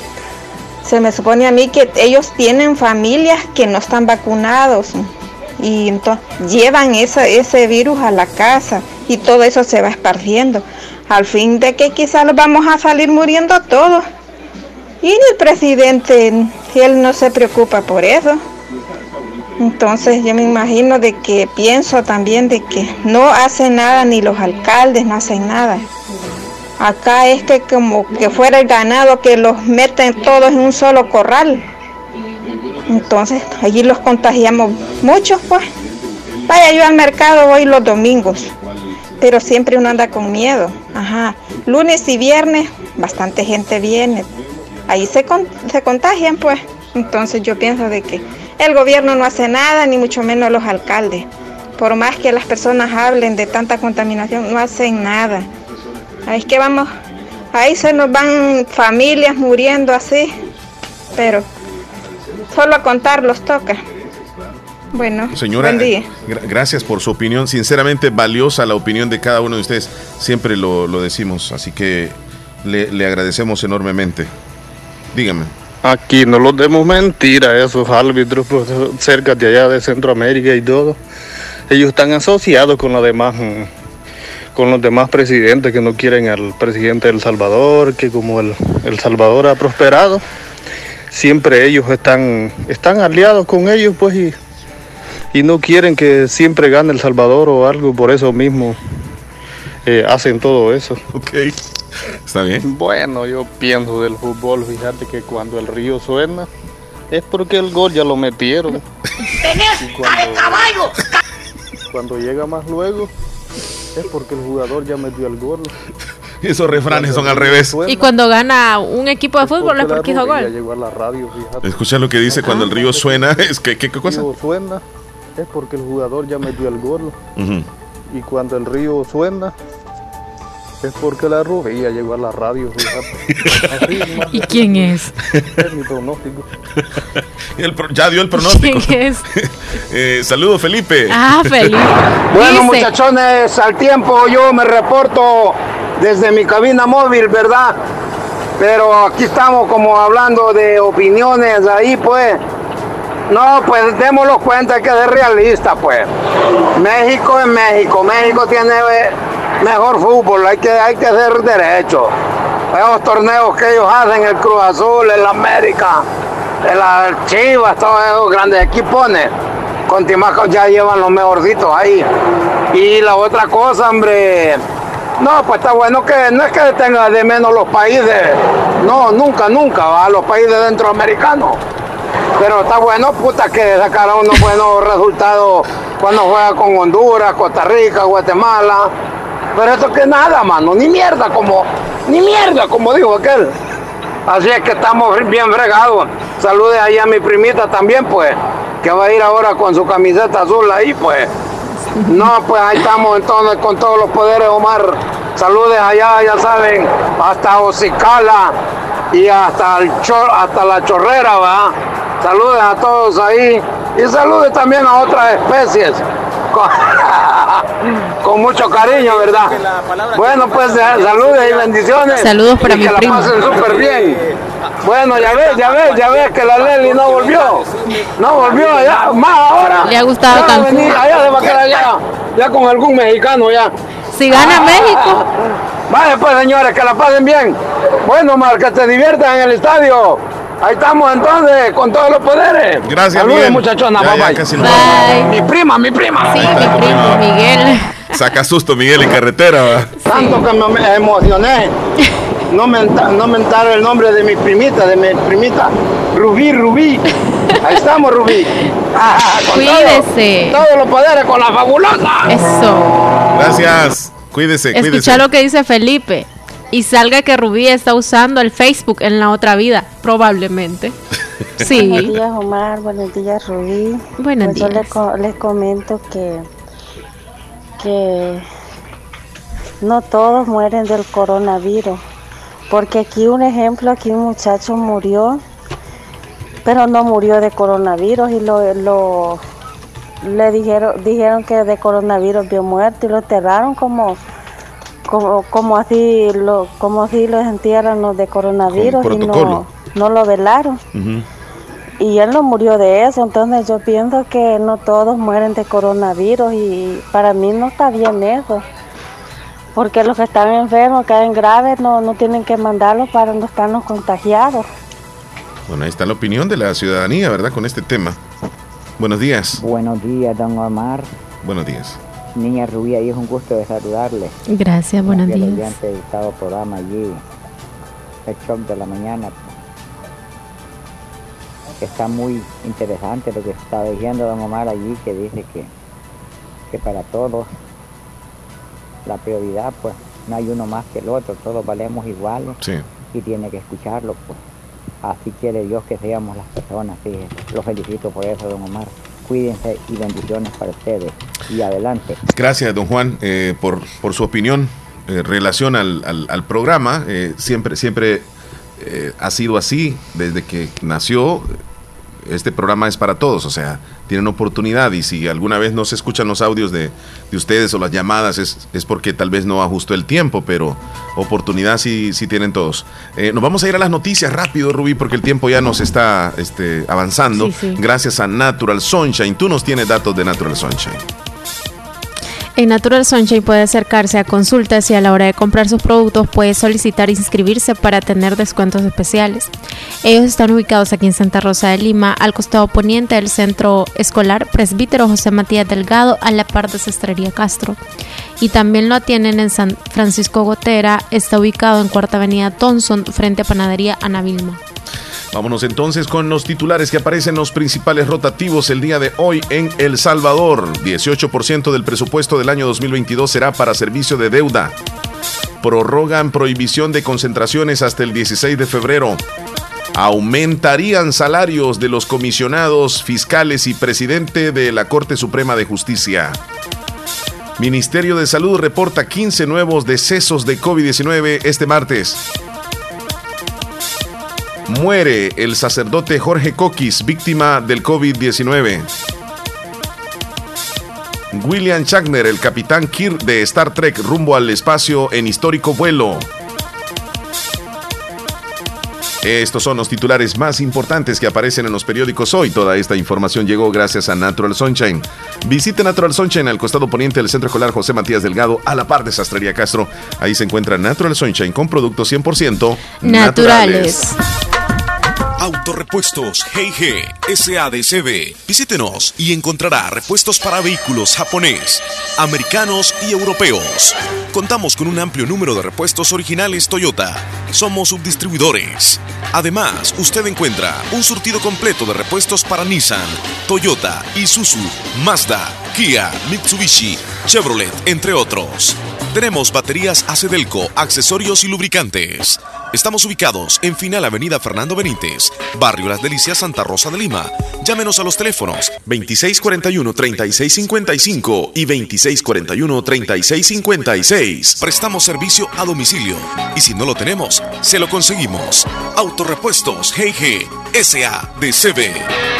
G: se me supone a mí que ellos tienen familias que no están vacunados y entonces llevan ese, ese virus a la casa y todo eso se va esparciendo, al fin de que quizás los vamos a salir muriendo todos. Y el presidente, él no se preocupa por eso. Entonces yo me imagino de que pienso también de que no hacen nada, ni los alcaldes no hacen nada. Acá es que como que fuera el ganado que los meten todos en un solo corral. Entonces allí los contagiamos muchos, pues. Vaya, yo al mercado voy los domingos, pero siempre uno anda con miedo. Ajá. Lunes y viernes bastante gente viene. Ahí se, con, se contagian, pues. Entonces yo pienso de que el gobierno no hace nada, ni mucho menos los alcaldes. Por más que las personas hablen de tanta contaminación, no hacen nada. Es que vamos, ahí se nos van familias muriendo así, pero solo a contar los toca. Bueno,
B: señora,
G: buen día.
B: Gra- gracias por su opinión. Sinceramente, valiosa la opinión de cada uno de ustedes. Siempre lo, lo decimos, así que le, le agradecemos enormemente. Dígame.
H: Aquí no los demos mentira, esos árbitros pues, cerca de allá de Centroamérica y todo. Ellos están asociados con los demás, con los demás presidentes que no quieren al presidente de El Salvador, que como el, el Salvador ha prosperado, siempre ellos están, están aliados con ellos, pues, y, y no quieren que siempre gane El Salvador o algo, por eso mismo eh, hacen todo eso.
B: Ok. Está bien.
H: Bueno, yo pienso del fútbol, fíjate que cuando el río suena es porque el gol ya lo metieron. Y cuando, cuando llega más luego es porque el jugador ya metió el gol.
B: Esos refranes son al revés.
T: Y cuando gana un equipo de fútbol es porque hizo gol.
H: Llegó a la radio, fíjate.
B: Escucha lo que dice cuando el río suena. Es que, ¿qué, qué cosa?
H: El río suena es porque el jugador ya metió el gol.
B: Uh-huh.
H: Y cuando el río suena es porque la rubia llegó a la radio. Así,
T: ¿y quién es?
H: Es mi pronóstico.
B: El pro, ya dio el pronóstico.
T: ¿Quién es?
B: eh, Saludos, Felipe.
T: Ah, Felipe.
V: Bueno,
T: Dice...
V: muchachones, al tiempo yo me reporto desde mi cabina móvil, ¿verdad? Pero aquí estamos como hablando de opiniones ahí, pues. No, pues démoslo cuenta que es realista, pues. México es México. México tiene mejor fútbol, hay que, hay que hacer derecho. Esos torneos que ellos hacen, el Cruz Azul, el América, el Chivas, todos esos grandes equipos, con Timaco ya llevan los mejorcitos ahí. Y la otra cosa, hombre, no, pues está bueno que no es que tenga de menos los países, no, nunca, nunca, va, los países centroamericanos. Pero está bueno, puta, que sacaron unos buenos resultados cuando juega con Honduras, Costa Rica, Guatemala. Pero esto que nada, mano, ni mierda, como, ni mierda, como dijo aquel. Así es que estamos bien fregados. Saludes ahí a mi primita también, pues, que va a ir ahora con su camiseta azul ahí, pues. No, pues ahí estamos entonces con todos los poderes, Omar. Saludes allá, ya saben, hasta Ocicala y hasta, el chor, hasta la Chorrera, ¿va? Saludes a todos ahí y saludes también a otras especies. Con, con mucho cariño, ¿verdad? Bueno, pues saludos y bendiciones.
T: Saludos para
V: y
T: mi
V: que
T: primo.
V: la pasen súper bien. Bueno, ya ves, ya ves, ya ves que la Leli no volvió. No volvió, ya, más ahora.
T: Le ha gustado
V: ya
T: Cancún.
V: venir, allá se va a quedar ya, ya con algún mexicano ya.
T: Si gana México.
V: Vaya pues, señores, que la pasen bien. Bueno, Omar, que te diviertan en el estadio. Ahí estamos entonces, con todos los poderes.
B: Gracias,
V: Saludos,
B: Miguel.
V: muchachona,
B: Ya,
V: bye,
B: ya,
V: bye.
B: casi
V: Bye. Mi prima, mi prima.
T: Sí, mi primo, Miguel.
B: Saca susto, Miguel, en carretera, ¿va?
V: Tanto que me emocioné. No mentar, no mentar el nombre de mi primita, de mi primita. Rubí, Rubí. Ahí estamos, Rubí. Ah, con
T: Cuídese.
V: Todo, todos los poderes con la fabulosa.
T: Eso.
B: Gracias. Cuídese, cuídese.
T: Escucha lo que dice Felipe. Y salga que Rubí está usando el Facebook en la otra vida, probablemente. Sí.
J: Buenos días, Omar. Buenos días, Rubí.
T: Buenos
J: pues
T: días.
J: Yo les, co- les comento que, que no todos mueren del coronavirus. Porque aquí un ejemplo, aquí un muchacho murió, pero no murió de coronavirus y lo, lo le dijeron, dijeron que de coronavirus vio muerto y lo enterraron como como, como así lo como así lo entierran los de coronavirus
B: Con
J: y
B: protocolo.
J: no, no lo velaron.
B: Ujú.
J: Y él no murió de eso, entonces yo pienso que no todos mueren de coronavirus y para mí no está bien eso. Porque los que están enfermos, caen graves, no, no tienen que mandarlos para no estarnos contagiados.
B: Bueno, ahí está la opinión de la ciudadanía, ¿verdad? Con este tema. Buenos días.
L: Buenos días, don Omar.
B: Buenos días.
L: Niña Rubí, ahí es un gusto de saludarle.
T: Gracias, buenos
L: Fiel
T: días.
L: oyente del estado programa allí, el show de la mañana. Está muy interesante lo que está diciendo don Omar allí, que dice que, que para todos la prioridad, pues no hay uno más que el otro, todos valemos iguales
B: Sí.
L: y tiene que escucharlo, pues. Así quiere Dios que seamos las personas, fíjese. Los felicito por eso, don Omar. Cuídense y bendiciones para ustedes. Y adelante.
B: Gracias, don Juan, eh, por, por su opinión en relación al, al, al programa. Eh, siempre siempre eh, ha sido así desde que nació. Este programa es para todos, o sea, tienen oportunidad y si alguna vez no se escuchan los audios de, de ustedes o las llamadas es, es porque tal vez no ajustó el tiempo, pero oportunidad sí, sí tienen todos. Eh, nos vamos a ir a las noticias rápido, Rubí, porque el tiempo ya nos está este, avanzando.
T: Sí, sí.
B: Gracias a Natural Sunshine. Tú nos tienes datos de Natural Sunshine.
T: En Natural Sunshine puede acercarse a consultas y a la hora de comprar sus productos puede solicitar inscribirse para tener descuentos especiales. Ellos están ubicados aquí en Santa Rosa de Lima, al costado poniente del Centro Escolar Presbítero José Matías Delgado, a la par de Sastrería Castro. Y también lo atienden en San Francisco Gotera, está ubicado en Cuarta Avenida Thompson, frente a Panadería Ana Vilma.
B: Vámonos entonces con los titulares que aparecen en los principales rotativos el día de hoy en El Salvador. dieciocho por ciento del presupuesto del año dos mil veintidós será para servicio de deuda. Prorrogan prohibición de concentraciones hasta el dieciséis de febrero. Aumentarían salarios de los comisionados fiscales y presidente de la Corte Suprema de Justicia. Ministerio de Salud reporta quince nuevos decesos de COVID diecinueve este martes. Muere el sacerdote Jorge Coquis, víctima del COVID diecinueve. William Shatner, el capitán Kirk de Star Trek, rumbo al espacio en histórico vuelo. Estos son los titulares más importantes que aparecen en los periódicos hoy. Toda esta información llegó gracias a Natural Sunshine. Visite Natural Sunshine al costado poniente del Centro Escolar José Matías Delgado, a la par de Sastrería Castro. Ahí se encuentra Natural Sunshine con productos cien por ciento naturales.
N: Autorepuestos G G S A D C B. Visítenos y encontrará repuestos para vehículos japonés, americanos y europeos. Contamos con un amplio número de repuestos originales Toyota. Somos subdistribuidores. Además, usted encuentra un surtido completo de repuestos para Nissan, Toyota, Isuzu, Mazda, Kia, Mitsubishi, Chevrolet, entre otros. Tenemos baterías Acedelco, accesorios y lubricantes. Estamos ubicados en Final Avenida Fernando Benítez, Barrio Las Delicias, Santa Rosa de Lima. Llámenos a los teléfonos veintiséis cuarenta y uno, treinta y seis cincuenta y cinco y veintiséis cuarenta y uno, treinta y seis cincuenta y seis. Prestamos servicio a domicilio y si no lo tenemos, se lo conseguimos. Autorepuestos G G S A D C B.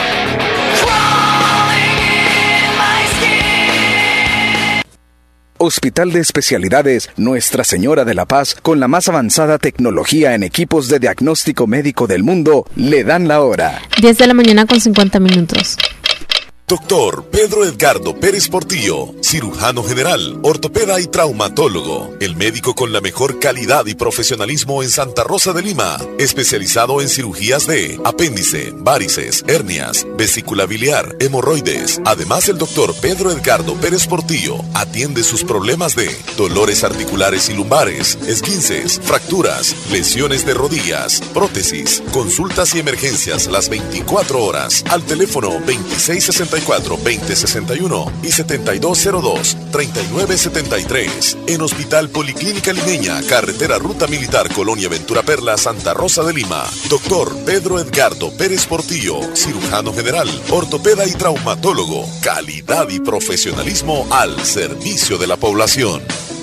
W: Hospital de Especialidades Nuestra Señora de la Paz, con la más avanzada tecnología en equipos de diagnóstico médico del mundo, le dan la hora.
T: diez de la mañana con cincuenta minutos.
N: Doctor Pedro Edgardo Pérez Portillo, cirujano general, ortopeda y traumatólogo, el médico con la mejor calidad y profesionalismo en Santa Rosa de Lima, especializado en cirugías de apéndice, varices, hernias, vesícula biliar, hemorroides. Además, el doctor Pedro Edgardo Pérez Portillo atiende sus problemas de dolores articulares y lumbares, esguinces, fracturas, lesiones de rodillas, prótesis, consultas y emergencias las veinticuatro horas al teléfono veintiséis sesenta y cuatro, veinte sesenta y uno y setenta y dos cero dos, treinta y nueve setenta y tres. En Hospital Policlínica Limeña, carretera Ruta Militar Colonia Ventura Perla, Santa Rosa de Lima. Doctor Pedro Edgardo Pérez Portillo, cirujano general, ortopeda y traumatólogo. Calidad y profesionalismo al servicio de la población.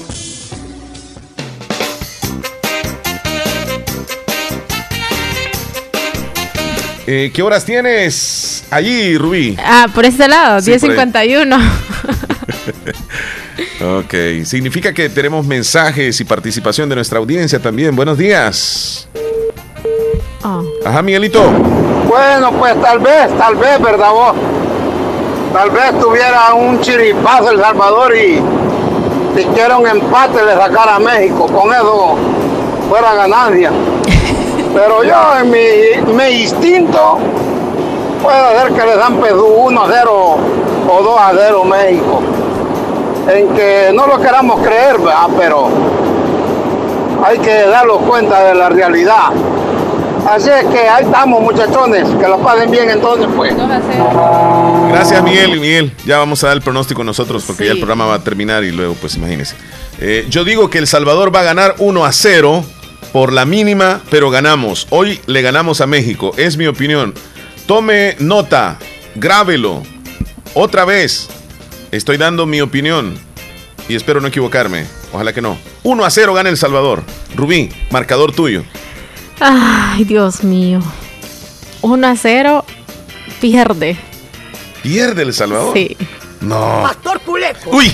B: Eh, ¿Qué horas tienes allí, Rubí?
T: Ah, por este lado,
B: Sí,
T: diez
B: por ahí.
T: cincuenta y uno.
B: Ok, significa que tenemos mensajes y participación de nuestra audiencia también. Buenos días.
T: Oh.
B: Ajá, Miguelito.
V: Bueno, pues tal vez, tal vez, ¿verdad vos? Tal vez tuviera un chiripazo El Salvador y siquiera un empate le sacara a México. Con eso fuera ganancia. Pero yo en mi, mi instinto puede ser que le dan uno a cero o dos a cero México. En que no lo queramos creer, ¿verdad? Pero hay que darnos cuenta de la realidad. Así es que ahí estamos, muchachones, que lo pasen bien entonces, pues.
B: Gracias, Miguel. Y Miguel, ya vamos a dar el pronóstico nosotros porque
T: Sí.
B: ya el programa va a terminar y luego, pues imagínense. Eh, yo digo que El Salvador va a ganar uno a cero por la mínima, pero ganamos. Hoy le ganamos a México, es mi opinión. Tome nota, grábelo. Otra vez, estoy dando mi opinión y espero no equivocarme. Ojalá que no. uno a cero gana El Salvador. Rubí, marcador tuyo.
T: Ay, Dios mío. uno a cero, pierde.
B: ¿Pierde El Salvador?
T: Sí.
B: No.
U: Pastor Culeco.
B: Uy.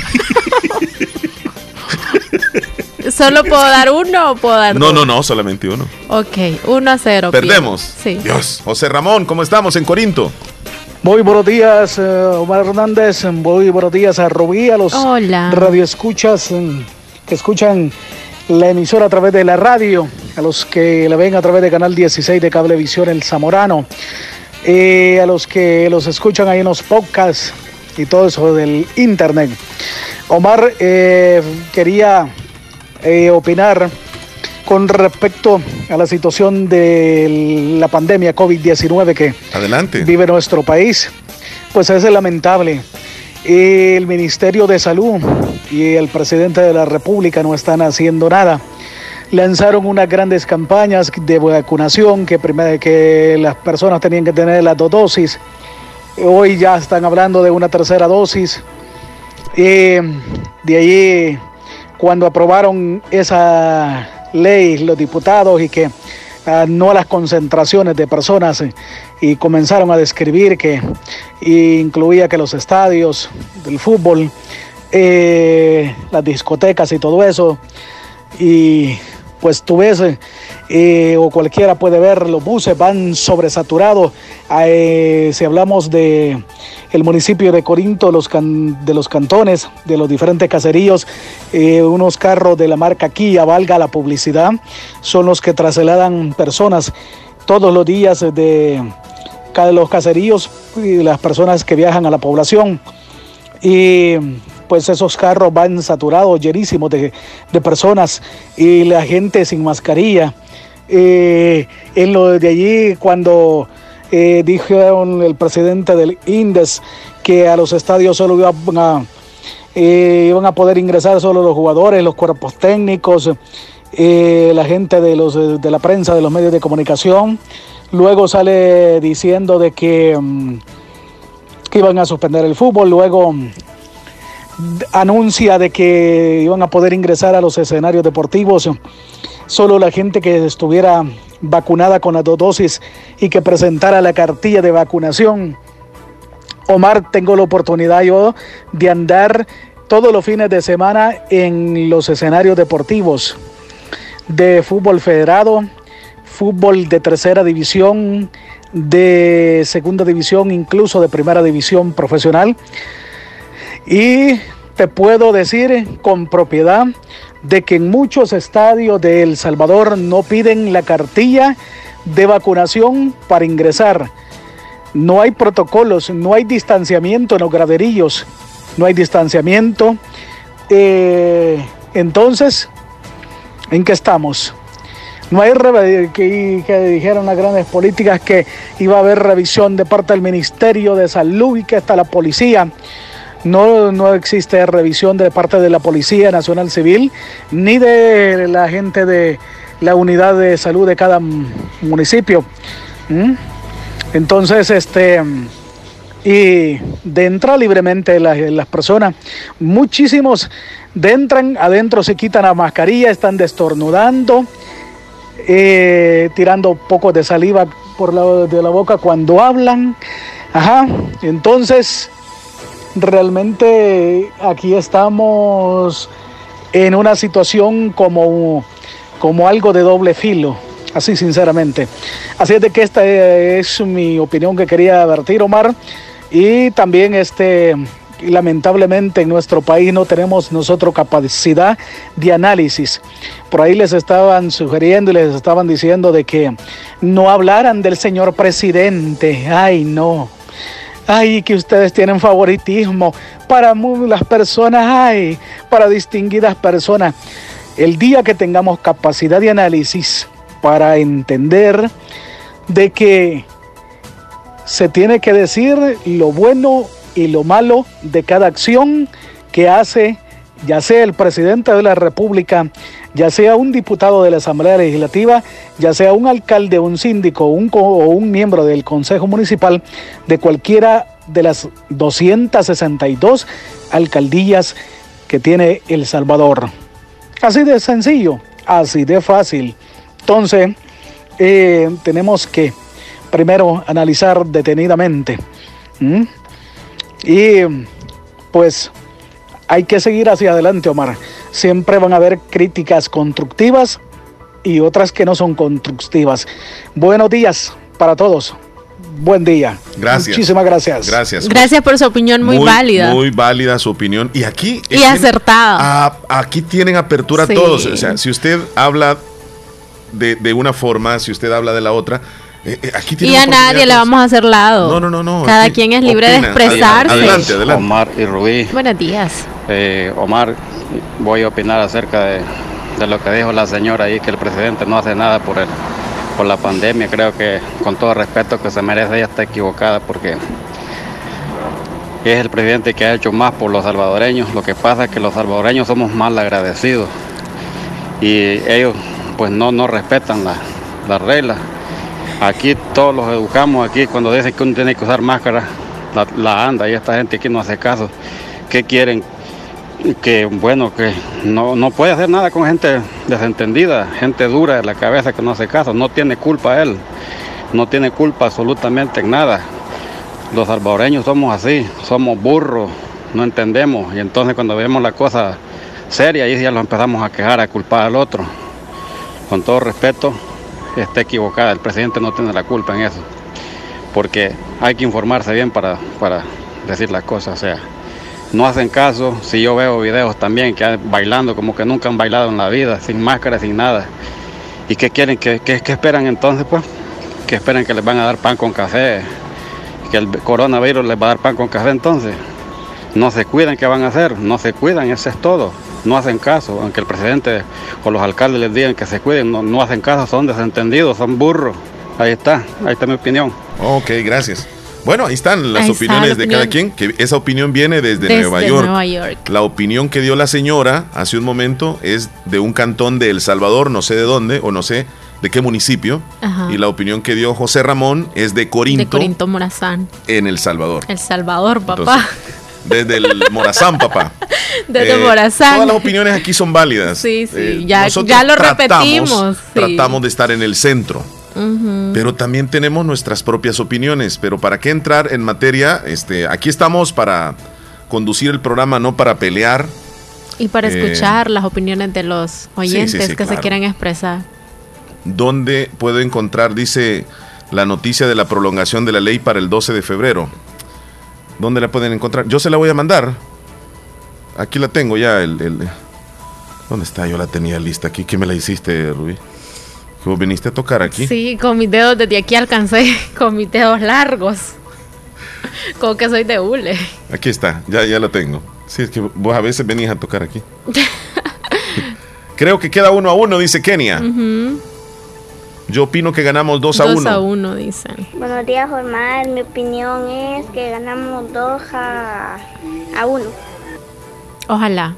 T: ¿Solo puedo dar uno o puedo dar
B: No,
T: dos?
B: no, no, solamente uno.
T: Ok, uno a cero.
B: Perdemos.
T: Sí.
B: Dios. José Ramón, ¿cómo estamos en Corinto?
C: Muy buenos días, eh, Omar Hernández. Muy buenos días a Rubí, a los
T: Hola.
C: radioescuchas eh, que escuchan la emisora a través de la radio, a los que la ven a través de Canal dieciséis de Cablevisión El Zamorano, eh, a los que los escuchan ahí en los podcasts y todo eso del internet. Omar, eh, quería eh, opinar con respecto a la situación de la pandemia COVID diecinueve que
B: Adelante.
C: vive nuestro país. Pues es lamentable. El Ministerio de Salud y el presidente de la República no están haciendo nada. Lanzaron unas grandes campañas de vacunación que, primero, que las personas tenían que tener las dos dosis. Hoy ya están hablando de una tercera dosis. Eh, de ahí, cuando aprobaron esa ley los diputados y que uh, no a las concentraciones de personas eh, y comenzaron a describir que incluía que los estadios del fútbol, eh, las discotecas y todo eso, y pues tú ves eh, o cualquiera puede ver, los buses van sobresaturados. Eh, si hablamos de el municipio de Corinto, los can, de los cantones, de los diferentes caseríos, eh, unos carros de la marca Kia, valga la publicidad, son los que trasladan personas todos los días de cada los caseríos y las personas que viajan a la población. Y pues esos carros van saturados, llenísimos de, de personas y la gente sin mascarilla. Eh, en lo de allí, cuando eh, dijeron el presidente del INDES que a los estadios solo iban a, eh, iban a poder ingresar solo los jugadores, los cuerpos técnicos, eh, la gente de, los, de la prensa, de los medios de comunicación. Luego sale diciendo de que, que iban a suspender el fútbol. Luego anuncia de que iban a poder ingresar a los escenarios deportivos solo la gente que estuviera vacunada con las dos dosis y que presentara la cartilla de vacunación. Omar, tengo la oportunidad yo de andar todos los fines de semana en los escenarios deportivos de fútbol federado, fútbol de tercera división, de segunda división, incluso de primera división profesional. Y te puedo decir con propiedad de que en muchos estadios de El Salvador no piden la cartilla de vacunación para ingresar. No hay protocolos, no hay distanciamiento en los graderillos, no hay distanciamiento. Eh, entonces, ¿en qué estamos? No hay re- que, que dijeron las grandes políticas que iba a haber revisión de parte del Ministerio de Salud y que hasta la policía. No, no existe revisión de parte de la Policía Nacional Civil ni de la gente de la unidad de salud de cada municipio. ¿Mm? Entonces, este, y de entrar libremente las, las personas, muchísimos de entran, adentro se quitan la mascarilla, están destornudando, eh, tirando pocos de saliva por la, de la boca cuando hablan. Ajá, entonces realmente aquí estamos en una situación como, como algo de doble filo, así sinceramente. Así es de que esta es mi opinión que quería vertir, Omar, y también este, lamentablemente en nuestro país no tenemos nosotros capacidad de análisis. Por ahí les estaban sugiriendo y les estaban diciendo de que no hablaran del señor presidente. Ay, no. Ay, que ustedes tienen favoritismo para las personas, ay, para distinguidas personas. El día que tengamos capacidad de análisis para entender de que se tiene que decir lo bueno y lo malo de cada acción que hace, ya sea el presidente de la República, ya sea un diputado de la Asamblea Legislativa, ya sea un alcalde, un síndico un co- o un miembro del Consejo Municipal de cualquiera de las doscientas sesenta y dos alcaldías que tiene El Salvador. Así de sencillo, así de fácil. Entonces, eh, tenemos que primero analizar detenidamente. ¿Mm? Y pues hay que seguir hacia adelante, Omar. Siempre van a haber críticas constructivas y otras que no son constructivas. Buenos días para todos. Buen día.
B: Gracias.
C: Muchísimas gracias.
B: Gracias.
T: Gracias por su opinión muy,
B: muy
T: válida.
B: Muy válida su opinión. Y aquí...
T: Y acertada.
B: A, aquí tienen apertura
T: Sí.
B: todos. O sea, si usted habla de, de una forma, si usted habla de la otra... Eh, eh, aquí
T: Y a nadie le vamos a hacer lado.
B: No, no, no, no.
T: Cada
B: Aquí
T: quien es libre
B: opina.
T: de expresarse.
B: Adelante, adelante.
E: Omar y Rubí.
T: Buenos días.
E: Eh, Omar, voy a opinar acerca de, de lo que dijo la señora ahí, que el presidente no hace nada por, el, por la pandemia. Creo que, con todo respeto que se merece, ella está equivocada porque es el presidente que ha hecho más por los salvadoreños. Lo que pasa es que los salvadoreños somos mal agradecidos y ellos pues no, no respetan la- las reglas. Aquí todos los educamos, aquí cuando dicen que uno tiene que usar máscara, la, la anda, y esta gente aquí no hace caso. ¿Qué quieren? Que bueno, que no, no puede hacer nada con gente desentendida, gente dura de la cabeza que no hace caso. No tiene culpa él, no tiene culpa absolutamente en nada. Los salvadoreños somos así, somos burros, no entendemos, y entonces cuando vemos la cosa seria, ahí ya lo empezamos a quejar, a culpar al otro. Con todo respeto, está equivocada, el presidente no tiene la culpa en eso, porque hay que informarse bien para, para decir las cosas. O sea, no hacen caso. Si yo veo videos también que han- bailando como que nunca han bailado en la vida, sin máscara, sin nada. ¿Y qué quieren? ¿Qué, qué, qué esperan entonces, pues? ¿Que esperan que les van a dar pan con café? ¿Que el coronavirus les va a dar pan con café entonces? No se cuidan, ¿qué van a hacer? No se cuidan, eso es todo. No hacen caso, aunque el presidente o los alcaldes les digan que se cuiden, no, no hacen caso, son desentendidos, son burros. Ahí está, ahí está mi opinión.
B: Ok, gracias. Bueno, ahí están las
T: Ahí está
B: opiniones
T: la
B: de
T: opinión.
B: cada quien, que esa opinión viene desde,
T: Desde
B: Nueva York.
T: Nueva York.
B: La opinión que dio la señora hace un momento es de un cantón de El Salvador, no sé de dónde, o no sé de qué municipio.
T: Ajá.
B: Y la opinión que dio José Ramón es de Corinto,
T: De Corinto Morazán.
B: en El Salvador.
T: El Salvador, papá.
B: Entonces, desde el Morazán, papá.
T: Desde
B: Eh,
T: Morazán.
B: Todas las opiniones aquí son válidas.
T: Sí, sí,
B: Eh,
T: ya-
B: nosotros
T: ya lo
B: tratamos-
T: repetimos, sí.
B: Tratamos de estar en el centro.
T: Ujú.
B: Pero también tenemos nuestras propias opiniones. Pero para qué entrar en materia, este, aquí estamos para conducir el programa, no para pelear.
T: Y para
B: Eh,
T: escuchar las opiniones de los oyentes
B: sí, sí,
T: que
B: claro.
T: se quieran expresar.
B: ¿Dónde puedo encontrar, dice, la noticia de la prolongación de la ley para el doce de febrero? ¿Dónde la pueden encontrar? Yo se la voy a mandar. Aquí la tengo ya. El, el, ¿Dónde está? Yo la tenía lista aquí. ¿Qué me la hiciste, Rubí? ¿Vos viniste a tocar aquí?
T: Sí, con mis dedos desde aquí alcancé, con mis dedos largos. Como que soy de hule.
B: Aquí está, ya, ya la tengo. Sí, es que vos a veces venís a tocar aquí. Creo que queda uno a uno, dice Kenia.
T: Uh-huh.
B: Yo opino que ganamos dos a uno.
T: Dos a uno, dicen.
F: Buenos días, Omar. Mi opinión es que ganamos dos a, a uno.
T: Ojalá.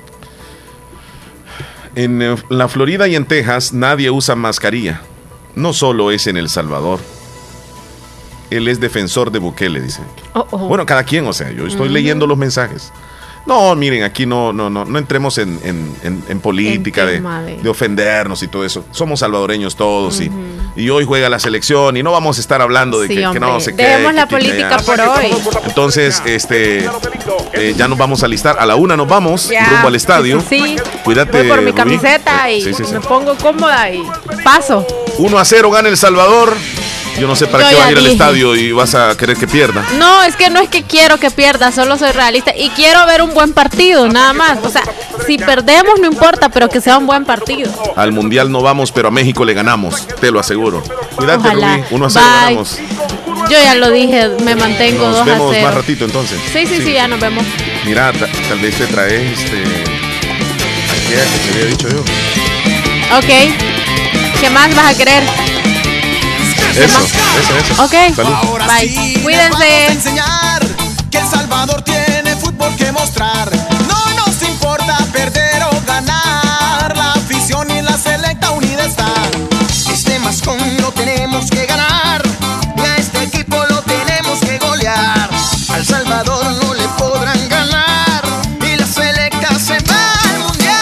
B: En eh, la Florida y en Texas nadie usa mascarilla. No solo es en El Salvador. Él es defensor de Bukele, dice.
T: Oh, oh. Bueno,
B: cada quien, o sea, yo estoy uh-huh. leyendo los mensajes. No, miren, aquí no, no, no, no entremos en, en, en, en política de, de... de ofendernos y todo eso. Somos salvadoreños todos uh-huh. y, y hoy juega la selección y no vamos a estar hablando de sí, que, que no se quede.
T: Dejemos la que, política que por hoy.
B: Entonces, este, eh, ya nos vamos a alistar. A la una nos vamos
T: ya.
B: rumbo al estadio.
T: Sí.
B: Cuídate.
T: Voy por mi
B: Rubí.
T: camiseta y sí, sí, sí. me pongo cómoda y paso.
B: uno a cero gana El Salvador. Yo no sé para
T: Yo
B: qué vas a ir
T: dije.
B: al estadio y vas a querer que pierda.
T: No, es que no es que quiero que pierda, solo soy realista y quiero ver un buen partido, nada más. O sea, si perdemos no importa, pero que sea un buen partido.
B: Al Mundial no vamos, pero a México le ganamos, te lo aseguro. Cuídate,
T: Ojalá.
B: Rubí, uno a cero
T: Bye.
B: ganamos.
T: Yo ya lo dije, me mantengo
B: Nos
T: dos a cero.
B: vemos más ratito entonces.
T: Sí, sí, sí, sí, ya nos vemos.
B: Mira, ta- tal vez te traes este... aquella que te había dicho yo.
T: Ok. ¿Qué más vas a querer?
B: Eso, eso, eso.
T: Ok.
B: Salud.
T: Bye.
M: Sí,
T: Cuídense.
M: vamos a enseñar que El Salvador tiene fútbol que mostrar. No nos importa perder o ganar. La afición y la selecta unida están. Este mascón lo tenemos que ganar. Y a este equipo lo tenemos que golear. Al Salvador no le podrán ganar. Y la selecta se va al mundial.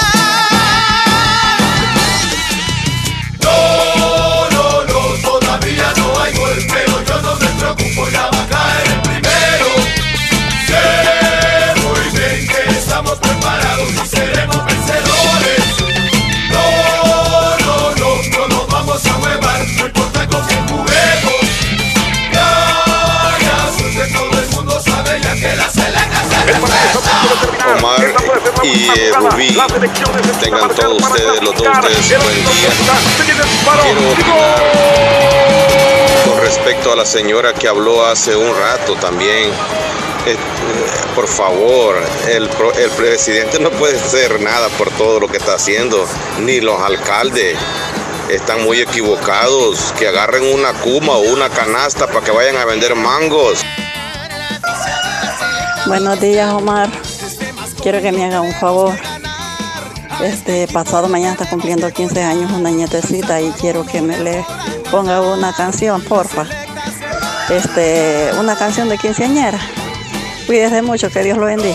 M: No, no, no, todavía no hay gol, pero yo no me preocupo, ya va a caer el primero. Sé muy bien que estamos preparados y seremos vencedores. No, no, no, no nos vamos a huevar, no importa con quién juguemos. Ya, ya, suerte, todo el mundo sabe ya que la selecta se respeta.
P: Omar y eh, Rubí, tengan todos ustedes, los dos ustedes, buen día. Quiero opinar con respecto a la señora que habló hace un rato también. Eh, por favor, el, pro- el presidente no puede hacer nada por todo lo que está haciendo, ni los alcaldes. Están muy equivocados, que agarren una cuma o una canasta para que vayan a vender mangos.
X: Buenos días, Omar. Quiero que me haga un favor. Este pasado mañana está cumpliendo quince años una nietecita y quiero que me le ponga una canción, porfa. Este, una canción de quinceañera. Cuídese mucho, que Dios lo bendiga.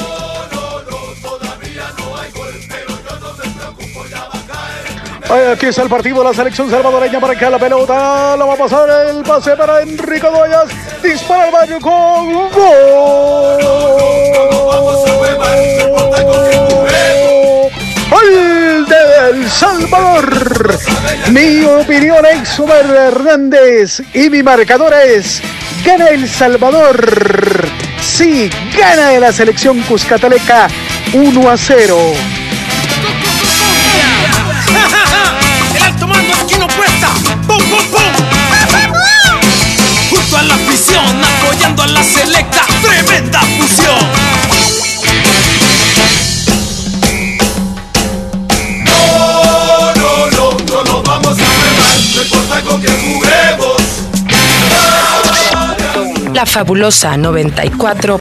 C: Ay, aquí está el partido de la selección salvadoreña para que la pelota la va a pasar el pase para Enrico Dueñas. Dispara el baño con gol. Gol de El Salvador. Mi opinión es Omar Hernández y mi marcador es gana El Salvador. Sí, gana de la selección cuscataleca uno a cero.
M: El alto mando aquí no cuesta. ¡Pum, pum, pum! Junto a la afición, apoyando a la selecta. ¡Tremenda fusión! No, no, no, no nos vamos a frenar. No importa con quién juguemos.
Y: La Fabulosa noventa y cuatro